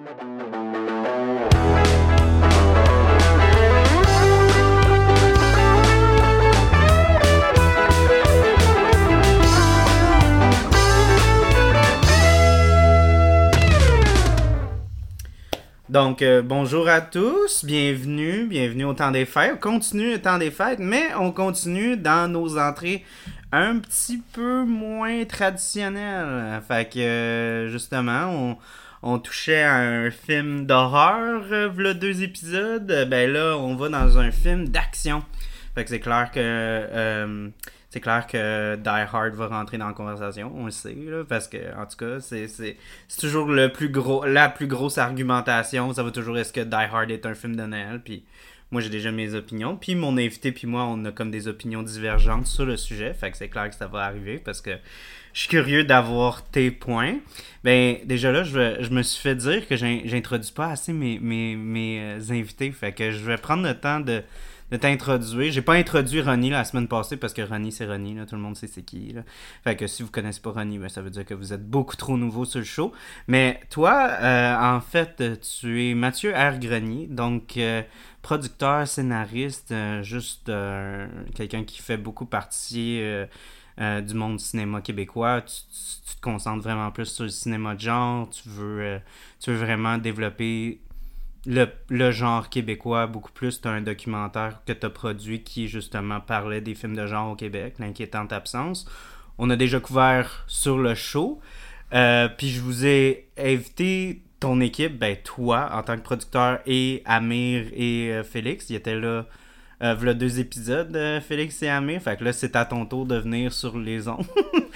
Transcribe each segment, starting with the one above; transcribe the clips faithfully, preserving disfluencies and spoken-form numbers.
Donc, euh, bonjour à tous, bienvenue, bienvenue au temps des fêtes. On continue le temps des fêtes, mais on continue dans nos entrées un petit peu moins traditionnelles. Fait que, euh, justement, on, on touchait à un film d'horreur, euh, v'là deux épisodes. Ben là, on va dans un film d'action. Fait que c'est clair que... Euh, C'est clair que Die Hard va rentrer dans la conversation, on le sait, là, parce que, en tout cas, c'est, c'est, c'est toujours le plus gros, la plus grosse argumentation. Ça va toujours est-ce que Die Hard est un film de Noël, puis moi j'ai déjà mes opinions, puis mon invité puis moi on a comme des opinions divergentes sur le sujet, fait que c'est clair que ça va arriver, parce que je suis curieux d'avoir tes points. Ben, déjà là, je, je me suis fait dire que j'introduis pas assez mes, mes, mes invités, fait que je vais prendre le temps de de t'introduire. J'ai pas introduit Ronnie la semaine passée parce que Ronnie c'est Ronnie, là, tout le monde sait c'est qui. Là. Fait que si vous connaissez pas Ronnie, ben, ça veut dire que vous êtes beaucoup trop nouveau sur le show. Mais toi, euh, en fait, tu es Mathieu R. Grenier, donc euh, producteur, scénariste, euh, juste euh, quelqu'un qui fait beaucoup partie euh, euh, du monde cinéma québécois. Tu, tu, tu te concentres vraiment plus sur le cinéma de genre, tu veux, euh, tu veux vraiment développer Le, le genre québécois beaucoup plus. T'as un documentaire que t'as produit qui justement parlait des films de genre au Québec, L'inquiétante absence. On a déjà couvert sur le show. Euh, puis je vous ai invité ton équipe, ben toi en tant que producteur, et Amir et euh, Félix. Ils étaient là euh, v'là deux épisodes, euh, Félix et Amir. Fait que là c'est à ton tour de venir sur les ondes.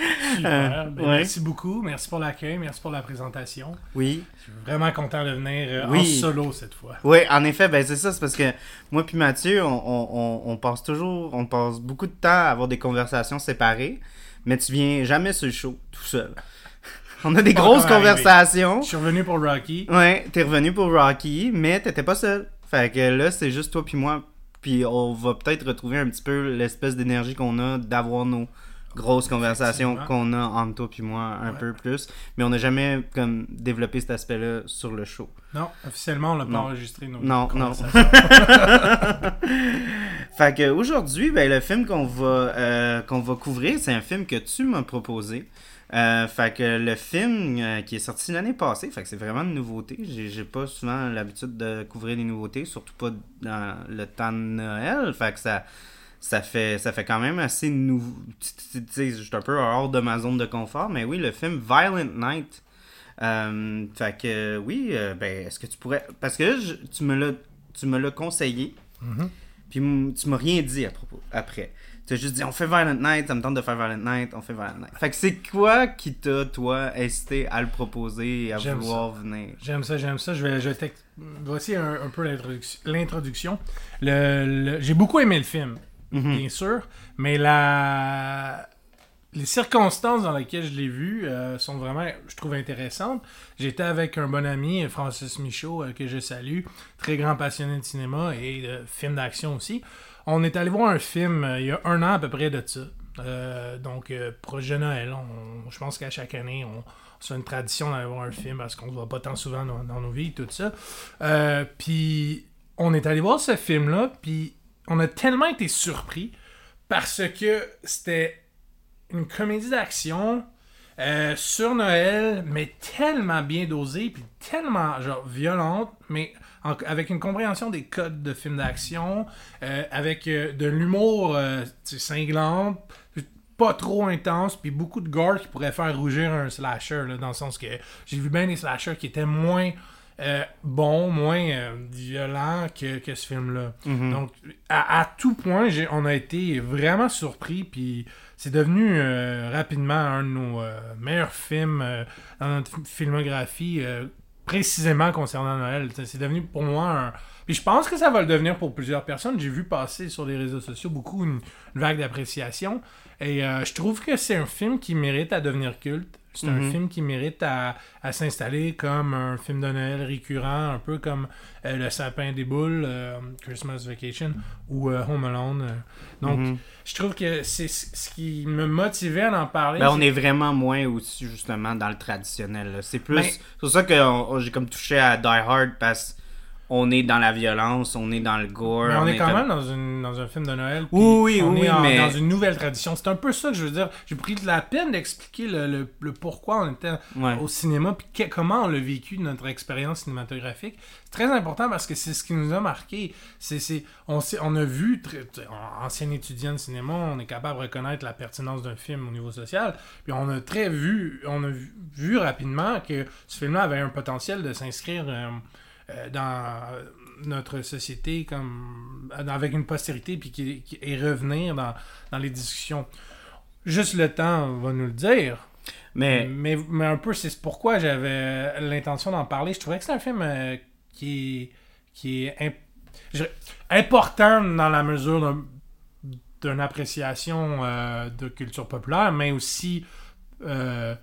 Super, ben, ouais. Merci beaucoup, merci pour l'accueil, merci pour la présentation. Oui. Je suis vraiment content de venir euh, oui. en solo cette fois. Oui, en effet, ben c'est ça, c'est parce que moi puis Mathieu, on, on, on passe toujours, on passe beaucoup de temps à avoir des conversations séparées, mais tu viens jamais sur le show tout seul. On a des pas grosses conversations. Je suis revenu pour Rocky. Ouais, t'es revenu pour Rocky, mais t'étais pas seul. Fait que là, c'est juste toi puis moi, puis on va peut-être retrouver un petit peu l'espèce d'énergie qu'on a d'avoir nos grosse conversation qu'on a entre toi puis moi un ouais. peu plus, mais on n'a jamais comme développé cet aspect-là sur le show. Non, officiellement on l'a pas enregistré nos non, conversations. Non. Fait que aujourd'hui, ben le film qu'on va euh, qu'on va couvrir, c'est un film que tu m'as proposé. Euh, fait que le film euh, qui est sorti l'année passée, fait que c'est vraiment une nouveauté. J'ai, j'ai pas souvent l'habitude de couvrir les nouveautés, surtout pas dans le temps de Noël. Fait que ça Ça fait, ça fait quand même assez nouveau. Tu sais, je suis un peu hors de ma zone de confort, mais oui, le film Violent Night. Euh, fait que oui, euh, ben, est-ce que tu pourrais. Parce que je, tu me l'as, tu me l'as conseillé, mm-hmm. puis tu m'as rien dit à propos, après. Tu as juste dit, on fait Violent Night, ça me tente de faire Violent Night, on fait Violent Night. Fait que c'est quoi qui t'a, toi, incité à le proposer et à j'aime vouloir ça. venir? J'aime ça, j'aime ça. Je vais, je vais Voici un, un peu l'introduction. l'introduction. Le, le... J'ai beaucoup aimé le film. Mm-hmm. Bien sûr, mais la... les circonstances dans lesquelles je l'ai vu euh, sont vraiment, je trouve, intéressantes. J'étais avec un bon ami, Francis Michaud, euh, que je salue, très grand passionné de cinéma et de films d'action aussi. On est allé voir un film euh, il y a un an à peu près de ça. Euh, donc, euh, proche de Noël, on, je pense qu'à chaque année, on, on se fait une tradition d'aller voir un film parce qu'on ne se voit pas tant souvent dans, dans nos vies, tout ça. Euh, puis, on est allé voir ce film-là, puis on a tellement été surpris parce que c'était une comédie d'action euh, sur Noël, mais tellement bien dosée, puis tellement genre violente, mais en, avec une compréhension des codes de films d'action, euh, avec euh, de l'humour euh, cinglant, pas trop intense, puis beaucoup de gore qui pourrait faire rougir un slasher, là, dans le sens que j'ai vu bien des slashers qui étaient moins Euh, bon, moins euh, violent que, que ce film-là. Mm-hmm. Donc, à, à tout point, j'ai, on a été vraiment surpris, puis c'est devenu euh, rapidement un de nos euh, meilleurs films euh, dans notre filmographie, euh, précisément concernant Noël. C'est devenu pour moi un... Puis je pense que ça va le devenir pour plusieurs personnes. J'ai vu passer sur les réseaux sociaux beaucoup une, une vague d'appréciation, et euh, je trouve que c'est un film qui mérite à devenir culte. C'est Mm-hmm. un film qui mérite à, à s'installer comme un film de Noël récurrent, un peu comme euh, Le Sapin des Boules, euh, Christmas Vacation, ou euh, Home Alone. euh. Donc, Mm-hmm. je trouve que c'est ce qui me motivait à en parler. Ben, on c'est- est vraiment moins aussi, justement, dans le traditionnel. là. C'est plus... Ben- c'est pour ça que on- j'ai comme touché à Die Hard, parce qu'on est dans la violence, on est dans le gore. Mais on, est quand comme- même dans, une, dans un film de Noël. puis Oui, oui, on oui, est en- mais- dans une nouvelle tradition. C'est un peu ça que je veux dire. J'ai pris de la peine d'expliquer le, le, le pourquoi on était Ouais. au cinéma puis que- comment on l'a vécu notre expérience cinématographique. C'est très important parce que c'est ce qui nous a marqué. C'est, c'est, on, sait- on a vu, très, très- en- ancien étudiant de cinéma, on est capable de reconnaître la pertinence d'un film au niveau social. Puis on a très vu, on a vu, vu rapidement que ce film-là avait un potentiel de s'inscrire euh, euh, dans notre société comme avec une postérité puis qui, qui- et revenir dans, dans les discussions. Juste le temps va nous le dire. Mais... Mais, mais un peu, c'est pourquoi j'avais l'intention d'en parler. Je trouvais que c'est un film euh, qui est, qui est imp- je dirais, important dans la mesure d'un- d'une appréciation euh, de culture populaire, mais aussi euh,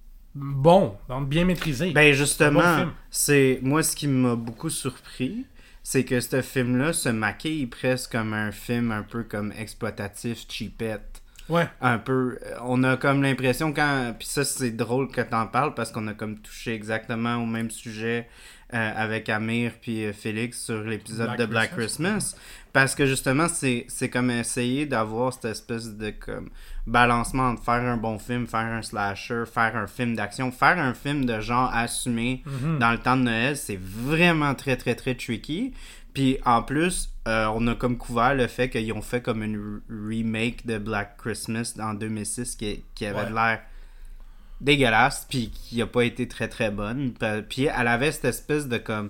bon, donc bien maîtrisé. Ben Un bon justement, film. c'est moi ce qui m'a beaucoup surpris, c'est que ce film-là se maquille presque comme un film un peu comme exploitatif, cheapette. Ouais. Un peu, euh, on a comme l'impression quand, puis ça c'est drôle que t'en parles parce qu'on a comme touché exactement au même sujet euh, avec Amir puis euh, Félix sur l'épisode Black de Black Christmas. Christmas, parce que justement c'est c'est comme essayer d'avoir cette espèce de comme balancement entre faire un bon film, faire un slasher, faire un film d'action, faire un film de genre assumé Mhm. dans le temps de Noël, c'est vraiment très très très tricky. Puis en plus, euh, on a comme couvert le fait qu'ils ont fait comme une re- remake de Black Christmas en deux mille six qui, qui avait Ouais. de l'air dégueulasse, puis qui a pas été très très bonne. Pa- Puis elle avait cette espèce de comme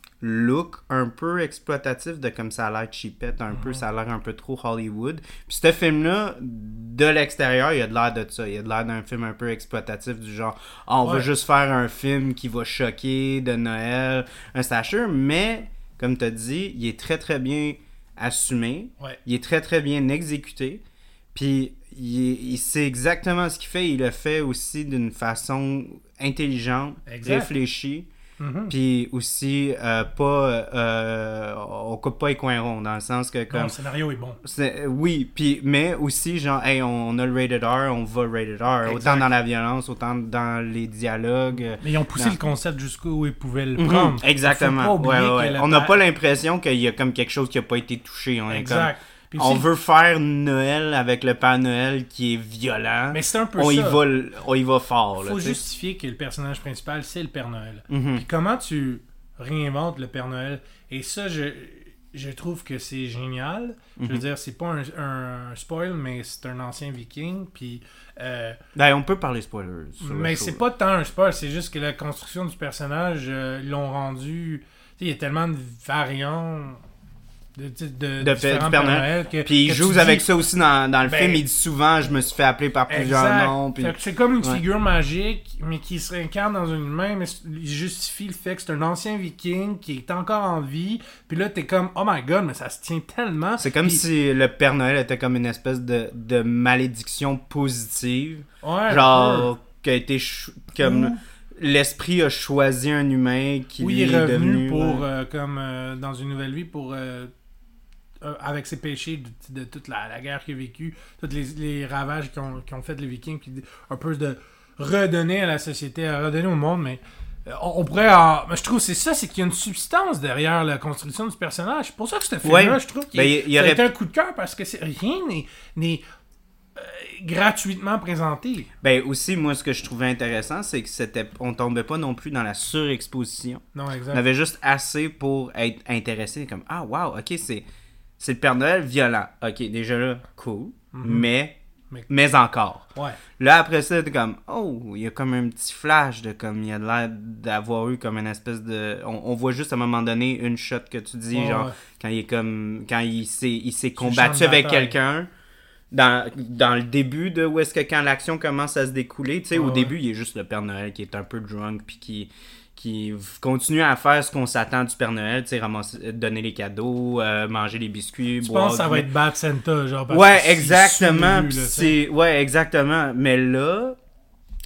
look un peu exploitatif de comme ça a l'air cheapette un peu, ça a l'air un peu trop Hollywood. Puis ce film-là, de l'extérieur, il y a de l'air de ça. Il y a de l'air d'un film un peu exploitatif du genre, ah, on va Ouais. juste faire un film qui va choquer de Noël, un slasher, mais comme tu as dit, il est très très bien assumé, Ouais. il est très très bien exécuté, puis il, est- il sait exactement ce qu'il fait, il le fait aussi d'une façon intelligente, Exact. réfléchie, Mhm. puis aussi euh, pas, euh, on coupe pas les coins ronds, dans le sens que Non, comme... le scénario est bon. c'est- oui, puis mais aussi genre hey, on, on a le rated R, on va rated R, Exact. autant dans la violence, autant dans les dialogues. euh, Mais ils ont poussé Non. le concept jusqu'au ils pouvaient le Mhm, prendre. Faut exactement. pas oublier Ouais, ouais, que ouais. la On n'a pa- pas l'impression qu'il y a comme quelque chose qui a pas été touché. On est Exact. Puis comme, on aussi- veut faire Noël avec le Père Noël qui est violent. Mais c'est un peu on ça. y va, l- on y va fort. Il Là, faut tu sais. justifier que le personnage principal, c'est le Père Noël. Mhm. Puis comment tu réinventes le Père Noël? Et ça, je, je trouve que c'est génial. Je veux Mhm. dire, c'est pas un, un spoil, mais c'est un ancien viking. Puis, euh, Ben, on peut parler spoilers. sur le mais show, c'est là. pas tant un spoil, c'est juste que la construction du personnage, euh, ils l'ont rendu... Tu sais, il y a tellement de variants de, de, de, De différents du Père Père Noël. Noël que, Puis il que joue tu avec dis- ça aussi dans, dans le Ben, film. Il dit souvent, je me suis fait appeler par plusieurs Exact. noms. Puis... Fait que c'est comme une Ouais. figure magique, mais qui se réincarne dans une main, mais il justifie le fait que c'est un ancien viking qui est encore en vie. Puis là, t'es comme, oh my god, mais ça se tient tellement. C'est comme Puis- si le Père Noël était comme une espèce de, de malédiction positive. Ouais, Genre, qui a été ch- comme Ou- l'esprit a choisi un humain qui oui, lui il est revenu devenu pour, ouais. euh, comme euh, dans une nouvelle vie, pour euh, euh, avec ses péchés de, de toute la, la guerre qu'il a vécue, tous les, les ravages qu'ils ont, qu'ils ont fait les Vikings, puis un peu de redonner à la société, à redonner au monde, mais euh, on, on pourrait en... mais je trouve que c'est ça, c'est qu'il y a une substance derrière la construction du personnage. C'est pour ça que ce film-là, Ouais. je trouve qu'il Ben, il- il y ça aurait- a été un coup de cœur, parce que c'est, rien n'est, n'est euh, gratuitement présenté. Ben aussi, moi, ce que je trouvais intéressant, c'est que c'était, on tombait pas non plus dans la surexposition. Non, exact. On avait juste assez pour être intéressé, comme ah wow, ok, c'est c'est le Père Noël violent. Ok, déjà là, cool, mais, Mais- mais encore. Ouais. Là après ça, t'es comme oh, il y a comme un petit flash de comme il y a l'air d'avoir eu comme une espèce de, on, on voit juste à un moment donné une shot que tu dis Ouais, genre ouais. quand il est comme quand il s'est il s'est Sur le combattu champ de avec bataille. quelqu'un. Dans, dans le début de où est-ce que quand l'action commence à se découler, tu sais, Ouais, au ouais. début, il est juste le Père Noël qui est un peu drunk puis qui, qui continue à faire ce qu'on s'attend du Père Noël, tu sais, ramasser- donner les cadeaux, euh, manger les biscuits, Tu boire. penses que ça du va lait. être Bad Santa, genre. parce Ouais, que c'est exactement. sous-lu, pis là, tu sais. c'est ouais, exactement. Mais là,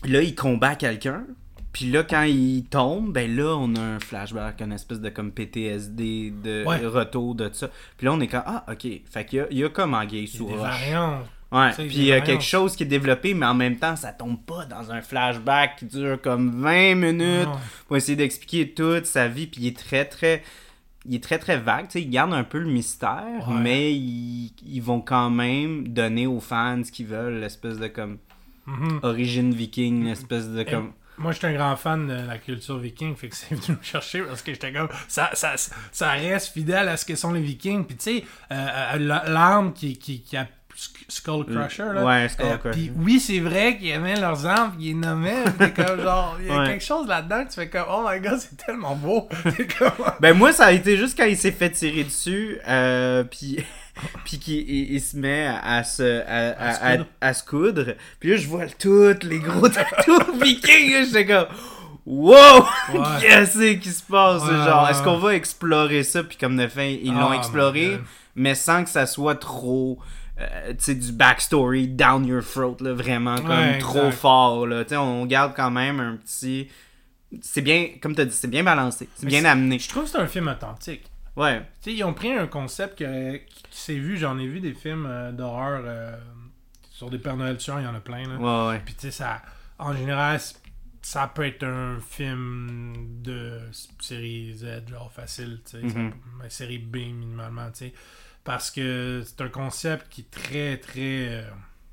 là, il combat quelqu'un. Puis là, quand il tombe, ben là, on a un flashback, une espèce de comme P T S D de Ouais. retour de ça. Puis là, on est comme, ah, ok. Fait qu'il y a, il y a comme Anguille Il y sous a des roche. variantes. Ouais, Tu sais, puis des il y a variantes. quelque chose qui est développé, mais en même temps, ça tombe pas dans un flashback qui dure comme vingt minutes Non. pour essayer d'expliquer toute sa vie. Puis il est très, très... Il est très, très vague. Tu sais, il garde un peu le mystère, Ouais. mais ils, ils vont quand même donner aux fans ce qu'ils veulent, l'espèce de comme... Mhm. origine viking, l'espèce de comme... Moi, j'étais un grand fan de la culture viking, fait que c'est venu me chercher parce que j'étais comme. Ça, ça, ça reste fidèle à ce que sont les vikings. Puis, tu sais, euh, l'arme qui, qui, qui a Skull Crusher, là. Ouais, Skull euh, Crusher. Puis, oui, c'est vrai qu'ils aimaient leurs armes, ils les nommaient. T'es comme genre, il y a Ouais. quelque chose là-dedans que tu fais comme, oh my god, c'est tellement beau. T'es comme. Ben moi, ça a été juste quand il s'est fait tirer dessus, euh, puis... puis qu'il il, il se met à se à, à, À se à, coudre. à se coudre. Puis là, je vois tous les gros tatous vikings. là, J'étais comme, wow! Ouais. Qu'est-ce qui se passe? Ouais, Genre, ouais, est-ce qu'on va explorer ça? Puis comme de fait, ils l'ont Oh my exploré, God. mais sans que ça soit trop... euh, tu sais, du backstory down your throat, là, vraiment comme Ouais, trop exact. fort, là. Tu sais, on garde quand même un petit... C'est bien, comme t'as dit, c'est bien balancé. C'est Mais bien c'est- amené. Je trouve que c'est un film authentique. Ouais. Tu sais, ils ont pris un concept que- qui, qui s'est vu, j'en ai vu des films euh, d'horreur euh, sur des Pères Noël tueurs, il y en a plein. Là. Ouais, ouais. Puis tu sais, ça, en général, c- ça peut être un film de s- série Z, genre facile, tu sais, ça Mhm. peut- mais série B minimalement, tu sais. Parce que c'est un concept qui est très, très euh,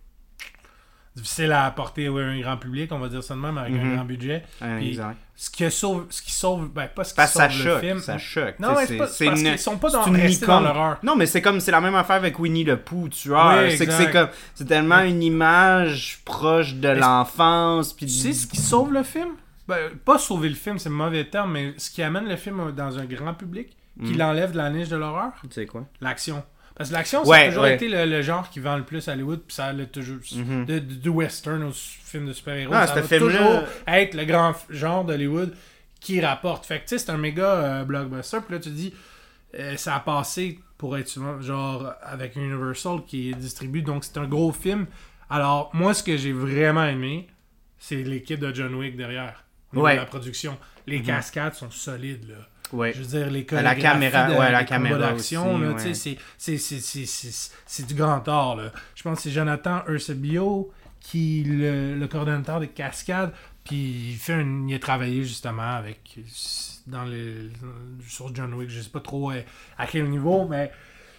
difficile à apporter à un grand public, on va dire ça de même, avec Mhm. un grand budget. Ouais, Puis, exact. Ce qui sauve, ce qui sauve, ben pas ce qui Parce que ça sauve le choque, film. ça choque. Non, tu mais sais, c'est pas- c'est parce une- qu'ils sont pas dans, c'est une restés dans icône. l'horreur. Non, mais c'est comme c'est la même affaire avec Winnie le Pooh tueur. Oui, c'est que exact. c'est comme c'est tellement une image proche de Mais l'enfance puis Tu du- sais ce qui sauve le film? Ben, pas sauver le film, c'est un mauvais terme, mais ce qui amène le film dans un grand public, qui Mm. l'enlève de la niche de l'horreur, tu sais quoi? l'action. Parce que l'action, Ouais, ça a toujours ouais. été le, le genre qui vend le plus à Hollywood, puis ça allait toujours... Mhm. de, de- du western au s- film de super-héros, Non, ça ce va film-là- toujours être le grand f- genre d'Hollywood qui rapporte. Fait que tu sais, c'est un méga euh, blockbuster, puis là tu te dis, euh, ça a passé pour être souvent, genre avec Universal qui distribue, donc c'est un gros film. Alors, moi, ce que j'ai vraiment aimé, c'est l'équipe de John Wick derrière, au niveau Ouais. de la production. Les cascades sont solides, là. Ouais. Je veux dire, les La chorégraphies caméra- de- ouais, la des caméra combats d'action, aussi, là, ouais. tu sais, c'est- c'est- c'est- c'est- c'est- c'est du grand art, là. Je pense que c'est Jonathan Eusebio qui le, le coordonnateur des cascades, puis il fait un, il a travaillé justement avec dans les sur John Wick, je sais pas trop à, à quel niveau, mais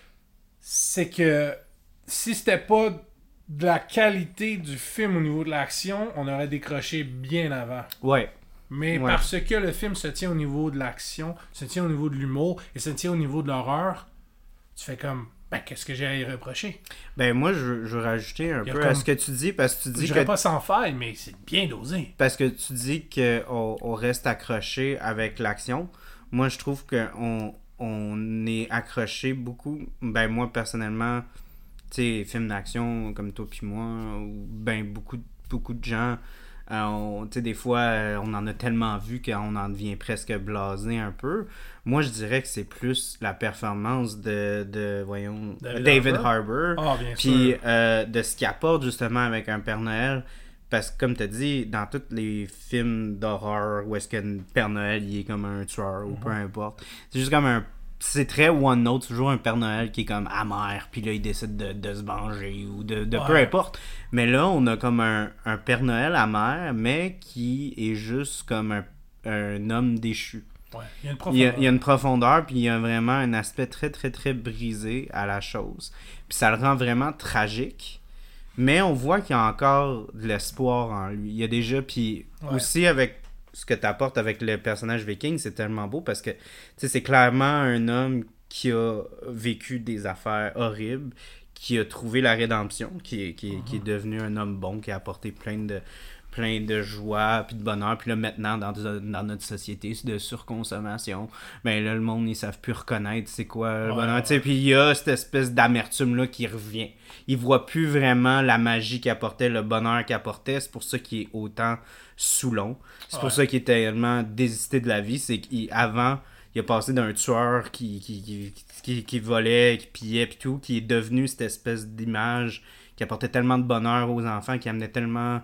c'est que si c'était pas de la qualité du film au niveau de l'action, on aurait décroché bien avant. Ouais. Mais Ouais. parce que le film se tient au niveau de l'action, se tient au niveau de l'humour et se tient au niveau de l'horreur, tu fais comme, ben, qu'est-ce que j'ai à y reprocher? Ben moi je, veux- je veux rajouter un Il y a peu comme- à ce que tu dis parce que tu Je dis dirais que pas sans faille, mais c'est bien dosé. parce que tu dis qu'on on reste accroché avec l'action. Moi, je trouve qu'on on est accroché beaucoup. Ben, moi, personnellement, tu sais, films d'action comme toi puis moi, ou ben, beaucoup, beaucoup de gens, euh, on- tu sais, des fois, euh, on en a tellement vu qu'on en devient presque blasé un peu. Moi, je dirais que c'est plus la performance de, de voyons, David David, Harbour. Harbour. Ah, bien Puis sûr. euh, de ce qu'il apporte justement avec un Père Noël. Parce que comme tu as dit, dans tous les films d'horreur où est-ce qu'un Père Noël il est comme un tueur ou peu importe, c'est juste comme un. C'est très one note, toujours un Père Noël qui est comme amer, puis là il décide de, de se venger ou de, de peu Ouais. importe. Mais là, on a comme un, un Père Noël amer, mais qui est juste comme un, un homme déchu. Ouais, il y a une Il y, profondeur. a, il y a une profondeur, puis il y a vraiment un aspect très, très, très brisé à la chose. Puis ça le rend vraiment tragique. Mais on voit qu'il y a encore de l'espoir en lui. Il y a déjà, puis Ouais. aussi avec ce que tu apportes avec le personnage viking, c'est tellement beau parce que tu sais, c'est clairement un homme qui a vécu des affaires horribles, qui a trouvé la rédemption, qui est, qui est, qui est devenu un homme bon, qui a apporté plein de plein de joie puis de bonheur, puis là maintenant dans, dans notre société de surconsommation, ben là le monde ils savent plus reconnaître c'est quoi le Ouais, bonheur, ouais. tu sais, puis il y a cette espèce d'amertume là qui revient. Il voit plus vraiment la magie qu'il apportait, le bonheur qu'il apportait, c'est pour ça qu'il est autant Soulon. C'est pour Ouais. ça qu'il est tellement désisté de la vie, c'est qu'avant il a passé d'un tueur qui, qui, qui, qui, qui volait, qui pillait pis tout, qui est devenu cette espèce d'image qui apportait tellement de bonheur aux enfants, qui amenait tellement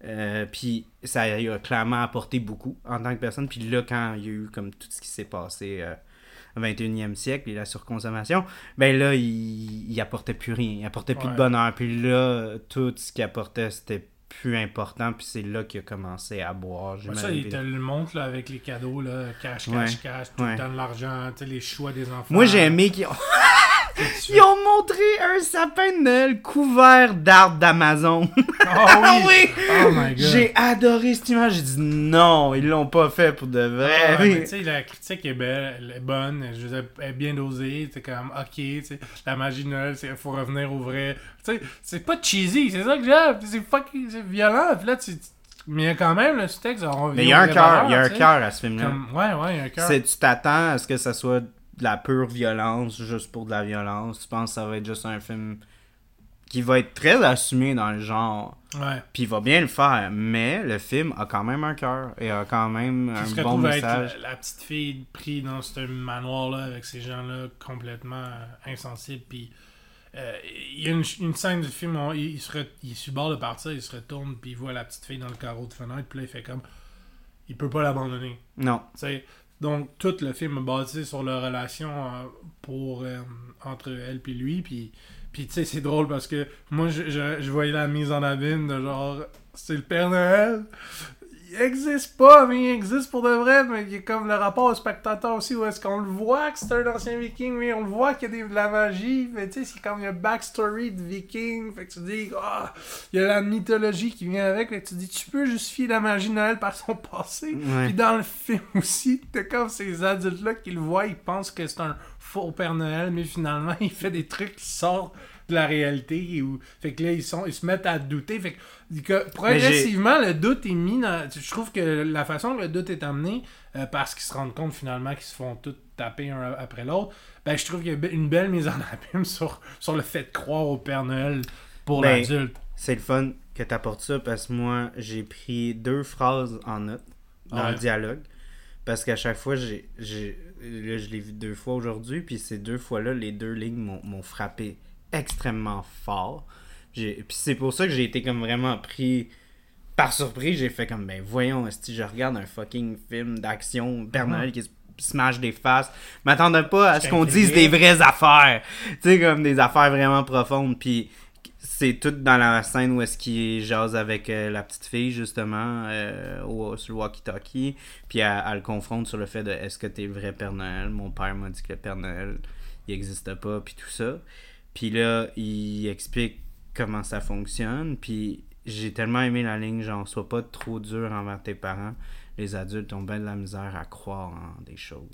Euh, puis ça lui a clairement apporté beaucoup en tant que personne. Puis là, quand il y a eu comme tout ce qui s'est passé euh, au vingt et unième siècle et la surconsommation, ben là, il, il apportait plus rien. Il apportait plus Ouais. de bonheur. Puis là, tout ce qu'il apportait, c'était plus important. Puis c'est là qu'il a commencé à boire. Ouais, ça, il te le montre là, avec les cadeaux, là, cash, cash, Ouais. cash, tout Ouais. le temps de l'argent, tu sais, les choix des enfants. Moi, j'ai aimé qu'ils ont... Tu Ils ont montré un sapin de Noël couvert d'arbres d'Amazon. Ah oui! oui! Oh my god! J'ai adoré cette image. J'ai dit non, ils l'ont pas fait pour de vrai. Ah, Oui. mais tu sais, la critique est belle, elle est bonne, je veux dire, elle est bien dosée, c'est comme, ok, tu sais, la magie de Noël, il faut revenir au vrai. Tu sais, c'est pas cheesy, c'est ça que j'aime, c'est fucking, c'est violent, puis là, tu... Mais il y a quand même le sous-texte, on Mais il y a un cœur, il y a un cœur à ce film-là. Comme... Ouais, ouais, il y a un cœur. C'est, tu t'attends à ce que ça soit de la pure violence, juste pour de la violence. Tu penses que ça va être juste un film qui va être très assumé dans le genre. Ouais. Puis il va bien le faire, mais le film a quand même un cœur et a quand même Qui se un bon retrouve avec message. la, la petite fille prise dans ce manoir-là avec ces gens-là complètement euh, insensibles. Puis euh, il y a une, une scène du film où il, il, se re, il est sur le bord de partir, il se retourne, puis il voit la petite fille dans le carreau de fenêtre, puis là il fait comme. Il peut pas l'abandonner. Non. T'sais, donc tout le film est basé sur leur relation euh, pour euh, entre elle et lui. Puis, puis tu sais, c'est drôle parce que moi, je, je, je voyais la mise en abîme de genre, c'est le Père Noël. Il existe pas, mais il existe pour de vrai. Mais il y a comme le rapport au spectateur aussi, où est-ce qu'on le voit que c'est un ancien viking, mais on le voit qu'il y a des, de la magie. Mais tu sais, c'est comme il y a un backstory de viking. Fait que tu dis, ah, oh, il y a la mythologie qui vient avec. Fait que tu dis, tu peux justifier la magie de Noël par son passé. Ouais. Puis dans le film aussi, t'as comme ces adultes-là qui le voient, ils pensent que c'est un faux Père Noël, mais finalement, il fait des trucs qui sortent de la réalité. Ou... Fait que là, ils, sont, ils se mettent à douter. Fait que, que progressivement, le doute est mis dans... Je trouve que la façon que le doute est amené, euh, parce qu'ils se rendent compte finalement qu'ils se font tous taper un après l'autre, ben je trouve qu'il y a une belle mise en abîme sur, sur le fait de croire au Père Noël pour ben, l'adulte. C'est le fun que t'apportes ça, parce que moi, j'ai pris deux phrases en note dans ouais. le dialogue. Parce qu'à chaque fois, j'ai, j'ai là, je l'ai vu deux fois aujourd'hui, puis ces deux fois-là, les deux lignes m'ont, m'ont frappé extrêmement fort. J'ai, puis c'est pour ça que j'ai été comme vraiment pris par surprise. J'ai fait comme, ben voyons, si je regarde un fucking film d'action, Père Noël mm-hmm. qui se smash des faces, je m'attendais pas à ce qu'on dise des vraies affaires. Tu sais, comme des affaires vraiment profondes. Puis c'est tout dans la scène où est-ce qu'il jase avec euh, la petite fille, justement, euh, au, sur le walkie-talkie. Puis elle, elle le confronte sur le fait de, est-ce que t'es le vrai Père Noël? Mon père m'a dit que le Père Noël, il n'existe pas, puis tout ça. Puis là, il explique comment ça fonctionne. Puis j'ai tellement aimé la ligne, genre, sois pas trop dur envers tes parents. Les adultes ont bien de la misère à croire en des choses.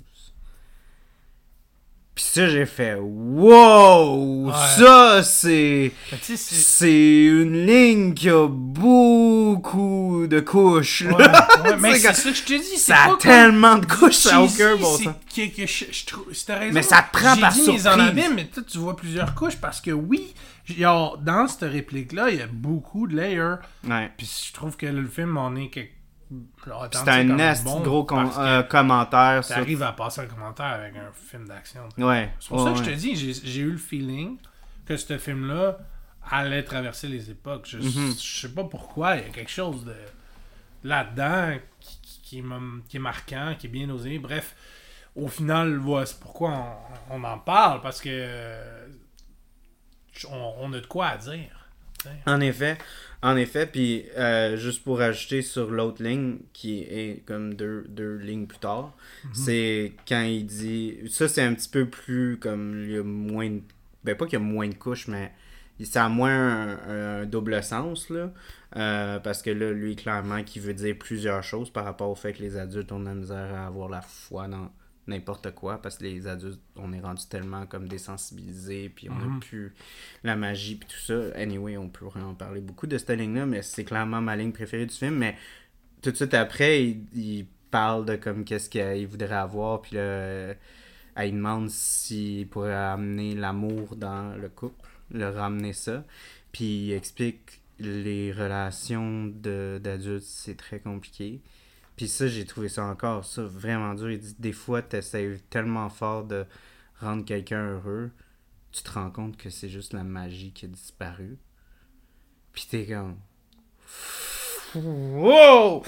Pis ça, j'ai fait wow! Ouais. Ça, c'est. C'est... c'est une ligne qui a beaucoup de couches. Là. Ouais, ouais, mais c'est ça que je te dis. C'est ça pas a tellement de couches, ça n'a aucun bon sens. sens. Que, que je, je trouve, c'est raison. Mais ça te prend j'ai par dit surprise. Mise en abîme, mais toi, tu vois plusieurs couches parce que oui, genre, dans cette réplique-là, il y a beaucoup de layers. Ouais. Puis je trouve que le film en est quelque. C'est un nest bon gros com- euh, commentaire. Tu arrives à passer un commentaire avec un film d'action. Ouais. C'est pour ouais, ça que ouais. je te dis, j'ai, j'ai eu le feeling que ce film-là allait traverser les époques. Je, mm-hmm. je sais pas pourquoi, il y a quelque chose de là-dedans qui, qui, qui, est, qui est marquant, qui est bien osé. Bref, au final, voilà, c'est pourquoi on, on en parle, parce que euh, on, on a de quoi à dire. T'sais. En effet. En effet, puis euh, juste pour ajouter sur l'autre ligne, qui est comme deux, deux lignes plus tard, mm-hmm. c'est quand il dit... Ça, c'est un petit peu plus comme... Il y a moins de... Ben, pas qu'il y a moins de couches, mais ça a moins un, un double sens, là. Euh, parce que là, lui, clairement, qui veut dire plusieurs choses par rapport au fait que les adultes ont de la misère à avoir la foi dans n'importe quoi, parce que les adultes, on est rendu tellement comme désensibilisés, puis on n'a mm-hmm. plus la magie, puis tout ça. Anyway, on pourrait en parler beaucoup de cette ligne-là, mais c'est clairement ma ligne préférée du film. Mais tout de suite après, il, il parle de comme qu'est-ce qu'il voudrait avoir, puis là, elle demande s'il pourrait amener l'amour dans le couple, le ramener ça, puis il explique les relations de, d'adultes, c'est très compliqué. Puis ça, j'ai trouvé ça encore, ça, vraiment dur. Il dit, des fois, t'essayes tellement fort de rendre quelqu'un heureux, tu te rends compte que c'est juste la magie qui a disparu. Puis t'es comme... Wow!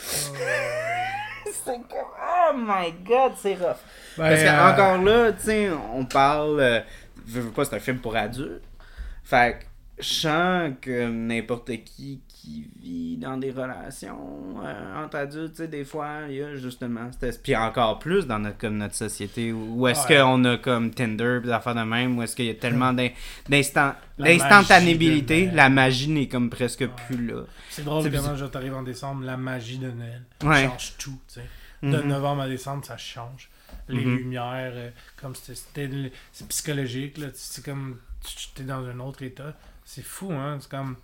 C'est comme... Oh my god, c'est rough. Ben, Parce euh... qu'encore là, tu sais, on parle... Euh, je veux pas, c'est un film pour adultes. Fait que je sens que n'importe qui qui vit dans des relations euh, entre adultes, tu sais, des fois, il y a justement... Puis encore plus dans notre, comme notre société, où est-ce ouais. qu'on a comme Tinder, des affaires de même, où est-ce qu'il y a tellement d'instant... d'instantanéité, la magie n'est comme presque ouais. plus là. C'est drôle comment je t'arrive en décembre, la magie de Noël ouais. change tout, tu sais. De mm-hmm. novembre à décembre, ça change. Les mm-hmm. lumières, euh, comme c'était, c'était c'est psychologique, là, c'est comme tu es dans un autre état. C'est fou, hein, c'est comme...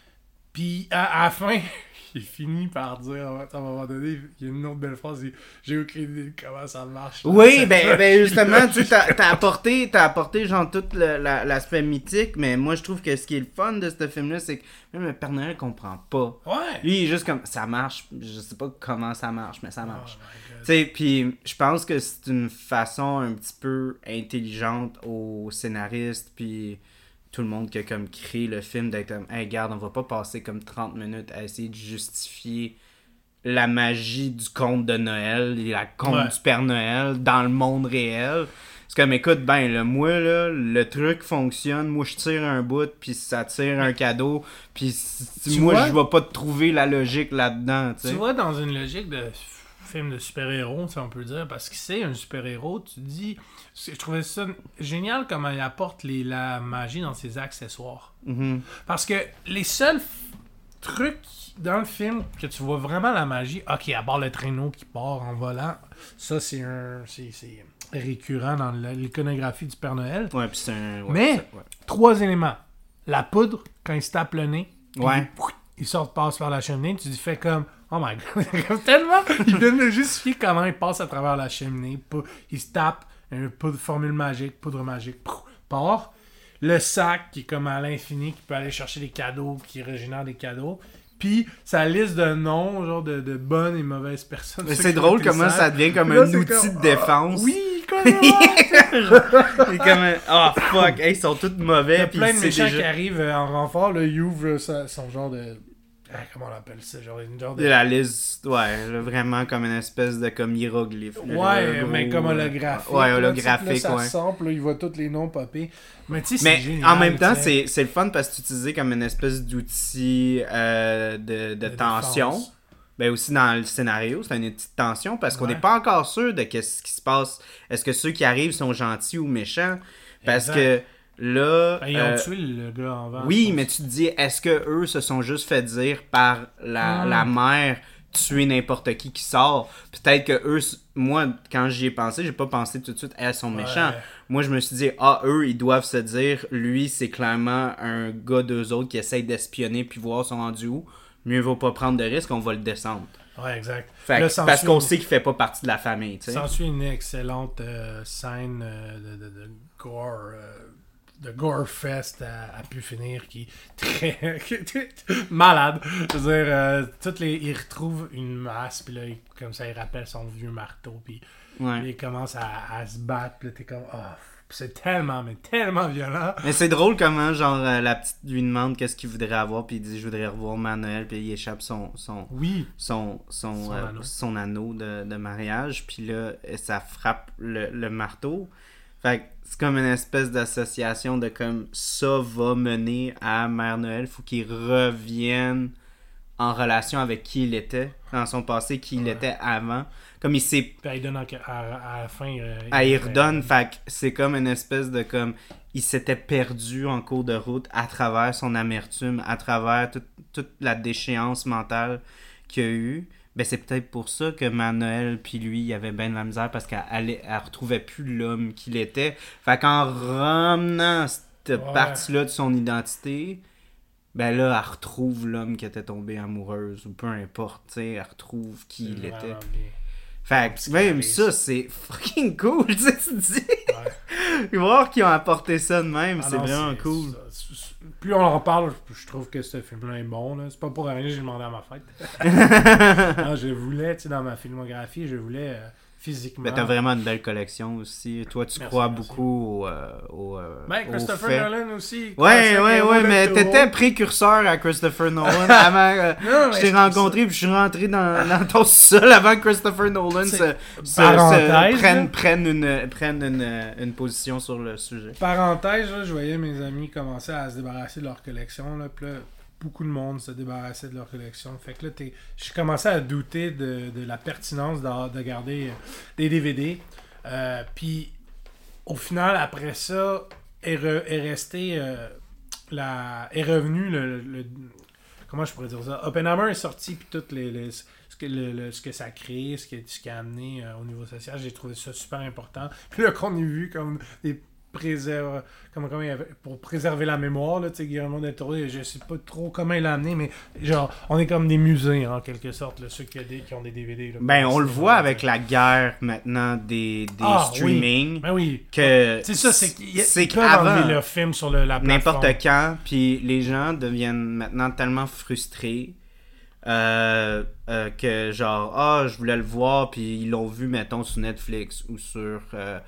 Puis à, à la fin, il finit par dire, à un moment donné, il y a une autre belle phrase, il, j'ai aucune idée de comment ça marche. Là, oui, ben, ben justement, tu t'as, t'as apporté, t'as apporté genre tout le, la, l'aspect mythique, mais moi je trouve que ce qui est le fun de ce film-là, c'est que même le Père Noël comprend pas. Ouais. Lui, il est juste comme, ça marche, je sais pas comment ça marche, mais ça marche. Oh, tu sais, puis je pense que c'est une façon un petit peu intelligente aux scénaristes, puis tout le monde qui a comme créé le film d'être comme, hey, regarde, on va pas passer comme trente minutes à essayer de justifier la magie du conte de Noël et la conte ouais. du Père Noël dans le monde réel. C'est comme, écoute, ben, là, moi, là, le truc fonctionne, moi, je tire un bout, puis ça tire un cadeau, puis moi, vois? je vais pas te trouver la logique là-dedans, tu sais. Tu vois, dans une logique de film de super-héros, si on peut dire, parce que c'est un super-héros, tu dis... Je trouvais ça génial comment il apporte les, la magie dans ses accessoires. Mm-hmm. Parce que les seuls f- trucs dans le film que tu vois vraiment la magie, ok, à part le traîneau qui part en volant, ça c'est un c'est, c'est récurrent dans l'iconographie du Père Noël. Ouais, puis c'est un... Ouais, Mais, c'est, ouais. trois éléments. La poudre, quand il se tape le nez, ouais. il, il sort, passe par la cheminée, tu dis, fais comme... Oh my god, tellement... Il vient de justifier comment il passe à travers la cheminée, il se tape, une poudre, formule magique, poudre magique, pouf, part. Le sac qui est comme à l'infini, qui peut aller chercher des cadeaux, qui régénère des cadeaux. Puis sa liste de noms, genre de, de bonnes et mauvaises personnes. Mais c'est drôle comment ça devient comme là, un outil comme, de défense. Oh, oui, comment Et comme oh fuck, hey, ils sont tous mauvais. Il y a plein de méchants déjà... qui arrivent en renfort, là, ils ouvrent ça, son genre de... Ah, comment on appelle ça? Genre une genre de... La liste, ouais, là, vraiment comme une espèce de comme hiéroglyphe. Ouais, là, mais comme holographique. Ouais, holographique, là, là, ça ouais. Sample, là, il voit tous les noms popper. Mais tu sais, mais c'est génial. En même temps, c'est, c'est le fun parce que tu utilisais comme une espèce d'outil euh, de, de, de tension. Défense. Ben aussi dans le scénario, c'est une petite tension parce qu'on n'est ouais. pas encore sûr de qu'est-ce qui se passe. Est-ce que ceux qui arrivent sont gentils ou méchants? Parce exact. que là... Ben, ils ont euh, tué le gars en vent. Oui, mais tu te dis, est-ce que eux se sont juste fait dire par la, mm. la mère tuer n'importe qui qui sort? Peut-être que eux, moi, quand j'y ai pensé, j'ai pas pensé tout de suite, elles sont méchants. Ouais. Moi, je me suis dit, ah, eux, ils doivent se dire, lui, c'est clairement un gars d'eux autres qui essaye d'espionner puis voir son rendu où. Mieux vaut pas prendre de risque, on va le descendre. Ouais, exact. Fait là, que, parce qu'on une... sait qu'il fait pas partie de la famille, tu sais. S'ensuit une excellente euh, scène euh, de, de, de gore... Euh... de Gorefest à, à pu finir qui est très malade. Je veux dire, euh, toutes les, il retrouve une masse, puis là, il, comme ça, il rappelle son vieux marteau, puis ouais. il commence à, à se battre, puis là, t'es comme, oh, c'est tellement, mais tellement violent. Mais c'est drôle comment, genre, euh, la petite lui demande qu'est-ce qu'il voudrait avoir, puis il dit, je voudrais revoir ma Noël, puis il échappe son son oui. son, son, son, euh, anneau, son anneau de, de mariage, puis là, ça frappe le, le marteau. Fait que c'est comme une espèce d'association de comme ça va mener à Mère Noël. Faut qu'il revienne en relation avec qui il était dans son passé, qui ouais. il était avant. Comme il s'est... Puis il donne à, à, à la fin... Euh, ah, il redonne. Fait que c'est comme une espèce de comme... Il s'était perdu en cours de route à travers son amertume, à travers tout, toute la déchéance mentale qu'il a eue. Ben c'est peut-être pour ça que Manoël puis lui, il avait bien de la misère parce qu'elle elle, elle retrouvait plus l'homme qu'il était. Fait qu'en ramenant cette ouais. partie-là de son identité, ben là, elle retrouve l'homme qui était tombé amoureuse ou peu importe, tu sais, elle retrouve qui c'est il était. Bien. Fait que même ça, c'est fucking cool, tu sais, tu te dis. Ouais. Voir qu'ils ont apporté ça de même, ah c'est non, vraiment c'est, cool. C'est, c'est, plus on en parle, je trouve que ce film-là est bon. Là. C'est pas pour rien que j'ai demandé à ma fête. non, je voulais, tu sais, dans ma filmographie, je voulais... Euh, physiquement. Mais t'as vraiment une belle collection aussi. Toi, tu Merci, crois merci. beaucoup au... euh, au euh, Ben, au Christopher fait. Nolan aussi. Ouais, ouais, ouais, mais t'étais précurseur à Christopher Nolan avant. euh, Non, mais je t'ai c'est rencontré puis je suis rentré dans, dans ton sol avant que Christopher Nolan se, C'est- se- parenthèse, se prenne, là. prenne, une, prenne une, une position sur le sujet. Parenthèse, là, je voyais mes amis commencer à se débarrasser de leur collection. Là, puis là, beaucoup de monde se débarrassait de leur collection. Fait que là, t'es... j'ai commencé à douter de, de la pertinence de, de garder euh, des D V D. Euh, puis, au final, après ça, est, re- est resté... euh, la... est revenu le, le- Comment je pourrais dire ça? Oppenheimer est sorti, puis tout les, les- ce, que, le, le- ce que ça a créé, ce qui, ce qui a amené euh, au niveau social, j'ai trouvé ça super important. Puis là, qu'on ait vu comme des préserve comment, comment il avait, pour préserver la mémoire là, tu sais, Guillermo del Toro, je sais pas trop comment il l'a amené, mais genre on est comme des musées en quelque sorte là, ceux qui, a des, qui ont des D V D là, Ben, on le voit avec la guerre maintenant des, des ah, streaming. Oui. Ben oui. Que c'est ça, c'est qu'ils c'est ils peuvent qu'avant, enlever leur film sur le, la plateforme. n'importe quand, puis les gens deviennent maintenant tellement frustrés euh, euh, que genre, ah, je voulais le voir, puis ils l'ont vu, mettons, sur Netflix ou sur... euh,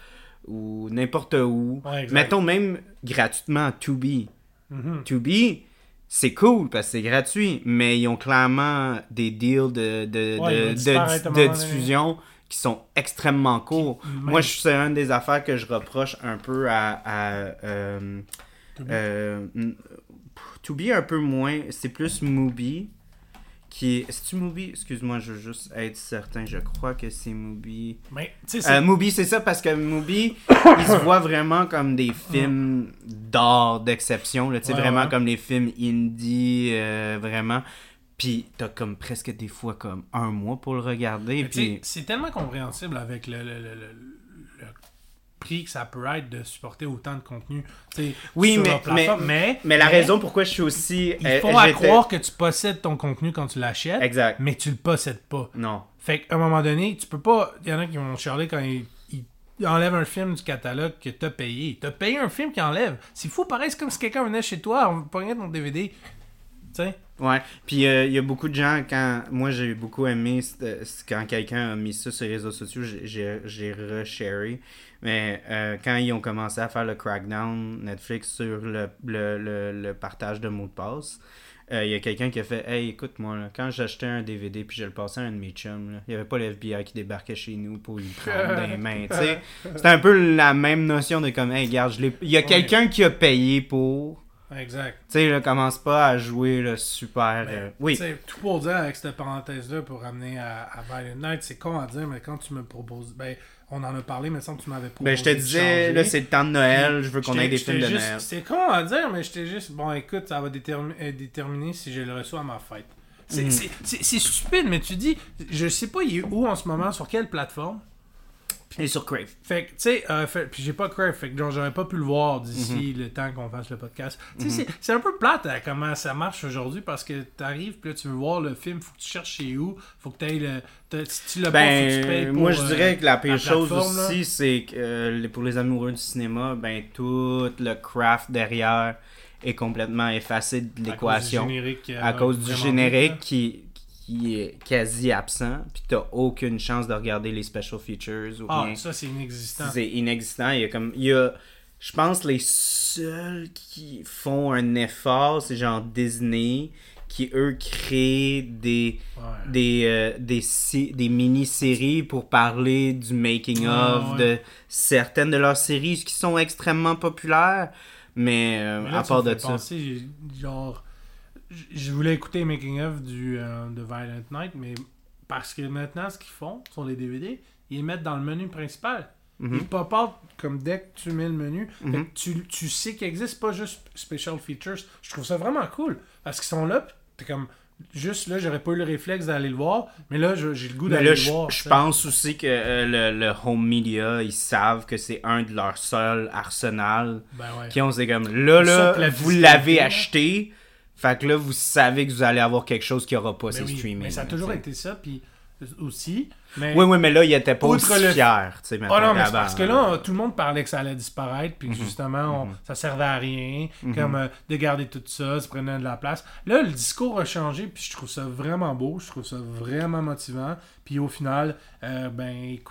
ou n'importe où. Ouais, exact. Mettons même gratuitement Tubi. Mhm. Tubi, c'est cool parce que c'est gratuit, mais ils ont clairement des deals de, de, Ouais, de, ils vont de- disparaître à un de moment donné. diffusion qui sont extrêmement courts. Même- Moi, je- c'est une des affaires que je reproche un peu à... à euh, Tubi. euh, n- Tubi un peu moins, c'est plus Mubi. Qui est... C'est-tu Mubi? Excuse-moi, je veux juste être certain. Je crois que c'est Mubi. Mais, tu sais, c'est- Euh, Mubi, c'est ça, parce que Mubi, ils se voient vraiment comme des films d'art d'exception, là, tu sais, Ouais, vraiment ouais. comme les films indie, euh, vraiment. Puis t'as comme presque des fois comme un mois pour le regarder, mais tu sais, puis... c'est tellement compréhensible avec le, le, le, le- le prix que ça peut être de supporter autant de contenu, tu sais, Oui, sur mais- leur plateforme. mais, Mais la raison pourquoi je suis aussi... il euh, faut à j'étais- croire que tu possèdes ton contenu quand tu l'achètes, Exact. mais tu le possèdes pas. Non. Fait qu'à un moment donné, tu peux pas. Il y en a qui vont chialer quand ils, ils enlèvent un film du catalogue que t'as payé. T'as payé un film qui enlève. C'est fou, pareil, c'est comme si quelqu'un venait chez toi, on pognait ton D V D. Tu sais? Ouais, puis euh, il y a beaucoup de gens, quand moi j'ai beaucoup aimé c'est- c'est quand quelqu'un a mis ça sur les réseaux sociaux, j'ai- j'ai j'ai re-sharé, mais euh, quand ils ont commencé à faire le crackdown Netflix sur le, le, le, le partage de mots de passe, euh, il y a quelqu'un qui a fait « Hey, écoute-moi, là, quand j'achetais un D V D puis je le passais à un de mes chums, là, il n'y avait pas le F B I qui débarquait chez nous pour y prendre dans les mains, tu sais. » C'était un peu la même notion de comme « Hey, regarde, je l'ai... il y a Ouais. quelqu'un qui a payé pour... » Exact. Tu sais, là, commence pas à jouer le super... Mais, euh, oui. tu sais, tout pour dire avec cette parenthèse-là, pour ramener à, à Violent Night, c'est con à dire, mais quand tu me proposes. Ben, on en a parlé, mais sans que tu m'avais proposé. Ben, je te de disais, changer. là, c'est le temps de Noël, je veux qu'on J'étais- ait des j'étais films de juste- Noël. C'est con à dire, mais j'étais juste. Bon, écoute, ça va détermi- euh, déterminer si je le reçois à ma fête. C'est Mhm. c'est- c'est- c'est stupide, mais tu dis, je sais pas, il est où en ce moment, sur quelle plateforme. Et sur Crave. Fait que, tu sais, euh, fait- puis j'ai pas Crave, fait que genre, j'aurais pas pu le voir d'ici Mhm. le temps qu'on fasse le podcast. Tu sais, c'est- c'est un peu plate à comment ça marche aujourd'hui parce que t'arrives, puis là, tu veux voir le film, faut que tu cherches chez où, faut que t'ailles le. t'as- Si tu l'as pas, faut que tu payes Ben, pour. moi, je euh, dirais que la pire la chose plateforme, là. aussi, c'est que euh, les- pour les amoureux du cinéma, ben, tout le craft derrière est complètement effacé de l'équation. À cause du générique, euh, À cause du vraiment générique vite, qui, qui est quasi absent, puis t'as aucune chance de regarder les special features ou Ah, rien. ça, c'est inexistant. C'est inexistant. Il y a comme. Il y a. Je pense les seuls qui font un effort, c'est genre Disney, qui eux créent des. Ouais. Des, euh, des, si- des mini-séries pour parler du making-of Ah, ouais. de certaines de leurs séries qui sont extrêmement populaires. Mais, euh, Mais là, à tu part me de fais ça. penser, j'ai- genre, j- je voulais écouter Making of du euh, de Violent Night, mais parce que maintenant, ce qu'ils font sur les D V D, ils les mettent dans le menu principal. Mhm. Ils pop-out comme dès que tu mets le menu. Fait Mhm. que tu, tu sais qu'il existe pas juste special features. Je trouve ça vraiment cool. Parce qu'ils sont là, pis t'es comme. Juste là, j'aurais pas eu le réflexe d'aller le voir, mais là, je- j'ai le goût Mais d'aller là, le je, voir. je tu sais. pense aussi que euh, le, le home media, ils savent que c'est un de leurs seuls arsenal. Ben ouais. Qui ont, c'est comme, là, Ça, là, puis la vous fiscalité, l'avez là. acheté. Fait que là, vous savez que vous allez avoir quelque chose qui aura pas Ben ces oui, streaming. mais ça a là, toujours t'sais. été ça, puis aussi. Mais... Oui, oui, mais là, il était pas Outre aussi le- fier. Tu sais, Ah maintenant, non, mais c'est qu'avant. parce que là, tout le monde parlait que ça allait disparaître, puis que justement, on- mhm. ça servait à rien, Mhm. comme euh, de garder tout ça, ça prenait de la place. Là, le discours a changé, puis je trouve ça vraiment beau, je trouve ça vraiment motivant. Puis au final, euh, ben, écoute,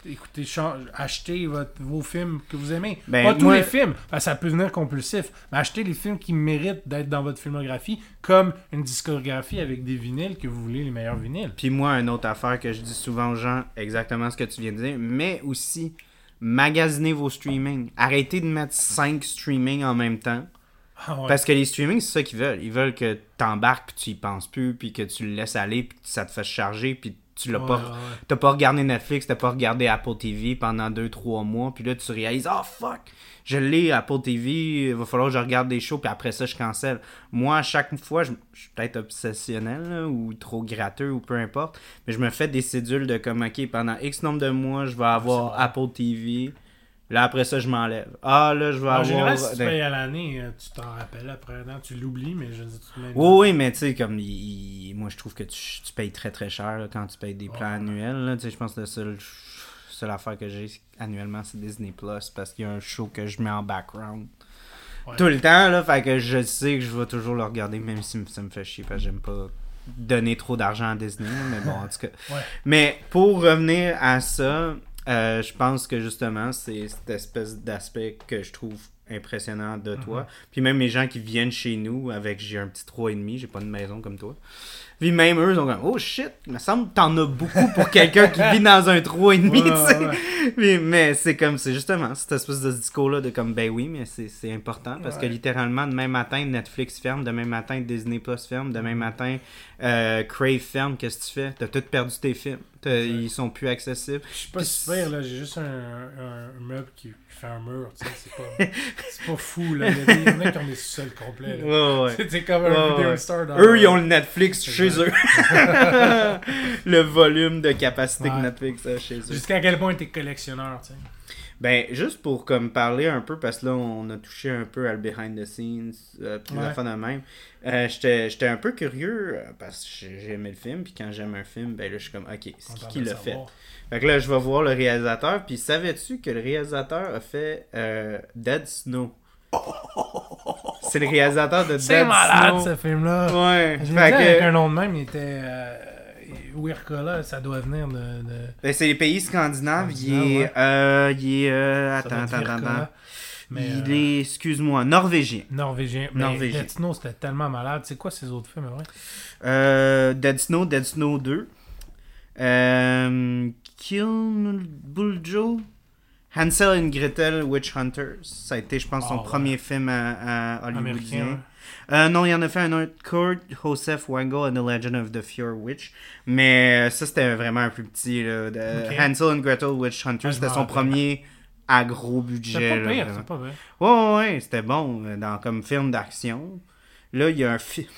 écoutez, chan- achetez votre, vos films que vous aimez. Ben, pas tous moi- les films, parce que ça peut devenir compulsif, mais achetez les films qui méritent d'être dans votre filmographie, comme une discographie avec des vinyles que vous voulez, les meilleurs vinyles. Puis moi, une autre affaire que je dis souvent aux gens, exactement ce que tu viens de dire, mais aussi, magasinez vos streamings. Arrêtez de mettre cinq streamings en même temps. Ah ouais. Parce que les streamings, c'est ça qu'ils veulent. Ils veulent que t'embarques, puis tu y penses plus, puis que tu le laisses aller, puis que ça te fasse charger, puis tu l'as Ouais, pas... ouais, ouais. T'as pas regardé Netflix, t'as pas regardé Apple T V pendant deux trois mois, puis là, tu réalises « Oh, fuck! Je l'ai, Apple T V, il va falloir que je regarde des shows, puis après ça, je cancelle. » Moi, à chaque fois, je, je suis peut-être obsessionnel, là, ou trop gratteux, ou peu importe, mais je me fais des cédules de comme « Ok, pendant X nombre de mois, je vais avoir c'est Apple T V. » Là, après ça, je m'enlève. Ah, là, je vais En avoir... général, si tu ben, payes à l'année, euh, tu t'en rappelles après. Non, tu l'oublies, mais je dis tout de même. Oui, oui, mais tu sais, comme, il- il- moi, je trouve que tu, tu payes très, très cher là, quand tu payes des plans Ouais. annuels. Là. Tu sais, je pense que la seule, seule affaire que j'ai annuellement, c'est Disney Plus, parce qu'il y a un show que je mets en background. Ouais. Tout le temps, là, fait que je sais que je vais toujours le regarder, même si ça me fait chier, parce que j'aime pas donner trop d'argent à Disney, là, mais bon, en tout cas. Ouais. Mais pour revenir à ça, euh, je pense que justement, c'est cette espèce d'aspect que je trouve impressionnant de toi. Mm-hmm. Puis même les gens qui viennent chez nous avec j'ai un petit trois et demi, j'ai pas de maison comme toi. Puis même eux, ils sont comme oh shit, il me semble que t'en as beaucoup pour quelqu'un qui vit dans un trois et demi, Ouais, tu sais. ouais. Mais, mais c'est comme, c'est justement cette espèce de discours-là de comme ben oui, mais c'est, c'est important parce Ouais. que littéralement, demain matin, Netflix ferme, demain matin, Disney Plus ferme, demain matin, euh, Crave ferme, qu'est-ce que tu fais? T'as tout perdu tes films. T'as- ils sont plus accessibles. Je suis pas Puis super, là. J'ai juste un, un, un meuble qui fait un mur, tu sais. C'est pas, c'est pas fou, là. Il y a des- il y en a qui ont des sous-sols complets, là. Ouais, ouais. C'est c'est comme un Ouais, video ouais. store dans Eux, ils ont le Netflix chez Exact. eux. Le volume de capacité Ouais. que Netflix a chez eux. Jusqu'à quel point t'es collectionneur, tu sais. Ben, juste pour comme parler un peu, parce que là, on a touché un peu à le behind the scenes, euh, puis la Ouais. fin de même. Euh, j'étais, j'étais un peu curieux, euh, parce que j'ai- j'aimais le film, puis quand j'aime un film, ben là, je suis comme, ok, c'est qui Content qui de l'a le fait? savoir. Fait que là, je vais voir le réalisateur, puis savais-tu que le réalisateur a fait euh, Dead Snow? C'est le réalisateur de Dead C'est malade, Snow. ce film-là. Ouais, Je fait me disais, avec que... un nom de même, il était... Euh, Wirkola, ça doit venir de... de... Ben, c'est les pays scandinaves, il Scandinaves, est... ouais. Euh, il est... euh, ça attends, doit être attends, attends, Wirkola. attends. Mais, Il euh, est, excuse-moi, norvégien. Norvégien. Mais Norvégien. Dead Snow, c'était tellement malade. C'est quoi ces autres films, ouais? Euh, Dead Snow, Dead Snow deux. Euh, Kill Bull Joe. Hansel and Gretel Witch Hunters. Ça a été, je pense, son Oh, ouais. premier film à, à hollywoodien. Américain, ouais. Euh, non, il en a fait un autre, Kurt Joseph Wango and the Legend of the Fjord Witch. Mais euh, ça, c'était vraiment un plus petit. Là, de- Ok. Hansel and Gretel Witch Hunters, Ah, je c'était m'en son rappelle. premier à gros budget. C'est pas là, pire, vraiment. c'est pas vrai. Ouais, ouais, ouais, c'était bon euh, dans, comme film d'action. Là, il y a un film.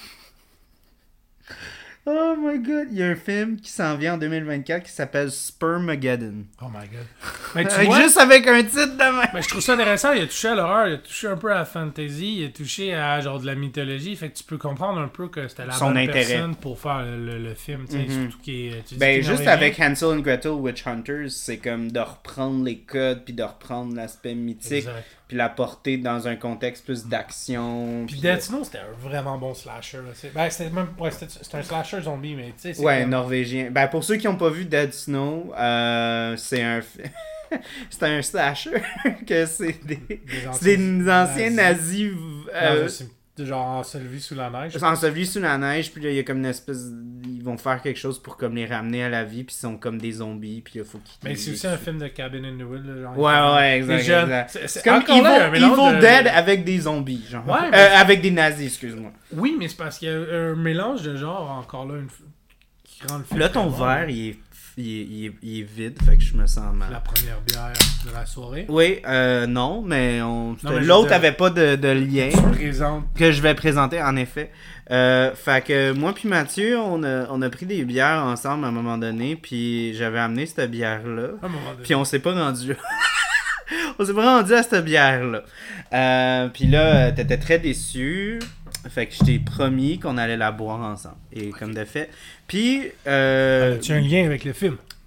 Oh my god, il y a un film qui s'en vient en deux mille vingt-quatre qui s'appelle Spermageddon. Oh my god. Mais tu Avec- vois, Juste avec un titre de même. mais je trouve ça intéressant. Il a touché à l'horreur, il a touché un peu à la fantasy, il a touché à genre de la mythologie. Fait que tu peux comprendre un peu que c'était la Son bonne intérêt. personne pour faire le, le- le film. Tu sais, Mhm. surtout qu'il est. tu dis Ben, qu'il est juste norvégien. avec Hansel and Gretel Witch Hunters, c'est comme de reprendre les codes puis de reprendre l'aspect mythique Exact. puis la porter dans un contexte plus d'action. Puis puis Dead de- Snow, c'était un vraiment bon slasher. là. C'est- Ben, c'était même. Ouais, c'était c'était un slasher zombie, mais tu sais, c'est. Ouais, comme- norvégien. Ben, pour ceux qui n'ont pas vu Dead Snow, euh, c'est un... fi- c'est un slasher que c'est des... Des C'est des anciens nazis euh, Non, c'est genre enseveli sous la neige. ensevelis sous la neige, puis là, il y a comme une espèce... Ils vont faire quelque chose pour comme les ramener à la vie, puis ils sont comme des zombies, puis il faut qu'ils... Mais c'est aussi un film de Cabin in the Woods. là, genre, Ouais, ouais, les exact, jeunes. exact. C'est- c'est C'est comme encore Evil, là, il y a un mélange Evil de- Dead avec des zombies, genre. Ouais, Euh, mais- avec des nazis, excuse-moi. Oui, mais c'est parce qu'il y a un mélange de genre, encore là, une... qui rend le film. Là, ton très bon. verre, il est, il, est, il, est, il est vide, fait que je me sens mal. La première bière de la soirée. Oui, euh, non, mais, on... Non, mais je veux l'autre dire- avait pas de, de lien. Tu présentes. Que je vais présenter en effet. Euh, fait que moi puis Mathieu, on a, on a pris des bières ensemble à un moment donné, puis j'avais amené cette bière-là, À un moment donné. puis on s'est pas rendu là. On s'est pas rendu à cette bière-là. Euh, puis là, t'étais très déçu, fait que je t'ai promis qu'on allait la boire ensemble. Et comme de fait. Puis... Euh, Tu as un lien avec le film.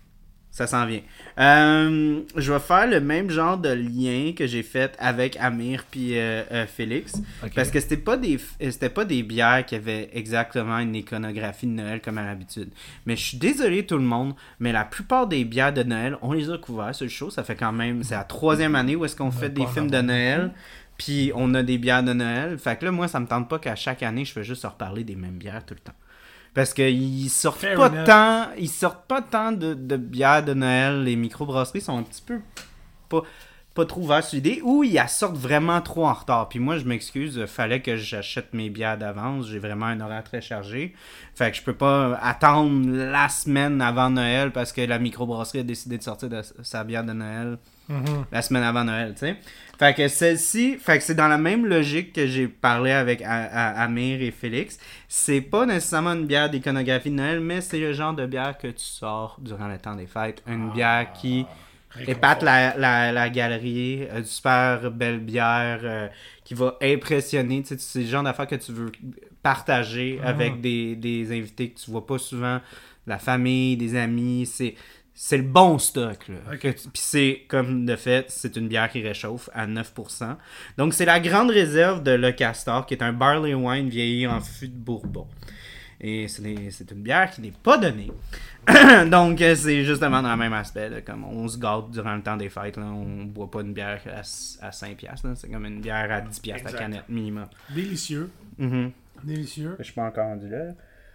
Ça s'en vient. Euh, je vais faire le même genre de lien que j'ai fait avec Amir puis euh, euh, Félix. Okay. Parce que c'était pas des c'était pas des bières qui avaient exactement une iconographie de Noël comme à l'habitude. Mais je suis désolé tout le monde, mais la plupart des bières de Noël, on les a couverts sur le show. Ça fait quand même... C'est la troisième année où est-ce qu'on fait des films de Noël. Puis on a des bières de Noël. Fait que là, moi, ça me tente pas qu'à chaque année, je fais juste reparler des mêmes bières tout le temps. Parce qu'ils sortent Fair pas enough. tant ils sortent pas tant de, de bières de Noël. Les microbrasseries sont un petit peu pas, pas trop ouverts sur l'idée, ou ils sortent vraiment trop en retard. Puis moi, je m'excuse, fallait que j'achète mes bières d'avance. J'ai vraiment un horaire très chargé. Fait que je peux pas attendre la semaine avant Noël parce que la microbrasserie a décidé de sortir de sa bière de Noël mm-hmm. la semaine avant Noël, tu sais. Fait que celle-ci, fait que c'est dans la même logique que j'ai parlé avec a- a- Amir et Félix. C'est pas nécessairement une bière d'iconographie de Noël, mais c'est le genre de bière que tu sors durant le temps des fêtes. Une ah, bière qui épate la, la, la galerie, une super belle bière euh, qui va impressionner. Tu sais, c'est le genre d'affaires que tu veux partager mm-hmm. avec des, des invités que tu vois pas souvent, la famille, des amis. C'est... C'est le bon stock, là. Okay. Puis c'est, comme de fait, c'est une bière qui réchauffe à neuf pour cent. Donc, c'est la grande réserve de Le Castor, qui est un barley wine vieilli en fût de Bourbon. Et c'est, c'est une bière qui n'est pas donnée. Donc, c'est justement dans le même aspect. Là, comme on se gâte durant le temps des fêtes. Là, on boit pas une bière à, à cinq piastres. Là, c'est comme une bière à dix piastres la canette minimum. Délicieux. Mm-hmm. Délicieux. Je suis pas encore rendu là.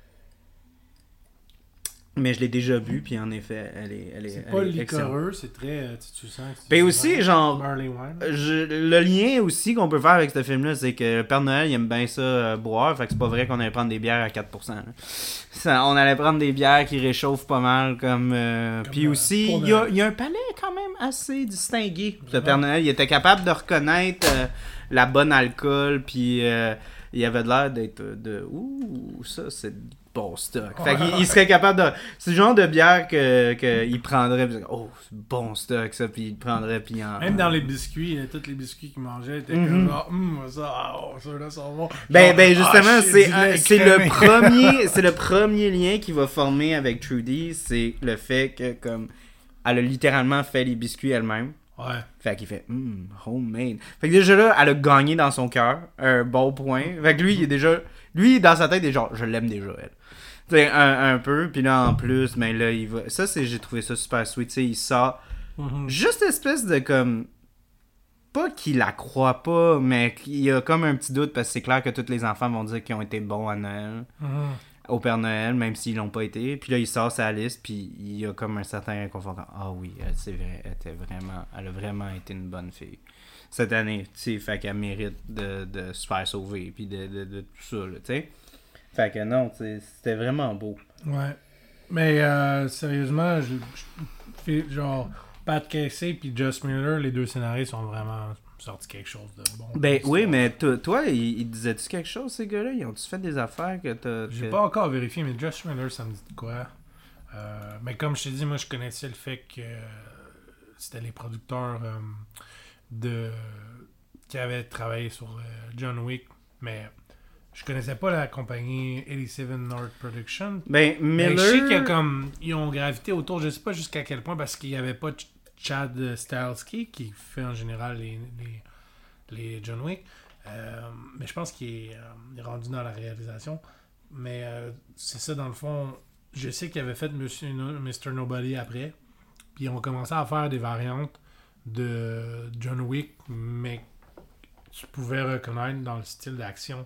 Mais je l'ai déjà bu, puis en effet, elle est elle est C'est elle pas est liquoreux, c'est très... Tu, tu sens que ben aussi, genre... Barley wine. Je, le lien aussi qu'on peut faire avec ce film-là, c'est que Père Noël, il aime bien ça euh, boire, fait que c'est pas vrai qu'on allait prendre des bières à quatre pour cent. Ça, on allait prendre des bières qui réchauffent pas mal, comme... Euh, puis euh, aussi, il y a, y a un palais quand même assez distingué. Le Père Noël, il était capable de reconnaître euh, la bonne alcool, puis euh, il avait l'air d'être de... Ouh, ça, c'est... bon stock. Fait qu'il il serait capable de... C'est le genre de bière que, que il prendrait, pis, oh, c'est bon stock, ça, puis il prendrait, puis en... Même dans les biscuits, tous les biscuits qu'il mangeait étaient mm-hmm. comme genre, hum, ça, oh, ceux-là sont bons. Ben, genre, ben justement, ah, c'est, un, c'est, le premier, c'est le premier lien qu'il va former avec Trudy, c'est le fait que, comme, elle a littéralement fait les biscuits elle-même. Ouais. Fait qu'il fait hum, homemade. Fait que déjà là, elle a gagné dans son cœur un bon point. Fait que lui, il est déjà... Lui, dans sa tête, il est genre, je l'aime déjà, elle. T'sais, un, un peu, puis là, en plus, mais là, il va... Ça, c'est, j'ai trouvé ça super sweet, t'sais, il sort mm-hmm. juste espèce de, comme... Pas qu'il la croit pas, mais qu'il y a comme un petit doute, parce que c'est clair que tous les enfants vont dire qu'ils ont été bons à Noël, mm-hmm. au Père Noël, même s'ils l'ont pas été. Puis là, il sort sa liste, puis il y a comme un certain réconfort. Ah oui, elle, c'est vrai, elle, était vraiment, elle a vraiment été une bonne fille cette année, tu sais, fait qu'elle mérite de, de se faire sauver, puis de, de, de tout ça, là, tu sais. Fait que non, c'était vraiment beau. Ouais. Mais euh, sérieusement, je, je, genre, Pat Casey puis Just Miller, les deux scénaristes sont vraiment sortis quelque chose de bon. Ben oui, ça. Mais toi, toi il, il disait-tu quelque chose, ces gars-là? Ils ont-tu fait des affaires que t'as... J'ai que... pas encore vérifié, mais Just Miller, ça me dit de quoi? Euh, mais comme je t'ai dit, moi, je connaissais le fait que c'était les producteurs euh, de qui avaient travaillé sur euh, John Wick, mais... Je connaissais pas la compagnie eighty-seven North Production. Ben, Miller... Mais je sais qu'ils comme, ils ont gravité autour, je sais pas jusqu'à quel point, parce qu'il y avait pas Ch- Chad Stahelski, qui fait en général les, les, les John Wick. Euh, mais je pense qu'il est, euh, est rendu dans la réalisation. Mais euh, c'est ça, dans le fond. Je sais qu'il avait fait Monsieur no- mister Nobody après. Puis ils ont commencé à faire des variantes de John Wick, mais tu pouvais reconnaître dans le style d'action.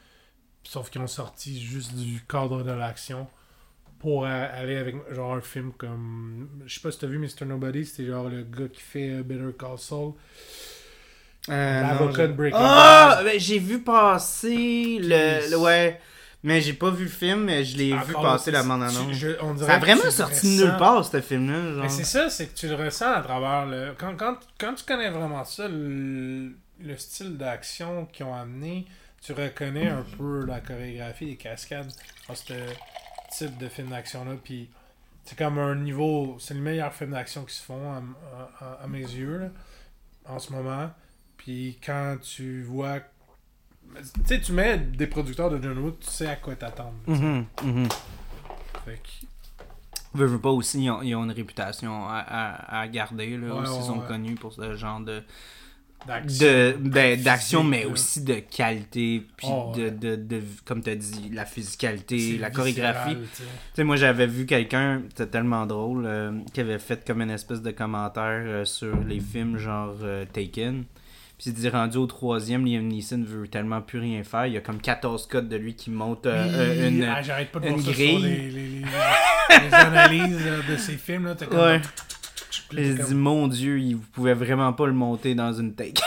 Sauf qu'ils ont sorti juste du cadre de l'action pour a- aller avec genre un film comme... Je sais pas si t'as vu mister Nobody, c'était genre le gars qui fait uh, Better Call Saul. Euh, L'avocat de Breaking Bad. Oh! Ben, j'ai vu passer le, le... Ouais... Mais j'ai pas vu le film, mais je l'ai Encore vu passer la bande-annonce. Ça a vraiment sorti de nulle part, ce film-là. Genre. Mais c'est ça, c'est que tu le ressens à travers le... Quand, quand, quand tu connais vraiment ça, le, le style d'action qu'ils ont amené... Tu reconnais un peu la chorégraphie, les cascades dans ce type de film d'action-là. Puis c'est comme un niveau... C'est le meilleur film d'action qui se font à, à, à mes yeux là, en ce moment. Puis quand tu vois... Tu sais, tu mets des producteurs de John Wick, tu sais à quoi t'attendre. Mm-hmm, mm-hmm. Fait que... Veux, veux pas aussi, ils ont, ils ont une réputation à, à, à garder, là, Ouais, aussi, ils ouais, sont ouais. connus pour ce genre de... D'action. De, ben, d'action, Physique, mais là. aussi de qualité, puis Oh, de, ouais. de, de, comme tu as dit, la physicalité, C'est la chorégraphie. viscéral, tu sais. Tu sais, moi, j'avais vu quelqu'un, c'était tellement drôle, euh, qui avait fait comme une espèce de commentaire euh, sur les films genre euh, Taken. Puis il dit, rendu au troisième, Liam Neeson veut tellement plus rien faire. Il y a comme quatorze codes de lui qui montent euh, Oui, euh, une, ah, j'arrête pas de une voir ça grille. sur les, les, les, les analyses euh, de ces films. Là, t'as comme... Ouais. Puis là, Il t'es dit, comme- mon Dieu, il pouvait vraiment pas le monter dans une take.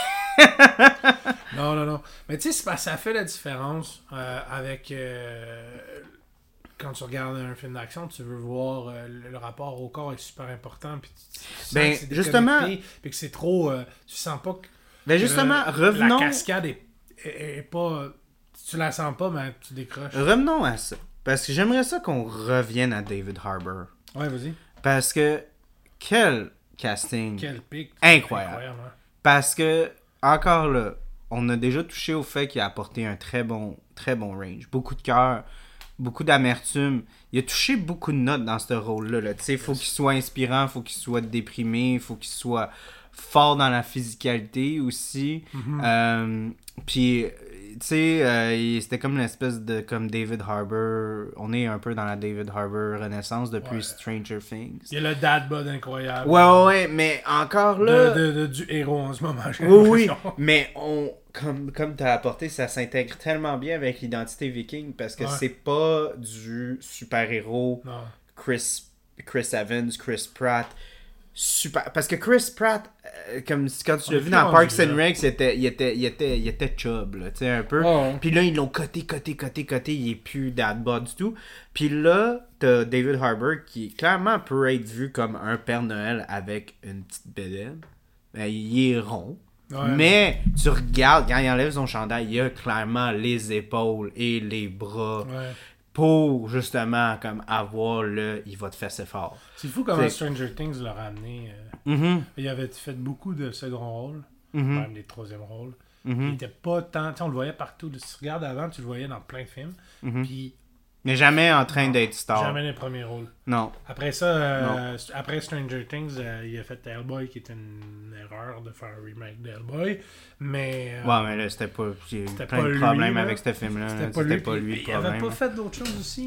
Non, non, non. Mais tu sais, c'est parce que ça fait la différence euh, avec... euh, quand tu regardes un film d'action, tu veux voir euh, le, le rapport au corps est super important. Puis tu, tu sens Ben, que c'est justement- déconnecté, puis que c'est trop... euh, tu sens pas que... Ben justement, que revenons... La cascade est, est, est pas... Si tu la sens pas, ben tu décroches. Revenons à ça. Parce que j'aimerais ça qu'on revienne à David Harbour. Ouais, vas-y. Parce que, quel casting. Quel pic. Incroyable. hein. Parce que, encore là, on a déjà touché au fait qu'il a apporté un très bon, très bon range. Beaucoup de cœur, beaucoup d'amertume. Il a touché beaucoup de notes dans ce rôle-là. Là. Tu sais, il faut qu'il soit inspirant, il faut qu'il soit déprimé, il faut qu'il soit fort dans la physicalité aussi. Mhm. Euh, puis, tu sais, euh, il- c'était comme une espèce de comme David Harbour. On est un peu dans la David Harbour renaissance depuis Ouais. Stranger Things. Il y a le dad bod incroyable. Ouais, ouais, ouais, mais encore là. De, de, de- du héros en ce moment, j'ai Oui, oui, l'impression. mais on, comme, comme tu as apporté, ça s'intègre tellement bien avec l'identité viking parce que Ouais. c'est pas du super-héros Non. Chris, Chris Evans, Chris Pratt. Super. Parce que Chris Pratt, euh, comme quand tu On l'as est vu plus dans rendu Parks and là. Rec, il était, il était, il était, il était chub, là, tu sais, un peu. Ouais, ouais. Puis là, ils l'ont coté, coté, coté, coté. Il est plus dad-bod du tout. Puis là, t'as David Harbour qui clairement peut être vu comme un Père Noël avec une petite bédaine. Ben, il est rond. Ouais. Mais tu regardes, quand il enlève son chandail, il a clairement les épaules et les bras Ouais. pour justement comme avoir le il va te faire ses fort. C'est fou comment C'est- Stranger Things l'a ramené. euh, Mhm, Il avait fait beaucoup de second rôles, mhm, même des troisième rôles. mhm, Il était pas tant. Tu sais, on le voyait partout. Si tu regardes avant, tu le voyais dans plein de films. mhm. Puis Mais jamais en train Non, d'être star. jamais les premiers rôles. Non. Après ça, euh, après Stranger Things, euh, il a fait Hellboy, qui était une erreur de faire un remake d'Hellboy. Mais. euh, Ouais, mais là, c'était pas. Il y a eu C'était plein pas de lui, problèmes là. avec ce film-là. C'était C'était pas lui. pas puis lui le il avait problème. pas fait d'autres choses aussi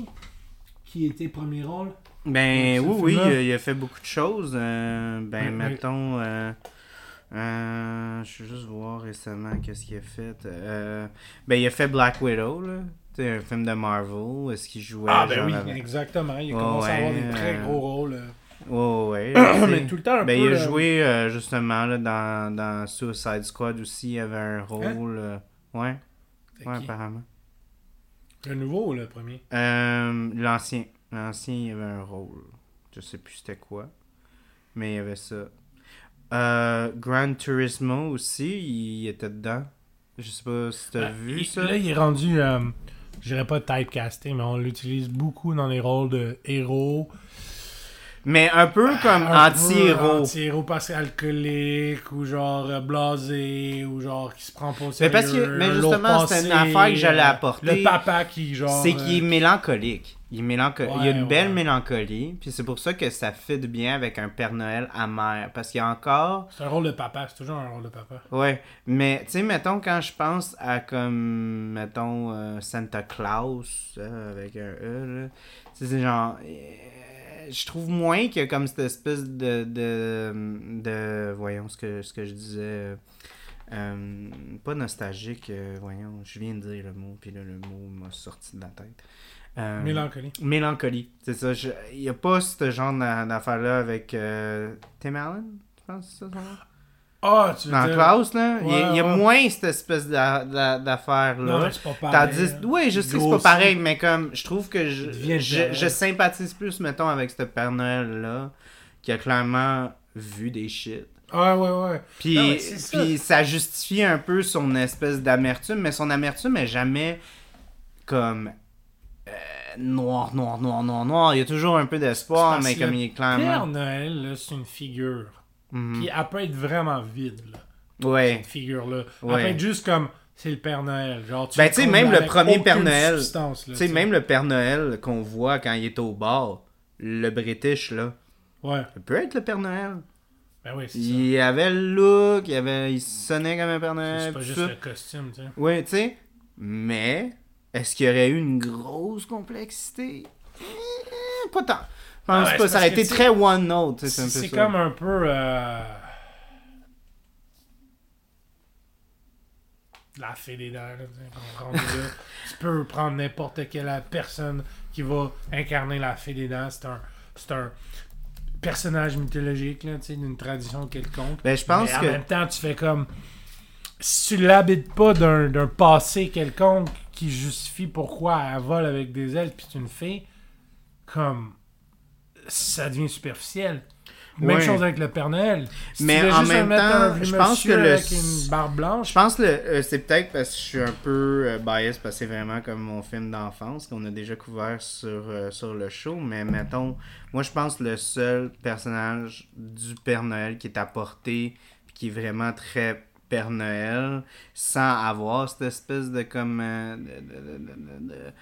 qui était premier rôle. Ben Ce oui, oui, film-là. il a, il a fait beaucoup de choses. Euh, ben, Mais- mais- mettons. Euh, euh, je vais juste voir récemment qu'est-ce qu'il a fait. Euh, ben, il a fait Black Widow, là. Tu sais, un film de Marvel. Est-ce qu'il jouait Ah, ben genre oui, avec- exactement. Il a Ouais, commencé à avoir ouais, des très euh, gros rôles. euh. Ouais, ouais. je sais. Mais tout le temps un Ben, peu. il a là, joué euh, justement là, dans, dans Suicide Squad aussi. Il avait un rôle. euh, ouais, c'était ouais, qui? apparemment. Le nouveau ou le premier? Euh, L'ancien. L'ancien, il avait un rôle. Je sais plus c'était quoi. Mais il y avait ça. Euh, Gran Turismo aussi, il était dedans. Je sais pas si t'as Ben, vu il- ça. Là, il est rendu, euh, je dirais pas typecasté, mais on l'utilise beaucoup dans les rôles de héros. Mais un peu comme Un peu anti-héros. Anti-héros parce alcoolique ou genre euh, blasé ou genre qui se prend pas au Mais sérieux. parce que- mais l'autre justement, c'était une affaire que j'allais euh, apporter. Le papa qui genre... C'est qu'il est euh, mélancolique. Il, est mélanco- il y a une Ouais, belle ouais. mélancolie. Puis c'est pour ça que ça fit bien avec un Père Noël amer. Parce qu'il y a encore. C'est un rôle de papa, c'est toujours un rôle de papa. Ouais. Mais tu sais, mettons, quand je pense à comme. Mettons, euh, Santa Claus, euh, avec un E, là. Tu sais, c'est genre. euh, je trouve moins qu'il y a comme cette espèce de. de, de voyons ce que, ce que je disais. euh, euh, pas nostalgique, euh, voyons. Je viens de dire le mot, puis là, le mot m'a sorti de la tête. Euh, Mélancolie. Mélancolie, c'est ça. Je- Il n'y a pas ce genre d'a- d'affaire-là avec euh, Tim Allen, je pense que c'est ça son nom? Ah, tu veux Dans dire... Klaus, là. il y a, Ouais, il y a ouais. moins cette espèce d'a- d'a- Non, d'affaire-là. mais c'est pas pareil. Tandis, hein. oui, je sais que c'est Gros pas aussi. pareil, mais comme, je trouve que je, Il devient je, Noël. je sympathise plus, mettons, avec ce Père Noël-là, qui a clairement vu des shit. Ouais, ouais, ouais. Puis, Non, mais c'est ça. puis ça justifie un peu son espèce d'amertume, mais son amertume est jamais comme euh, noir, noir, noir, noir, noir. Il y a toujours un peu d'espoir, C'est mais parce comme que il est Père clairement. Noël, là, c'est une figure. Mhm. Puis elle peut être vraiment vide, là, Ouais. cette figure-là. Elle Ouais. peut être juste comme, c'est le Père Noël. Genre, tu Ben, le tu sais, combles même le avec premier Père aucune Noël, substance, là, Tu sais, même le Père Noël qu'on voit quand il est au bar, le British, là. Ouais. Ça peut être le Père Noël. Ben oui, c'est Il ça. avait le look, il, avait... il sonnait comme un Père Noël. C'est pas tout juste ça. le costume, tu sais. Oui, tu sais. Mais, est-ce qu'il y aurait eu une grosse complexité? Eh, pas tant. Je pense Ah ouais, pas. c'est Ça aurait parce que, été tu sais, très one note. C'est, un peu C'est ça. comme un peu... Euh... La fée des dents, là, tu sais, rendu là. Tu peux prendre n'importe quelle personne qui va incarner la fée des dents. C'est un... C'est un personnage mythologique, là, tu sais, d'une tradition quelconque. Ben, je pense Mais en que... même temps, tu fais comme... Si tu l'habites pas d'un, d'un passé quelconque qui justifie pourquoi elle vole avec des ailes puis c'est une fée, comme... Ça devient superficiel. Même Ouais. chose avec le Père Noël. Si Mais tu veux en juste même mettre temps, un vieux je pense monsieur que le- avec une barbe blanche... Je pense que le- euh, c'est peut-être parce que je suis un peu euh, biased parce que c'est vraiment comme mon film d'enfance qu'on a déjà couvert sur, euh, sur le show. Mais mettons, moi je pense que le seul personnage du Père Noël qui est apporté puis qui est vraiment très Père Noël sans avoir cette espèce de comme euh, de, de- de- de- de-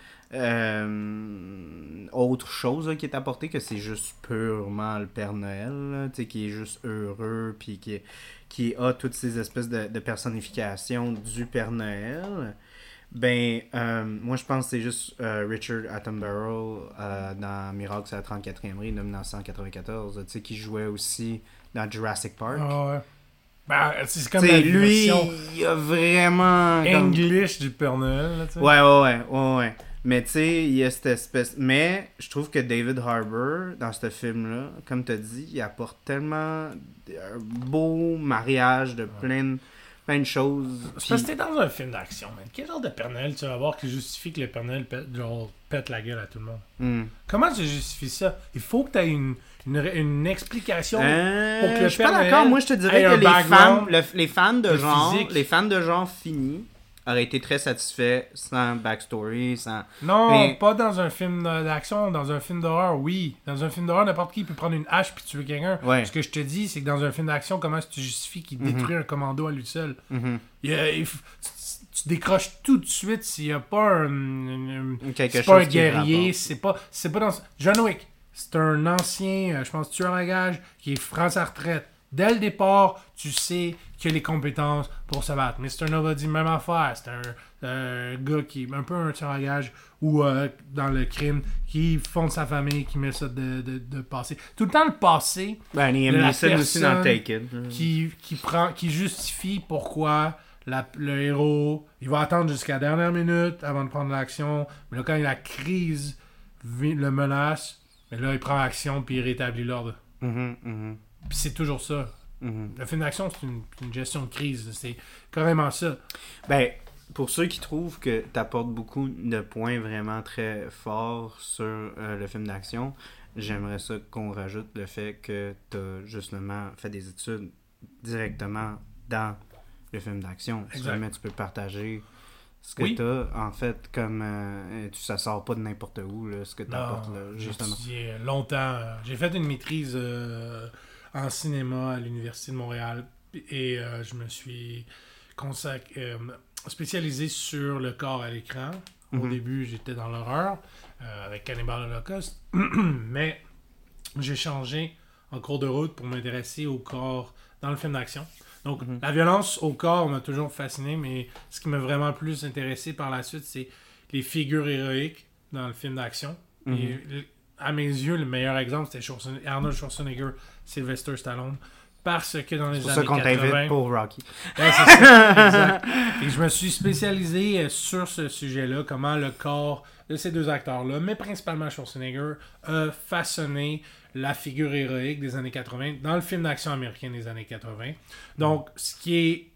euh, autre chose là, qui est apporté que c'est juste purement le Père Noël là, tu sais, qui est juste heureux puis qui est qui a toutes ces espèces de, de personnifications du Père Noël, ben, euh, moi, je pense que c'est juste euh, Richard Attenborough euh, dans Miracle sur la trente-quatrième rue de dix-neuf cent quatre-vingt-quatorze, tu sais, qui jouait aussi dans Jurassic Park. Ah ouais. Ben, c'est comme Tu la sais, lui, version il a vraiment... comme- English du Père Noël, là, tu sais. Ouais, ouais, ouais, ouais, ouais. Mais tu sais, il y a cette espèce... Mais je trouve que David Harbour, dans ce film-là, comme tu as dit, il apporte tellement un beau mariage de plein, plein de choses. C'est Puis- parce que t'es dans un film d'action, man. Quel genre de Père Noël tu vas voir qui justifie que le Père Noël pète, genre, pète la gueule à tout le monde? Hmm. Comment tu justifies ça? Il faut que tu aies une, une, une explication Euh, pour que le je suis pas Père d'accord. Noël Moi, je te dirais ait que un les background fans, le- les fans de, de genre, physique. les fans de genre finis auraient été très satisfaits sans backstory, sans. Non, Mais- pas dans un film d'action, dans un film d'horreur, oui. Dans un film d'horreur, n'importe qui peut prendre une hache puis tuer quelqu'un. Ouais. Ce que je te dis, c'est que dans un film d'action, comment est-ce que tu justifies qu'il détruit un commando à lui seul? Mhm. Il y a- il f- tu, tu décroches tout de suite s'il n'y a pas un, un- un- Quelque c'est chose pas un qui guerrier, rapporte. c'est pas, c'est pas dans... John Wick, c'est un ancien, euh, je pense, tueur à gage qui est franc à sa retraite. Dès le départ, tu sais qu'il a les compétences pour se battre. mister Nobody, même affaire. C'est un, un gars qui est un peu un tueur à gage ou euh, dans le crime, qui fonde sa famille, qui met ça de, de, de passé. Tout le temps le passé Ben, Liam de la Neeson aussi dans personne Take It. qui, qui, prend, qui justifie pourquoi la- le héros, il va attendre jusqu'à la dernière minute avant de prendre l'action. Mais là, quand la crise vi- le menace, mais là, il prend action puis il rétablit l'ordre. Mhm, mhm, Puis c'est toujours ça. mhm. Le film d'action, c'est une, une gestion de crise. C'est carrément ça. Ben, pour ceux qui trouvent que tu apportes beaucoup de points vraiment très forts sur euh, le film d'action, j'aimerais ça qu'on rajoute le fait que tu as justement fait des études directement dans le film d'action. Si Exact. jamais tu peux partager ce que Oui. tu as, en fait, comme euh, tu, ça sort pas de n'importe où, là, ce que tu apportes, là, J'ai justement. étudié longtemps. J'ai fait une maîtrise euh, en cinéma à l'Université de Montréal et euh, je me suis consac- euh, spécialisé sur le corps à l'écran. Au Mhm. début, j'étais dans l'horreur euh, avec Cannibal Holocaust, mais j'ai changé en cours de route pour m'intéresser au corps dans le film d'action. Donc, Mhm. la violence au corps m'a toujours fasciné, mais ce qui m'a vraiment plus intéressé par la suite, c'est les figures héroïques dans le film d'action. Mhm. Et l- à mes yeux, le meilleur exemple, c'était Schwarzen- Arnold Schwarzenegger, Sylvester Stallone. Parce que dans les C'est pour années ça qu'on quatre-vingts... t'invite pour Rocky. Ouais, c'est ça, exact. Et je me suis spécialisé euh, sur ce sujet-là, comment le corps de ces deux acteurs-là, mais principalement Schwarzenegger, a façonné la figure héroïque des années quatre-vingts dans le film d'action américain des années quatre-vingts. Donc, ce qui est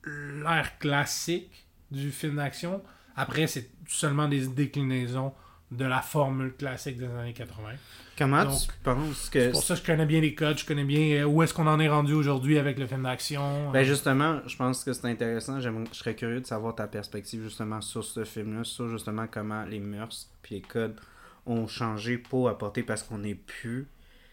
l'ère classique du film d'action, après, c'est seulement des déclinaisons de la formule classique des années quatre-vingts. Comment Donc, tu penses que... C'est pour ça que je connais bien les codes, je connais bien euh, où est-ce qu'on en est rendu aujourd'hui avec le film d'action. Ben justement, je pense que c'est intéressant. J'aimerais- Je serais curieux de savoir ta perspective justement sur ce film-là, sur justement comment les mœurs puis les codes ont changé pour apporter, parce qu'on n'est plus...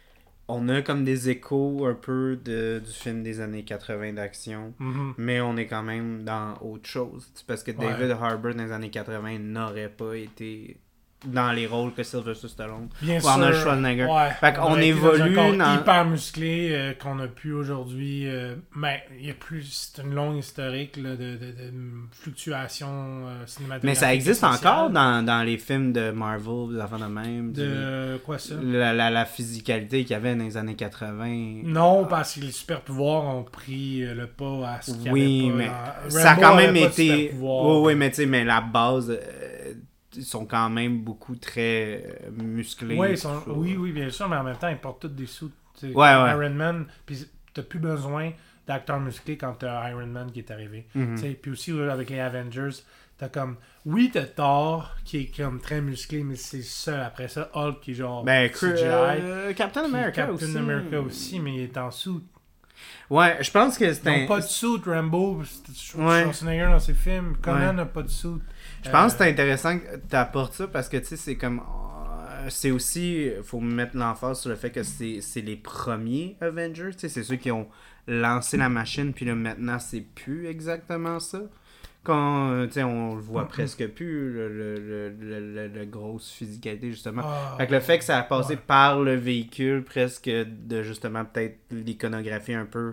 On a comme des échos un peu de, du film des années quatre-vingts d'action, Mhm. mais on est quand même dans autre chose. Tu sais, parce que Ouais. David Harbour dans les années quatre-vingts n'aurait pas été dans les rôles que Sylvester Stallone. Bien ou sûr. Arnold Schwarzenegger. Ouais, fait qu'on on évolue dans, un corps dans... hyper musclé euh, qu'on a plus aujourd'hui. Euh, mais il y a plus... C'est une longue historique là, de, de, de fluctuations euh, cinématographiques. Mais ça existe sociales. encore dans, dans les films de Marvel, des enfants de même. De du- quoi ça? La, la, la physicalité qu'il y avait dans les années quatre-vingts. Non, parce que les super pouvoirs ont pris euh, le pas à ce qu'il y Oui, avait pas mais dans... ça a Rambo quand même avait pas de été... super-pouvoirs. Oui, oui, mais tu sais, mais la base, euh, ils sont quand même beaucoup très euh, musclés. Ouais, ils tout sont... ça. Oui, oui, bien sûr, mais en même temps, ils portent tous des sous. Ouais, ouais. Iron Man, puis t'as plus besoin d'acteurs musclés quand t'as Iron Man qui est arrivé. Mhm. Tu sais, puis aussi, là, avec les Avengers, t'as comme... Oui, t'as Thor, qui est comme très musclé, mais c'est seul. Après ça, Hulk, qui est genre Ben, C G I. euh, Captain Puis America Captain aussi. America aussi, mais il est en sous. Ouais, je pense que Ils c'est n'ont un... pas de suit, Rambo, c'est- Ouais. Schwarzenegger dans ses films. Conan Ouais. n'a pas de suit. Je pense que Euh, c'est intéressant que tu apportes ça parce que tu sais, c'est comme. euh, C'est aussi. Faut mettre l'emphase sur le fait que c'est c'est les premiers Avengers. Tu sais, c'est ceux qui ont lancé la machine, puis là maintenant, c'est plus exactement ça. Quand, euh, tu sais, on le voit Mhm. presque plus, le, le, le, le- le- le grosse physicalité, justement. ah, Fait que le fait que ça a passé ouais. par le véhicule, presque de justement peut-être l'iconographie un peu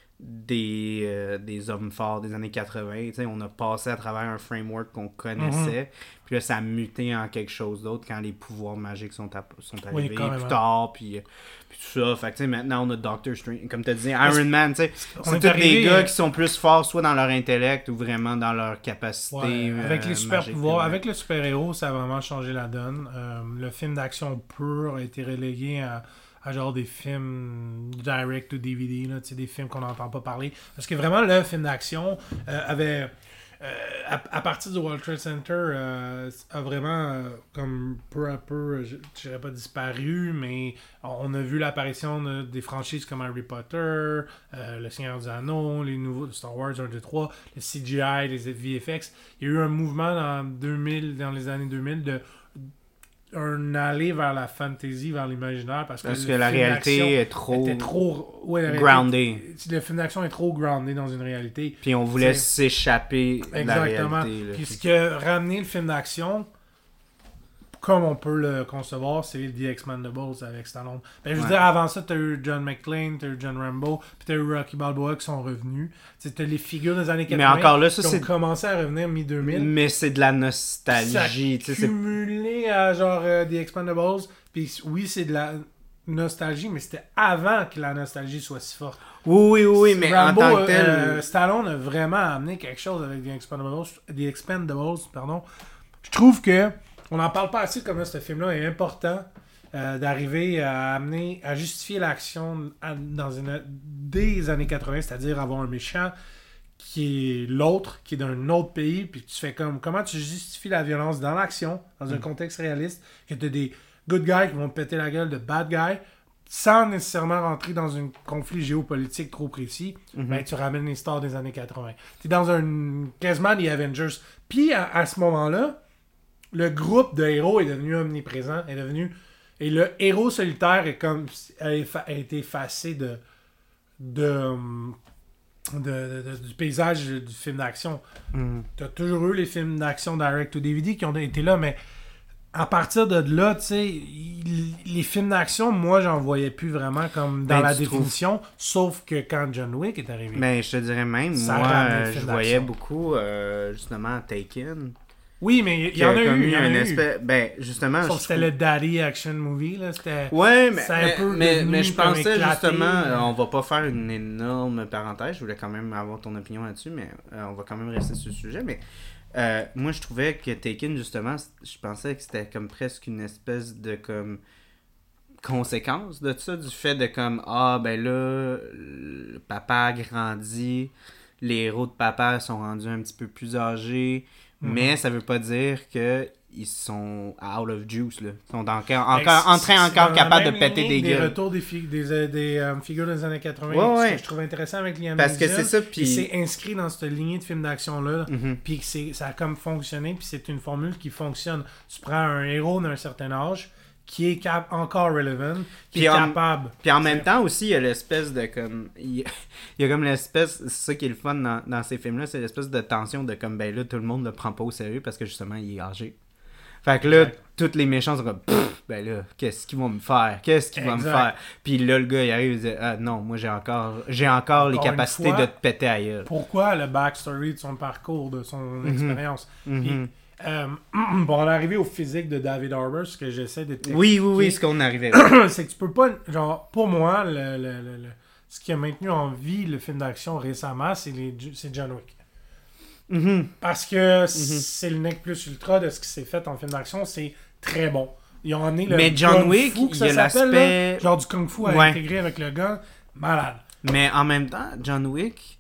des, euh, des hommes forts des années quatre-vingts. Tu sais, on a passé à travers un framework qu'on connaissait, puis là, ça a muté en quelque chose d'autre quand les pouvoirs magiques sont, à- sont Oui, arrivés carrément. plus tard, puis, euh, puis tout ça. Fait que, tu sais, maintenant, on a Doctor Strange, comme tu as dit, Iron Man, tu sais, On c'est est tous des arrivé, gars euh, qui sont plus forts, soit dans leur intellect ou vraiment dans leur capacité. Ouais, avec euh, les super magique, pouvoirs, ouais. avec le super-héros, ça a vraiment changé la donne. Euh, le film d'action pur a été relégué à, à genre des films direct to D V D, là, tu sais, des films qu'on n'entend pas parler. Parce que vraiment, le film d'action euh, avait... euh, à, à partir du World Trade Center, euh, a vraiment, euh, comme peu à peu, je je dirais pas disparu, mais on a vu l'apparition de- des franchises comme Harry Potter, euh, Le Seigneur des Anneaux, les nouveaux de Star Wars un, deux, trois, le C G I, les V F X. Il y a eu un mouvement dans deux mille, dans les années deux mille de un aller vers la fantasy, vers l'imaginaire, parce que, Parce le que la film réalité d'action est trop était trop ouais, la réalité- groundée. le film d'action est trop groundé dans une réalité. Puis on voulait C'est- s'échapper de la Exactement. réalité. là. Puis ce qui a ramené le film d'action, comme on peut le concevoir, c'est The Expendables avec Stallone. Ben, je veux Ouais. dire, avant ça, t'as eu John McClane, t'as eu John Rambo, puis t'as eu Rocky Balboa qui sont revenus. Tu sais, t'as les figures des années Mais quatre-vingts encore là, ça, qui ont c'est- commencé à revenir mi-deux mille. Mais c'est de la Ça nostalgie. tu sais, c'est- cumulé à genre euh, The Expendables. Puis oui, c'est de la nostalgie, mais c'était avant que la nostalgie soit si forte. Oui, oui, oui, mais Rambo, en tant que euh, tel. euh, Stallone a vraiment amené quelque chose avec The Expendables. The Expendables, pardon. Je trouve que on n'en parle pas assez comme ce film-là est important euh, d'arriver à amener, à justifier l'action à- dans une, des années quatre-vingts, c'est-à-dire avoir un méchant qui est l'autre, qui est d'un autre pays, puis tu fais comme, comment tu justifies la violence dans l'action, dans un contexte réaliste, que tu as des good guys qui vont te péter la gueule de bad guys, sans nécessairement rentrer dans un conflit géopolitique trop précis, ben, tu ramènes les stars des années quatre-vingts. Tu es dans un quasiment des Avengers. Puis à, à ce moment-là, le groupe de héros est devenu omniprésent, est devenu... Et le héros solitaire est comme a, effa- a été effacé de, de, de, de- de- du paysage du film d'action. Mm. Tu as toujours eu les films d'action direct to D V D qui ont été là, mais à partir de là, tu sais, il- les films d'action, moi, j'en voyais plus vraiment comme dans Ben, la tu trouves- définition, sauf que quand John Wick est arrivé. Mais je te dirais même, Ça moi, ramène le euh, film je voyais d'action. beaucoup, euh, justement, Taken. Oui, mais il qui y en a comme eu, il y en a une eu. espèce- Ben, justement. Sauf je que c'était trouve- le daddy action movie, là, c'était... Ouais, mais, c'est un mais, peu mais, devenu mais je comme pensais éclaté, justement, mais- euh, on va pas faire une énorme parenthèse, je voulais quand même avoir ton opinion là-dessus, mais euh, on va quand même rester sur le sujet, mais euh, moi je trouvais que Taken justement, c- je pensais que c'était comme presque une espèce de comme conséquence de ça, du fait de comme, ah ben là, le papa grandit, les héros de papa sont rendus un petit peu plus âgés, Mhm. mais ça veut pas dire que ils sont out of juice, là. Ils sont encore, Ben, encore en train c'est encore dans la capables de même péter ligne des gueules. retours des, fi- des, euh, des euh, figures des années quatre-vingts, Ouais, ce ouais. que je trouve intéressant avec Liam Parce que Neeson, c'est ça, puis puis... c'est inscrit dans cette lignée de films d'action-là, Mhm. puis que c'est- ça a comme fonctionné, puis c'est une formule qui fonctionne. Tu prends un héros d'un certain âge, qui est cap- encore relevant, qui Puis est en- capable. Puis en même temps aussi, il y a l'espèce de comme... Il y a, il y a comme l'espèce... C'est ça qui est le fun dans, dans ces films-là, c'est l'espèce de tension de comme, ben là, tout le monde le prend pas au sérieux parce que justement, il est âgé. Fait que là, exact. tous les méchants sont comme, pfff, ben là, qu'est-ce qu'ils vont me faire? Qu'est-ce qu'ils vont me faire? Puis là, le gars, il arrive, il dit, ah non, moi, j'ai encore, j'ai encore, encore les capacités fois, de te péter à gueule. Pourquoi le backstory de son parcours, de son mm-hmm. expérience? Mm-hmm. Puis, euh, bon, on est arrivé au physique de David Harbour, ce que j'essaie de t'expliquer. Oui, oui, oui, ce qu'on arrivait. C'est que tu peux pas, genre, pour moi, le, le, le, le, ce qui a maintenu en vie le film d'action récemment, c'est, les, c'est John Wick. Mm-hmm. Parce que mm-hmm. c'est le nec plus ultra de ce qui s'est fait en film d'action, c'est très bon. Il en est le mais John Wick, il y a l'aspect... Là, genre du kung fu à ouais. intégrer avec le gun, malade. Mais en même temps, John Wick,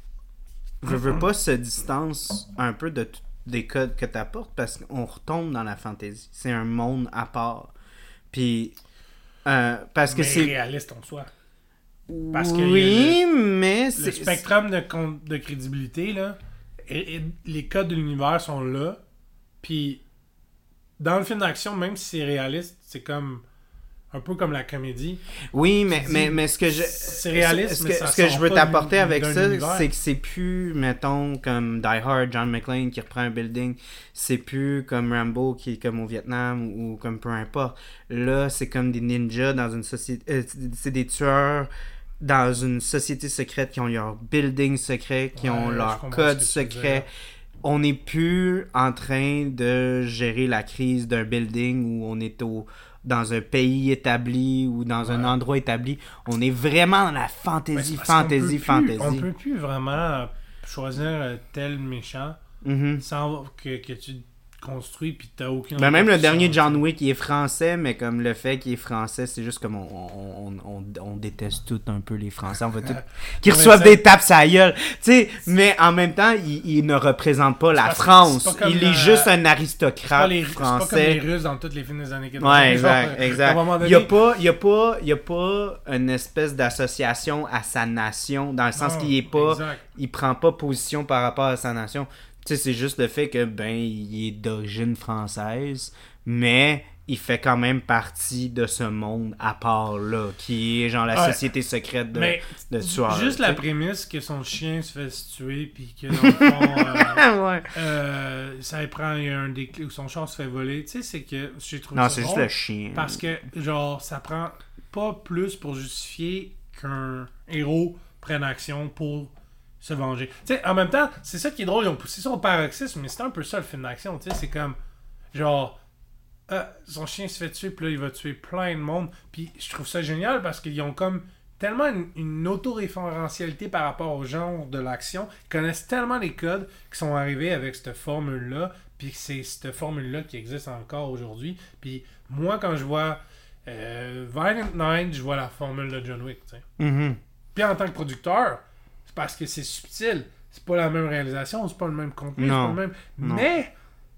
je veux pas se distance un peu de t- des codes que t'apportes parce qu'on retombe dans la fantasy. C'est un monde à part. Puis, euh, parce que mais c'est... réaliste en soi. Parce que oui, le, mais... Le c'est... spectrum de, de crédibilité, là, et, et les codes de l'univers sont là, puis... Dans le film d'action, même si c'est réaliste, c'est comme un peu comme la comédie. Oui, mais, dis, mais, mais ce que je c'est réaliste, ce mais que, ça ce que je veux t'apporter d'un, avec d'un ça, univers. c'est que c'est plus, mettons, comme Die Hard, John McClane qui reprend un building. C'est plus comme Rambo qui est comme au Vietnam ou comme peu importe. Là, c'est comme des ninjas dans une société... Euh, c'est des tueurs dans une société secrète qui ont leur building secret, qui ouais, ont leur code secret. On n'est plus en train de gérer la crise d'un building où on est au, dans un pays établi ou dans ouais. un endroit établi. On est vraiment dans la fantasy, fantasy, fantasy. On peut plus vraiment choisir tel méchant mm-hmm. sans que, que tu construis puis t'as aucune... Ben même le dernier John Wick, il est français, mais comme le fait qu'il est français, c'est juste comme on, on, on, on déteste tout un peu les Français. On veut tout... qu'ils reçoivent des tapes à la gueule. Tu sais, mais en même temps, il, il ne représente pas la France. Il est juste un aristocrate les, français. C'est pas comme les Russes dans tous les films des années quatre-vingts. Ouais, exact, exact. Il n'y a pas, il y a pas, il y a pas une espèce d'association à sa nation, dans le sens non, qu'il est pas, exact. Il prend pas position par rapport à sa nation. Tu sais, c'est juste le fait que, ben, il est d'origine française, mais il fait quand même partie de ce monde à part-là, qui est genre la ouais. société secrète de, mais de tueurs. Juste la prémisse que son chien se fait se tuer, puis que dans le fond, euh, ouais. euh, ça prend un déclic, ou son char se fait voler, tu sais, c'est que j'ai trouvé non, ça c'est bon, juste le chien. Parce que, genre, ça prend pas plus pour justifier qu'un héros prenne action pour... se venger. Tu sais, en même temps, c'est ça qui est drôle, ils ont poussé ça au paroxysme, mais c'est un peu ça le film d'action, tu sais, c'est comme, genre, euh, son chien se fait tuer, puis là, il va tuer plein de monde, puis je trouve ça génial parce qu'ils ont comme tellement une, une autoréférentialité par rapport au genre de l'action, ils connaissent tellement les codes qui sont arrivés avec cette formule-là, puis c'est cette formule-là qui existe encore aujourd'hui, puis moi, quand je vois euh, Violent Night, je vois la formule de John Wick, tu sais. Mm-hmm. Puis en tant que producteur, c'est parce que c'est subtil. C'est pas la même réalisation, c'est pas le même contenu, non, c'est pas le même... Non. Mais,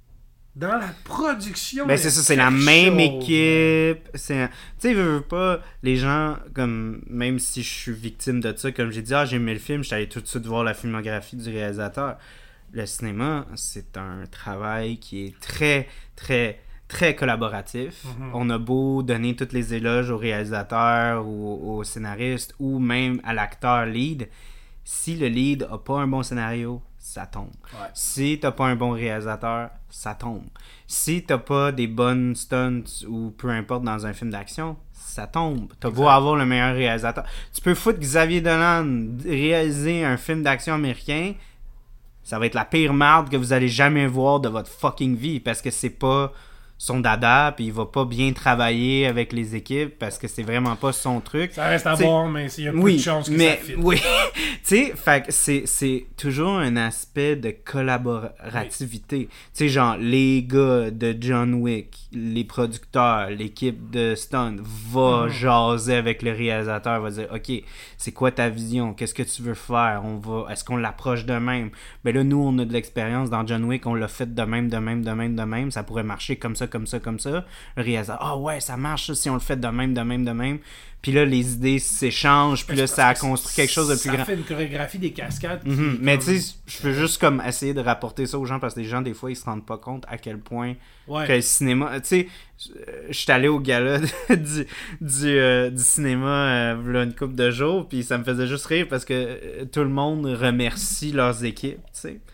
dans la production... Ben c'est ça, c'est la même chose. Équipe. C'est... Tu sais, veux, veux pas, les gens, comme, même si je suis victime de ça, comme j'ai dit, ah, j'ai aimé le film, j'étais allé tout de suite voir la filmographie du réalisateur. Le cinéma, c'est un travail qui est très, très... très collaboratif. Mm-hmm. On a beau donner toutes les éloges au réalisateur ou au scénariste ou même à l'acteur lead, si le lead a pas un bon scénario, ça tombe. Ouais. Si t'as pas un bon réalisateur, ça tombe. Si t'as pas des bonnes stunts ou peu importe dans un film d'action, ça tombe. T'as beau avoir le meilleur réalisateur. Tu peux foutre Xavier Dolan réaliser un film d'action américain, ça va être la pire merde que vous allez jamais voir de votre fucking vie parce que c'est pas son dada, puis il va pas bien travailler avec les équipes parce que c'est vraiment pas son truc. Ça reste à voir, mais il y a peu oui, de chances que mais, ça fit. Oui, tu sais, fait que c'est, c'est toujours un aspect de collaborativité. Oui. Tu sais, genre, les gars de John Wick, les producteurs, l'équipe de Stunt va mm. jaser avec le réalisateur, va dire, OK, c'est quoi ta vision? Qu'est-ce que tu veux faire? On va, est-ce qu'on l'approche de même? Ben là, nous, on a de l'expérience dans John Wick, on l'a fait de même, de même, de même, de même. Ça pourrait marcher comme ça, comme ça, comme ça. Le réalisateur, ah oh ouais, ça marche ça, si on le fait de même, de même, de même. Puis là, les idées s'échangent, puis là, ça a construit quelque chose de plus ça grand. Ça fait une chorégraphie des cascades. Mm-hmm. Mais comme... tu sais, je veux juste comme essayer de rapporter ça aux gens, parce que les gens, des fois, ils se rendent pas compte à quel point ouais. que le cinéma... Tu sais, je suis allé au gala du, du, euh, du cinéma euh, là, une couple de jours, puis ça me faisait juste rire, parce que euh, tout le monde remercie leurs équipes, tu sais.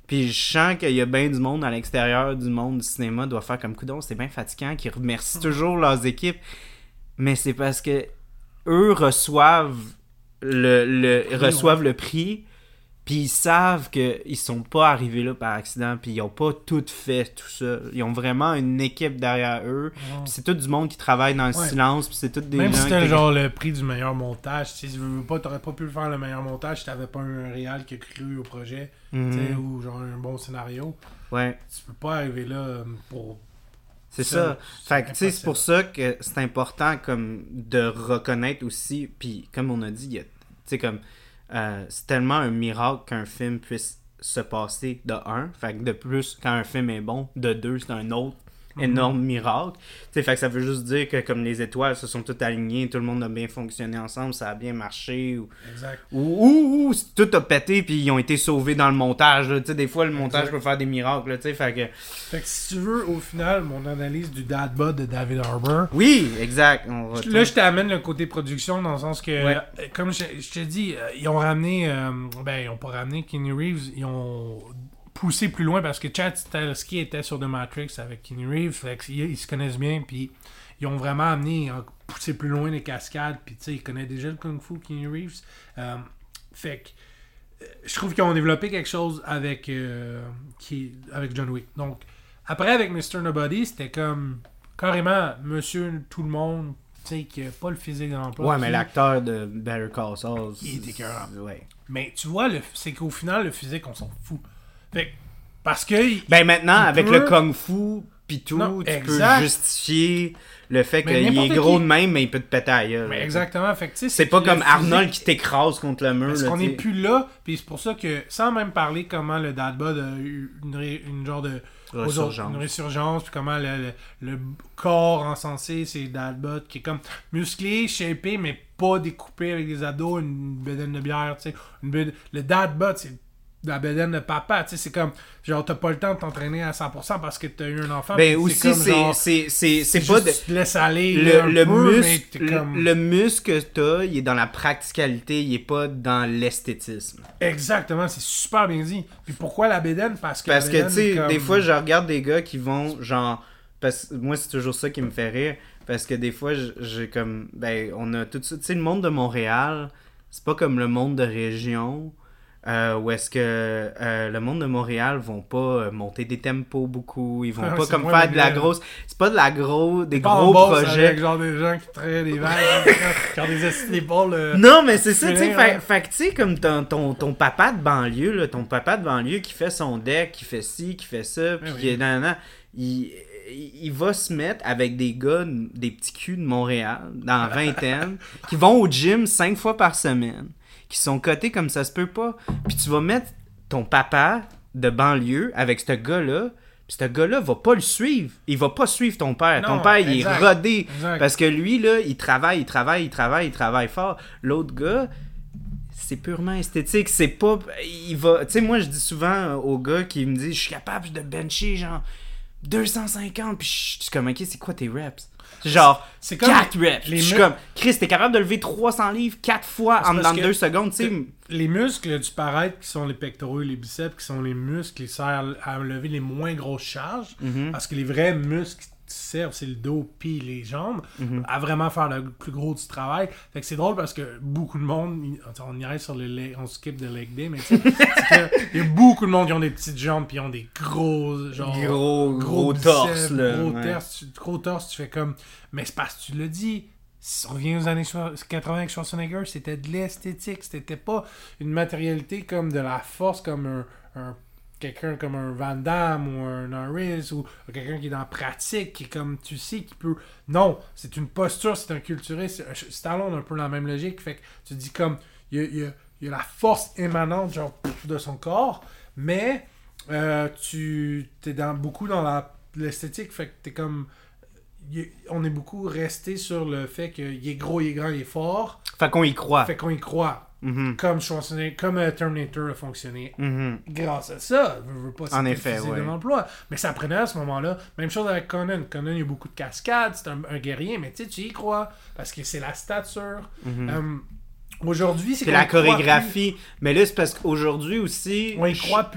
Puis je sens qu'il y a bien du monde à l'extérieur du monde du cinéma doit faire comme coudon, c'est bien fatigant, qui remercient toujours leurs équipes. Mais c'est parce que eux reçoivent le, le, oui, reçoivent ouais. le prix, puis ils savent qu'ils sont pas arrivés là par accident, puis ils ont pas tout fait, tout ça. Ils ont vraiment une équipe derrière eux, ouais. puis c'est tout du monde qui travaille dans le ouais. silence, puis c'est tout des Même gens... si c'était qui... genre le prix du meilleur montage, si tu veux pas, t'aurais pas pu faire le meilleur montage si t'avais pas un réal qui a cru au projet, mm-hmm. ou genre un bon scénario. Ouais. Tu peux pas arriver là pour... C'est ça. ça. Fait que, tu sais, c'est pour ça que c'est important comme de reconnaître aussi, puis comme on a dit, tu sais, comme... Euh, c'est tellement un miracle qu'un film puisse se passer de un. Fait que de plus, quand un film est bon, de deux, c'est un autre mm-hmm. énorme miracle. T'sais, fait que ça veut juste dire que comme les étoiles se sont toutes alignées, tout le monde a bien fonctionné ensemble, ça a bien marché. Ou, exact. Ou, ou, ou tout a pété puis ils ont été sauvés dans le montage. Là. Des fois, le montage exact. peut faire des miracles. Là, fait que... fait que si tu veux, au final, mon analyse du Dad Bod de David Harbour. Oui, exact. On là, je t'amène le côté production dans le sens que, ouais. euh, comme je, je te dis, euh, ils ont ramené, euh, ben, ils ont pas ramené Keanu Reeves, ils ont poussé plus loin parce que Chad Stahelski était sur The Matrix avec Keanu Reeves, fait qu'ils, ils se connaissent bien, puis ils ont vraiment amené, ils ont poussé plus loin les cascades, puis tu sais, ils connaissent déjà le Kung Fu, Keanu Reeves. Euh, fait que, euh, je trouve qu'ils ont développé quelque chose avec, euh, qui, avec John Wick. Donc, après, avec mister Nobody, c'était comme carrément Monsieur Tout le Monde, tu sais, qui n'a pas le physique de l'emploi. Ouais, mais l'acteur de Better Call Saul, il était écœurant. Ouais. Mais tu vois, le, c'est qu'au final, le physique, on s'en fout. Fait parce que... Ben maintenant, avec peut... le Kung Fu pis tout, non, tu exact. peux justifier le fait qu'il est gros qui... de même, mais il peut te péter à gueule. Mais exactement. Fait que, c'est, c'est pas comme Arnold qui t'écrase contre le mur. Parce là, qu'on t'sais. n'est plus là, puis c'est pour ça que, sans même parler comment le Dad Bod a eu une, ré... une genre de... Résurgence. Une résurgence, puis comment le, le, le corps encensé, c'est Dad Bod, qui est comme musclé, shapé, mais pas découpé avec des abdos, une bedaine de bière, tu sais. Bed... Le Dad Bod, c'est la bedaine de papa, tu sais, c'est comme, genre, t'as pas le temps de t'entraîner à cent pour cent parce que t'as eu un enfant. Ben aussi, c'est, comme, c'est, genre, c'est, c'est, c'est, c'est pas juste, de... Tu te laisses aller le, un le peu, muscle, mais comme... le, le muscle que t'as, il est dans la practicalité, il est pas dans l'esthétisme. Exactement, c'est super bien dit. Puis pourquoi la bedaine? Parce que, parce que tu sais, comme... des fois, je regarde des gars qui vont, genre... Parce moi, c'est toujours ça qui me fait rire. Parce que des fois, j'ai comme... Ben, on a tout ça... Tu sais, le monde de Montréal, c'est pas comme le monde de région... Euh, où est-ce que euh, le monde de Montréal vont pas euh, monter des tempos beaucoup, ils vont ah, pas comme faire de la grosse, c'est pas de la grosse, des pas gros boss, projets avec genre des gens qui traînent des vagues qui ont des astuces d'épaule euh, non mais c'est ça, tu sais, fait, fait que tu sais comme ton, ton, ton papa de banlieue là, ton papa de banlieue qui fait son deck, qui fait ci, qui fait ça, puis oui. nan, nan, il il va se mettre avec des gars, des petits culs de Montréal, dans la vingtaine, qui vont au gym cinq fois par semaine, qui sont cotés comme ça se peut pas. Puis tu vas mettre ton papa de banlieue avec ce gars-là, puis ce gars-là va pas le suivre. Il va pas suivre ton père. Non, ton père, il exact, est rodé. Exact. Parce que lui, là, il travaille, il travaille, il travaille, il travaille fort. L'autre gars... c'est purement esthétique, c'est pas... Il va... Tu sais, moi, je dis souvent aux gars qui me disent « Je suis capable de bencher, genre... » deux cent cinquante, puis je suis comme, ok, c'est quoi tes reps? Genre, c'est comme quatre reps. Je suis mu- comme, Chris, t'es capable de lever trois cents livres quatre fois en dans deux secondes, tu sais. Les muscles du paraître, qui sont les pectoraux et les biceps, qui sont les muscles qui servent à lever les moins grosses charges, mm-hmm. parce que les vrais muscles qui servent, c'est le dos puis les jambes, mm-hmm. à vraiment faire le plus gros du travail. Fait que c'est drôle parce que beaucoup de monde, on y reste sur le leg, on skip de leg day, mais tu sais, il y a beaucoup de monde qui ont des petites jambes puis ils ont des gros, genre, gros, gros, gros biceps, torse, là. Gros, ouais. torse, gros torse, tu fais comme, mais c'est parce que tu l'as dit. Si on revient aux années quatre-vingts avec Schwarzenegger, c'était de l'esthétique, c'était pas une matérialité comme de la force, comme un, un quelqu'un comme un Van Damme ou un Norris ou quelqu'un qui est dans la pratique, qui est comme, tu sais, qui peut... Non, c'est une posture, c'est un culturiste. Stallone a un peu la même logique. Fait que tu dis comme, il y a, il y a, il y a la force émanante genre de son corps, mais euh, tu t'es dans, beaucoup dans la, l'esthétique. Fait que t'es comme... On est beaucoup resté sur le fait qu'il est gros, il est grand, il est fort. Fait qu'on y croit. Fait qu'on y croit. Mm-hmm. Comme Schwarzenegger, comme uh, Terminator a fonctionné. Mm-hmm. Grâce à ça, je veux pas en effet, ouais. de l'emploi. Mais ça prenait à ce moment-là. Même chose avec Conan. Conan, il y a beaucoup de cascades, c'est un, un guerrier, mais tu sais, tu y crois. Parce que c'est la stature. Mm-hmm. Um, aujourd'hui, c'est, c'est la chorégraphie. Mais là, c'est parce qu'aujourd'hui aussi... On y croit plus.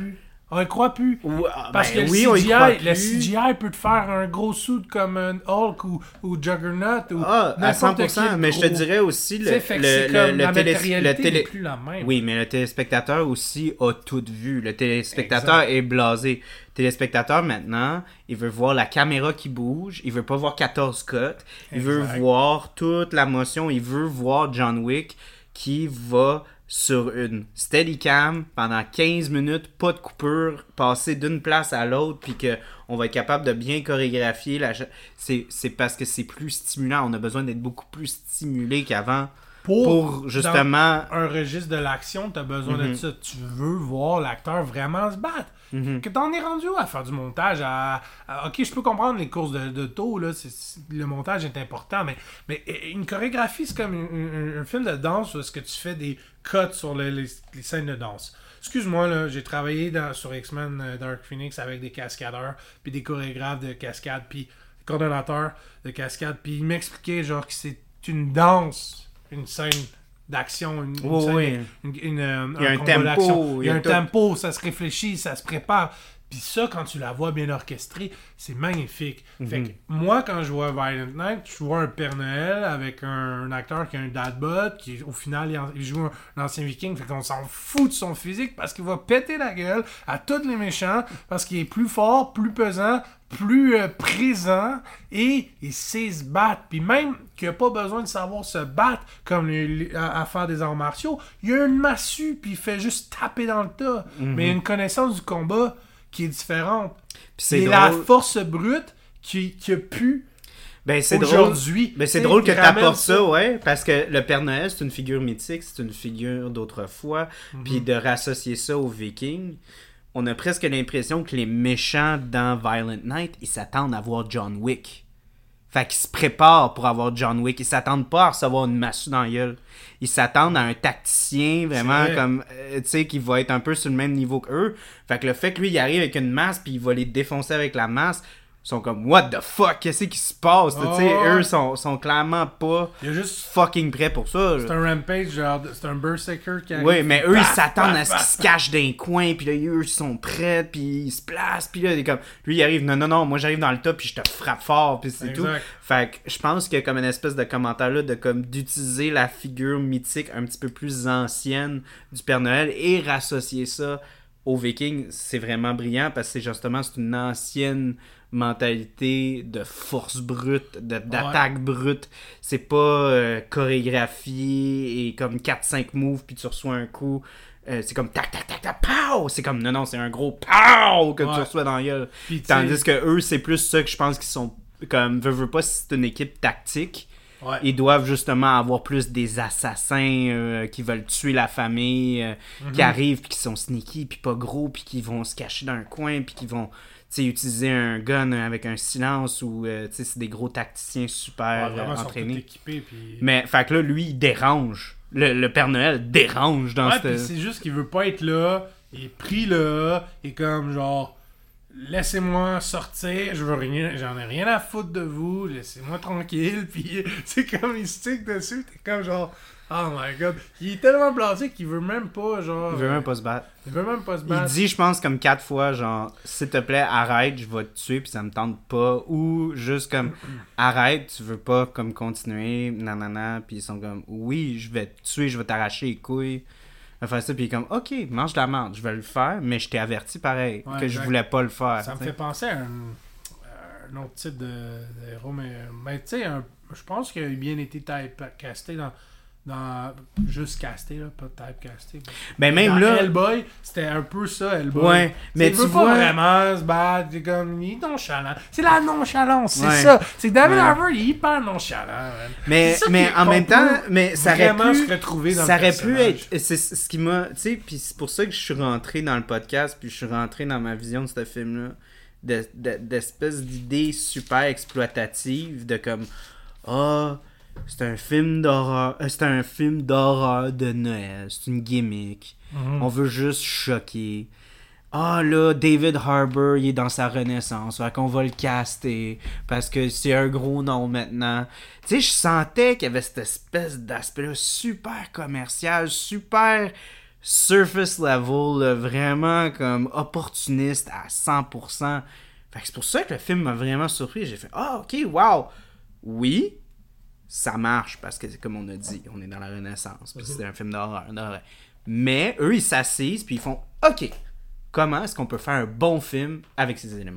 On y croit plus. Ou, Parce ben, que oui, le, on y croit C G I, plus. le C G I peut te faire un gros suit comme un Hulk ou, ou Juggernaut ou Ah, à cent n'importe pour cent. quel Mais gros... je te dirais aussi, le, T'sais, fait que le, c'est le, comme le la télé- matérialité le télé- n'est plus la même. Oui, mais le téléspectateur aussi a tout vu. Le téléspectateur Exact. est blasé. Le téléspectateur, maintenant, il veut voir la caméra qui bouge. Il veut pas voir quatorze cuts. Il veut Exact. voir toute la motion. Il veut voir John Wick qui va sur une Steadicam pendant quinze minutes, pas de coupure, passer d'une place à l'autre, puis qu'on va être capable de bien chorégraphier. La... C'est, c'est parce que c'est plus stimulant. On a besoin d'être beaucoup plus stimulé qu'avant Pour, pour justement... Dans un registre de l'action, tu as besoin Mhm. de ça. Tu veux voir l'acteur vraiment se battre. Mhm. Que t'en es rendu où à faire du montage à, à- ok, je peux comprendre les courses de, de taux, là, c'est- c'est- le montage est important, mais, mais une chorégraphie, c'est comme un, un- un film de danse où est-ce que tu fais des cuts sur les, les- les scènes de danse. Excuse-moi, là, j'ai travaillé dans, sur X-Men euh, Dark Phoenix avec des cascadeurs, puis des chorégraphes de cascade, puis des coordonnateurs de cascade, puis ils m'expliquaient genre que c'est une danse, une scène d'action, une, une Oui, scène, oui. une- une, euh, Il y a un combat tempo, d'action. Il y a un tout. tempo, ça se réfléchit, ça se prépare. Puis ça, quand tu la vois bien orchestrée, c'est magnifique. Fait que moi, quand je vois Violent Night, je vois un Père Noël avec un, un acteur qui a un dad bod, qui au final, il, en- il joue un, un ancien viking, fait qu'on s'en fout de son physique parce qu'il va péter la gueule à tous les méchants, parce qu'il est plus fort, plus pesant, plus euh, présent, et il sait se battre. Puis même qu'il n'a pas besoin de savoir se battre comme les- les- à, à faire des arts martiaux, il a une massue, puis il fait juste taper dans le tas. Mais il a une connaissance du combat qui est différente. Puis c'est Et la drôle. force brute qui, qui a pu Ben, c'est drôle. aujourd'hui. Ben, c'est Tu sais, drôle que il tu ramène apportes ça, ouais, parce que le Père Noël, c'est une figure mythique, c'est une figure d'autrefois, puis de rassocier ça aux Vikings, on a presque l'impression que les méchants dans Violent Night, ils s'attendent à voir John Wick. Fait qu'ils se préparent pour avoir John Wick. Ils s'attendent pas à recevoir une massue dans la gueule. Ils s'attendent à un tacticien vraiment vrai. comme, euh, tu sais, qui va être un peu sur le même niveau qu'eux. Fait que le fait que lui, il arrive avec une masse puis il va les défoncer avec la masse, ils sont comme, what the fuck, qu'est-ce qui se passe? Tu sais, Oh. eux sont, sont clairement pas Il y a juste. fucking prêts pour ça. C'est un rampage, genre, de- c'est un berserker qui arrive. Oui, mais eux, ils Paf, s'attendent paf, à ce qu'ils paf. se cachent d'un coin, puis là, eux, ils sont prêts, puis ils se placent, puis là, il est comme... Lui, il arrive, non, non, non, moi, j'arrive dans le tas, puis je te frappe fort, puis c'est Exact. tout. Fait que je pense qu'il y a comme une espèce de commentaire là, de comme d'utiliser la figure mythique un petit peu plus ancienne du Père Noël et rassocier ça aux Vikings, c'est vraiment brillant, parce que c'est justement, c'est une ancienne mentalité de force brute, de, d'attaque brute. C'est pas euh, chorégraphié et comme quatre cinq moves puis tu reçois un coup. Euh, c'est comme tac tac tac tac pow! C'est comme non non, c'est un gros pow que Ouais. tu reçois dans la gueule. Puis, tu sais- Tandis que eux, c'est plus ça que je pense qu'ils sont comme veux, veux pas, si c'est une équipe tactique. Ouais. Ils doivent justement avoir plus des assassins euh, qui veulent tuer la famille, euh, Mhm. qui arrivent puis qui sont sneaky puis pas gros puis qui vont se cacher dans un coin puis qui vont tu sais, utiliser un gun avec un silence ou euh, tu sais, c'est des gros tacticiens super Ouais, vraiment, euh, ils sont tous entraînés. équipés. Puis... Mais fait que là, lui, il dérange. Le, le Père Noël dérange dans Ouais, cette... puis c'est juste qu'il veut pas être là. Il est pris là. Et comme genre, laissez-moi sortir. Je veux rien. J'en ai rien à foutre de vous. Laissez-moi tranquille. Puis c'est comme il stick dessus. T'es comme genre, oh my god. Il est tellement blasé qu'il veut même pas genre. Il veut même pas se battre. Il veut même pas se Il battre. dit, je pense, comme quatre fois, genre, s'il te plaît, arrête, je vais te tuer, puis ça me tente pas. Ou juste comme, arrête, tu veux pas, comme, continuer, nanana. Puis ils sont comme, oui, je vais te tuer, je vais t'arracher les couilles. Il va faire ça, puis il est comme, ok, mange de la merde, je vais le faire, mais je t'ai averti pareil Ouais, que je exact. voulais pas le faire. Ça me t'sais. fait penser à un, à un autre type de, de héros, mais, mais tu sais, un- je pense qu'il a bien été typecasté dans, dans. Juste casté, là, pas typecasté. Ben, même Dans là. Hellboy, c'était un peu ça, Hellboy. Ouais, T'sais, mais il tu veut vois- pas vraiment se battre, c'est comme, il est nonchalant. C'est la nonchalance, c'est Ouais. ça. C'est que David Ouais. Harbour, il est hyper nonchalant, man. Mais, C'est ça mais qui- en qu'on même peut temps, mais ça aurait vraiment pu, se retrouver dans ça le aurait pu personnage. être, c'est ce qui m'a, tu sais, puis c'est pour ça que je suis rentré dans le podcast, puis je suis rentré dans ma vision de ce film-là, de, de- d'espèce d'idée super exploitative, de comme, ah, c'est un film d'horreur, euh, c'est un film d'horreur de Noël, c'est une gimmick, Mhm. on veut juste choquer. Ah là, David Harbour, il est dans sa renaissance, fait qu'on va le caster, parce que c'est un gros nom maintenant. Tu sais, je sentais qu'il y avait cette espèce d'aspect-là super commercial, super surface level, là, vraiment comme opportuniste à cent pour cent. Fait que c'est pour ça que le film m'a vraiment surpris. J'ai fait « Ah, ok, wow! » Oui, ça marche parce que, comme on a dit, on est dans la Renaissance. Puis c'est un film d'horreur, d'horreur. Mais eux, ils s'assisent puis ils font « Ok, comment est-ce qu'on peut faire un bon film avec ces éléments-là? »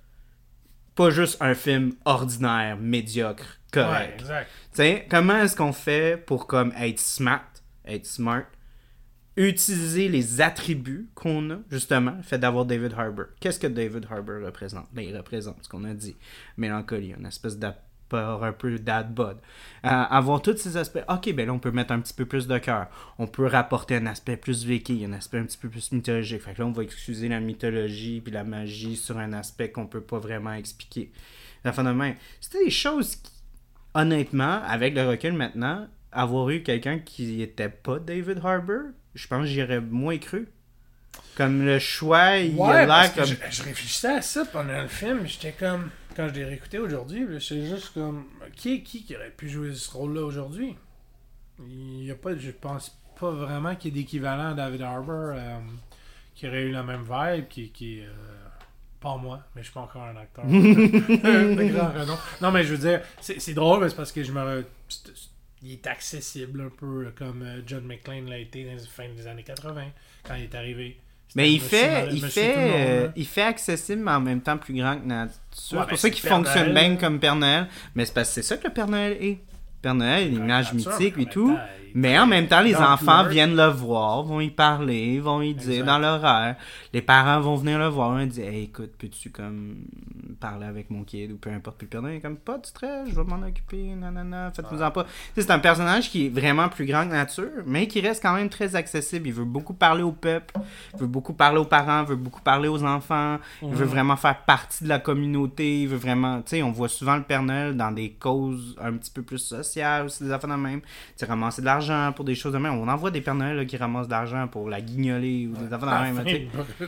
Pas juste un film ordinaire, médiocre, correct. Ouais, exact. T'sais, comment est-ce qu'on fait pour comme être smart, être smart, utiliser les attributs qu'on a, justement, le fait d'avoir David Harbour. Qu'est-ce que David Harbour représente? Ben, il représente ce qu'on a dit. Mélancolie, une espèce d'apport un peu dad bod. Euh, avoir tous ces aspects. Ok, ben là, on peut mettre un petit peu plus de cœur. On peut rapporter un aspect plus vécu, un aspect un petit peu plus mythologique. Fait que là, on va excuser la mythologie puis la magie sur un aspect qu'on peut pas vraiment expliquer. La fin de main. C'était des choses qui, honnêtement, avec le recul maintenant, avoir eu quelqu'un qui était pas David Harbour, je pense que j'y aurais moins cru. Comme le choix, il ouais, a parce l'air que comme... Je, je réfléchissais à ça pendant le film, j'étais comme... Quand je l'ai réécouté aujourd'hui, j'étais juste comme... Qui, qui qui aurait pu jouer ce rôle-là aujourd'hui? Il y a pas... Je pense pas vraiment qu'il y ait d'équivalent à David Harbour euh, qui aurait eu la même vibe, qui... qui euh, pas moi, mais je suis pas encore un acteur de grand renom. Non, mais je veux dire, c'est, c'est drôle, mais c'est parce que je me... Il est accessible un peu comme John McClane l'a été dans les fins des années quatre-vingts, quand il est arrivé. C'était mais il monsieur, fait, monsieur, il, monsieur fait, monde, euh, il fait accessible, mais en même temps plus grand que nature. Ouais, c'est pour ben, ça qu'il Père fonctionne Noël, bien comme Père Noël. Mais c'est parce que c'est ça que le Père Noël est. Père Noël, l'image nature, mythique mais et en tout. même temps, il Mais en même temps, les dans le enfants couleur. viennent le voir, vont y parler, vont y dire Exact. dans l'horaire. Les parents vont venir le voir et dire hey, écoute, peux-tu comme parler avec mon kid ou peu importe. Puis le Père Noël est comme pas de stress, je vais m'en occuper, nanana, faites-vous en pas. Tu sais, c'est un personnage qui est vraiment plus grand que nature, mais qui reste quand même très accessible. Il veut beaucoup parler au peuple, il veut beaucoup parler aux parents, il veut beaucoup parler aux enfants, il veut vraiment faire partie de la communauté, il veut vraiment, tu sais, on voit souvent le Père Noël dans des causes un petit peu plus sociales, aussi des affaires de même. Tu sais, ramasser de l'argent pour des choses de même. On en voit des Pères Noël là, qui ramassent de l'argent pour la guignoler ou des affaires de même. Tu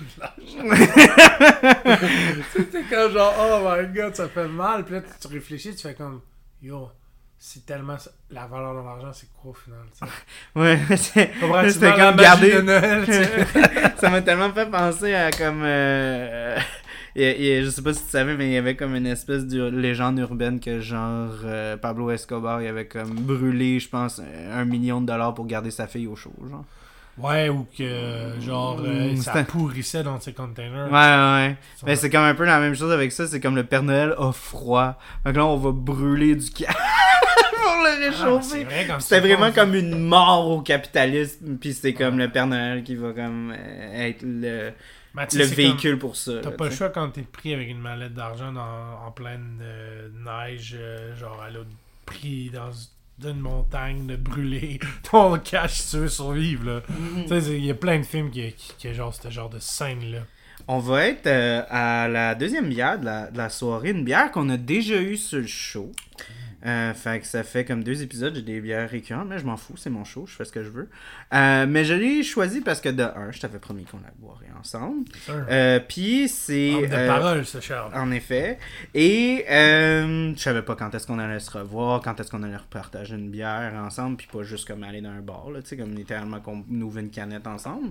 sais. C'était comme genre, oh my god, ça fait mal. Puis là, tu réfléchis, tu fais comme, yo, c'est tellement. La valeur de l'argent, c'est quoi au final? T'sais? Ouais, c'est, Comprends-tu c'était dans la comme magie garder. de Noël, tu sais? Ça m'a tellement fait penser à comme. Euh, il y a- il y a- je sais pas si tu savais, mais il y avait comme une espèce de légende urbaine que genre euh, Pablo Escobar il avait comme brûlé, je pense, un million de dollars pour garder sa fille au chaud, genre. Ouais, ou que genre euh, Mm, ça c'était- pourrissait dans ses containers. Ouais, ouais, ouais. Ça Mais va. c'est comme un peu la même chose avec ça, c'est comme le Père Noël a froid. Donc là, on va brûler du cash pour le Ah, c'est réchauffer. vrai, comme C'était ça, vraiment on- comme une mort au capitalisme, puis c'était comme le Père Noël qui va comme euh, être le, Ben, tu sais, le c'est véhicule pour ça. comme- T'as là, pas le tu sais. choix quand t'es pris avec une mallette d'argent dans- en pleine euh, neige, euh, genre à l'autre pris dans une montagne de brûler ton cash si tu veux survivre là. Tu sais, il y a plein de films qui, qui, qui a genre ce genre de scène là. On va être euh, à la deuxième bière de la, de la soirée, une bière qu'on a déjà eue sur le show. Euh, fait que ça fait comme deux épisodes, j'ai des bières récurrentes, mais je m'en fous, c'est mon show, je fais ce que je veux. Euh, mais je l'ai choisi parce que de un, je t'avais promis qu'on la boirait ensemble. Sûr. Euh, Puis c'est... Homme de euh, parole, ce Charles. En effet. Et euh, je savais pas quand est-ce qu'on allait se revoir, quand est-ce qu'on allait repartager une bière ensemble, puis pas juste comme aller dans un bar, là, tu sais, comme littéralement qu'on ouvre une canette ensemble.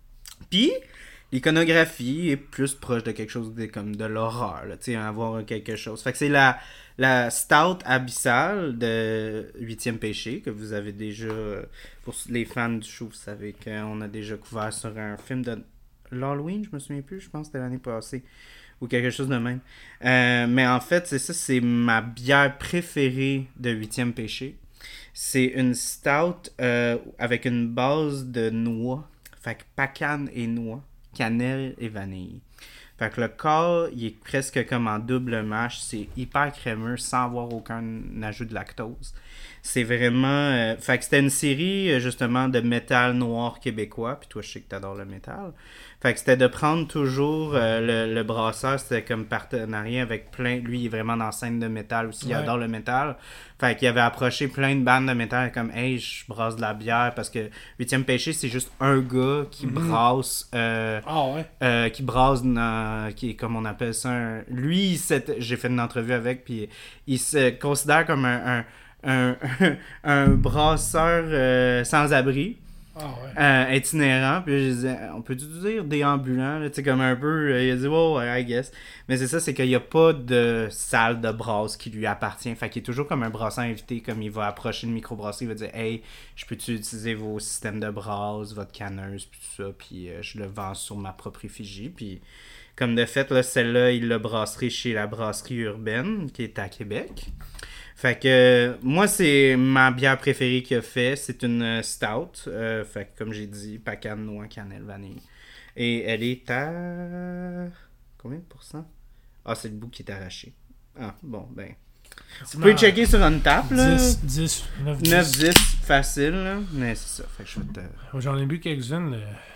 Puis l'iconographie est plus proche de quelque chose de, comme de l'horreur, là, tu sais, avoir quelque chose. Fait que c'est la, la Stout Abyssale de Huitième Péché, que vous avez déjà, pour les fans du show, vous savez qu'on a déjà couvert sur un film de l'Halloween, je me souviens plus, je pense que c'était l'année passée, ou quelque chose de même. Euh, mais en fait, c'est ça, c'est ma bière préférée de Huitième Péché. C'est une stout euh, avec une base de noix, fait que pacane et noix, cannelle et vanille. Fait que le corps, il est presque comme en double mâche, c'est hyper crémeux sans avoir aucun ajout de lactose. C'est vraiment... Euh, fait que c'était une série, euh, justement, de métal noir québécois, puis toi, je sais que t'adores le métal. Fait que c'était de prendre toujours euh, le, le brasseur, c'était comme partenariat avec plein... Lui, il est vraiment dans la scène de métal aussi, il Ouais. adore le métal. Fait qu'il avait approché plein de bandes de métal comme « Hey, je brasse de la bière » parce que Huitième Péché, c'est juste un gars qui Mhm. brasse... Euh, Ah ouais. euh, qui brasse dans, qui est comme on appelle ça un, lui il s'est- j'ai fait une entrevue avec puis il se considère comme un un, un, un brasseur euh, sans abri Ah ouais. Euh, itinérant, puis je disais, on peut-tu dire déambulant, tu sais, comme un peu, euh, il a dit, oh, ouais, I guess. Mais c'est ça, c'est qu'il n'y a pas de salle de brasse qui lui appartient, fait qu'il est toujours comme un brasseur invité, comme il va approcher le microbrasserie, il va dire, hey, je peux-tu utiliser vos systèmes de brasse, votre canneuse, puis tout ça, puis euh, je le vends sur ma propre effigie, puis comme de fait, là, celle-là, il l'a brasserie chez la brasserie urbaine, qui est à Québec. Fait que moi, c'est ma bière préférée qu'il a fait. C'est une stout. Euh, fait que comme j'ai dit, pacane, noix, cannelle, vanille. Et elle est à... Combien de pourcents? Ah, c'est le bout qui est arraché. Ah, bon, ben... Vous pouvez checker sur une table, là. dix, dix, neuf, dix. neuf dix, facile, là. Mais c'est ça. Fait que je vais te... J'en ai bu quelques-unes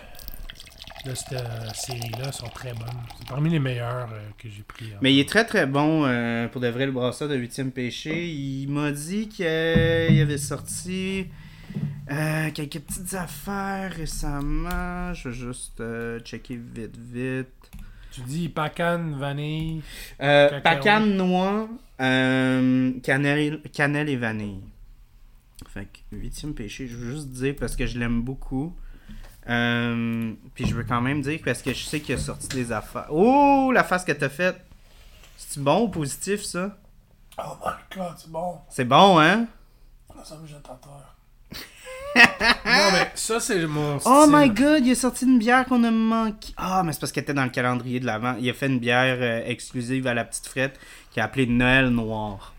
de cette série-là, sont très bonnes. C'est parmi les meilleures euh, que j'ai pris. Mais il est très très bon euh, pour de vrai, le brasseur de huitième péché. Il m'a dit qu'il euh, avait sorti euh, quelques petites affaires récemment. Je vais juste euh, checker vite vite. Tu dis pacane, vanille, euh, pacane, noix, euh, cannelle, cannelle et vanille. Fait que huitième péché, je veux juste dire parce que je l'aime beaucoup. Euh, puis je veux quand même dire parce que je sais qu'il a sorti des affaires. Oh, la face que t'as faite. C'est bon ou positif ça? Oh my god, c'est bon. C'est bon, hein? Ça me jette à terre. Non, mais ça, c'est mon style. Oh my god, il a sorti une bière qu'on a manqué. Ah, mais c'est parce qu'elle était dans le calendrier de l'avant. Il a fait une bière euh, exclusive à la petite frette qu'il a appelée Noël Noir.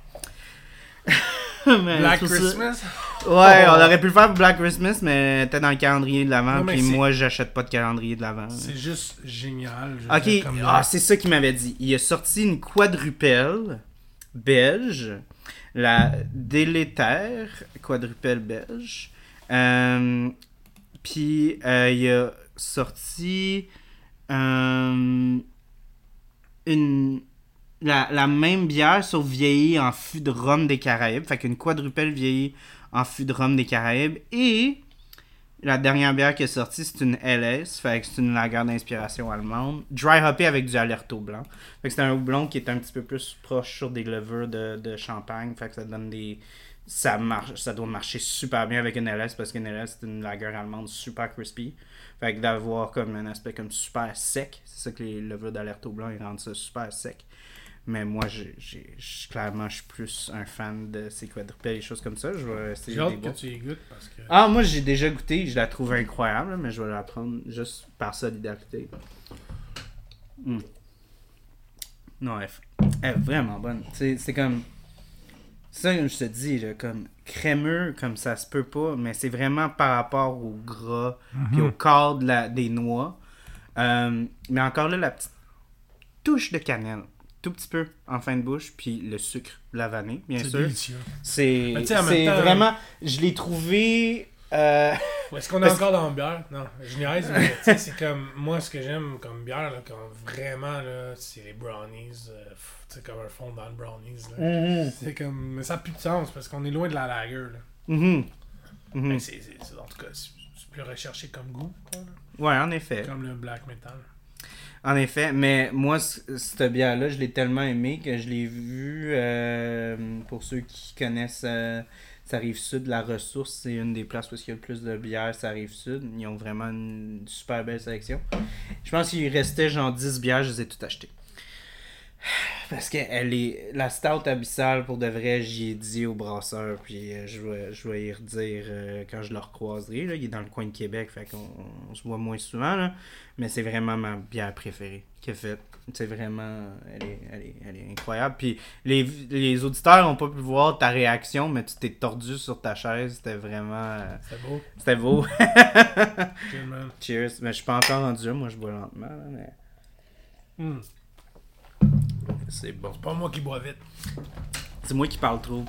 Black Christmas? Ça... Ouais, oh. On aurait pu le faire pour Black Christmas, mais t'es dans le calendrier de l'avant, puis moi, j'achète pas de calendrier de l'avant. C'est juste génial. Ok, dire, comme ah, c'est ça qu'il m'avait dit. Il a sorti une quadrupelle belge, la délétère quadrupelle belge, euh, puis euh, il a sorti euh, une... La, la même bière, sauf vieillie en fût de rhum des Caraïbes. Fait qu'une quadrupelle vieillie en fût de rhum des Caraïbes. Et la dernière bière qui est sortie, c'est une L S. Fait que c'est une lager d'inspiration allemande. Dry hoppée avec du Alerto blanc. Fait que c'est un houblon qui est un petit peu plus proche sur des levures de, de champagne. Fait que ça donne des... Ça marche, ça doit marcher super bien avec une L S parce qu'une L S, c'est une lager allemande super crispy. Fait que d'avoir comme un aspect comme super sec. C'est ça que les levures d'Alerto blanc, ils rendent ça super sec. Mais moi, j'ai, j'ai, j'ai, clairement, je suis plus un fan de ces quadrupelles et des choses comme ça. Je vais essayer j'ai hâte que tu y goûtes parce que... Ah, moi, j'ai déjà goûté. Je la trouve incroyable, mais je vais la prendre juste par solidarité. Mm. Non, elle, elle est vraiment bonne. C'est, c'est comme... Ça, je te dis, là, comme crémeux, comme ça se peut pas, mais c'est vraiment par rapport au gras mm-hmm. puis au corps de la, des noix. Euh, mais encore là, la petite touche de cannelle. Tout petit peu en fin de bouche, puis le sucre, la vanille, bien c'est sûr. Délicieux. C'est c'est temps, vraiment... Je l'ai trouvé... Euh... Est-ce qu'on est encore dans la bière? Non, je niaise, mais tu sais, c'est comme... Moi, ce que j'aime comme bière, là, comme vraiment, là, c'est les brownies. Euh, tu sais, comme un fondant de brownies. Là. Mm-hmm. C'est comme... Mais ça n'a plus de sens, parce qu'on est loin de la lager, là. Mm-hmm. Mm-hmm. Mais c'est, c'est, c'est, en tout cas, c'est, c'est plus recherché comme goût, quoi, là. Ouais, en effet. Comme le black metal. En effet, mais moi, c- cette bière-là, je l'ai tellement aimée que je l'ai vue, euh, pour ceux qui connaissent euh, ça Rive-Sud, La Ressource, c'est une des places où il y a le plus de bières, ça Rive-Sud. Ils ont vraiment une super belle sélection. Je pense qu'il restait genre dix bières, je les ai toutes achetées. Parce que elle est la stout abyssale, pour de vrai, j'y ai dit au brasseur, puis euh, je vais je vais y redire euh, quand je le recroiserai. Là. Il est dans le coin de Québec, fait qu'on on se voit moins souvent, là. Mais c'est vraiment ma bière préférée qu'il a faite. C'est vraiment... Elle est, elle est, elle est incroyable. Puis les, les auditeurs n'ont pas pu voir ta réaction, mais tu t'es tordu sur ta chaise. C'était vraiment... Euh, c'était beau. C'était beau. Cheers, man. Cheers. Mais je suis pas encore rendu là. Moi, je bois lentement. Là, mais... Mm. C'est bon. C'est pas moi qui bois vite. C'est moi qui parle trop.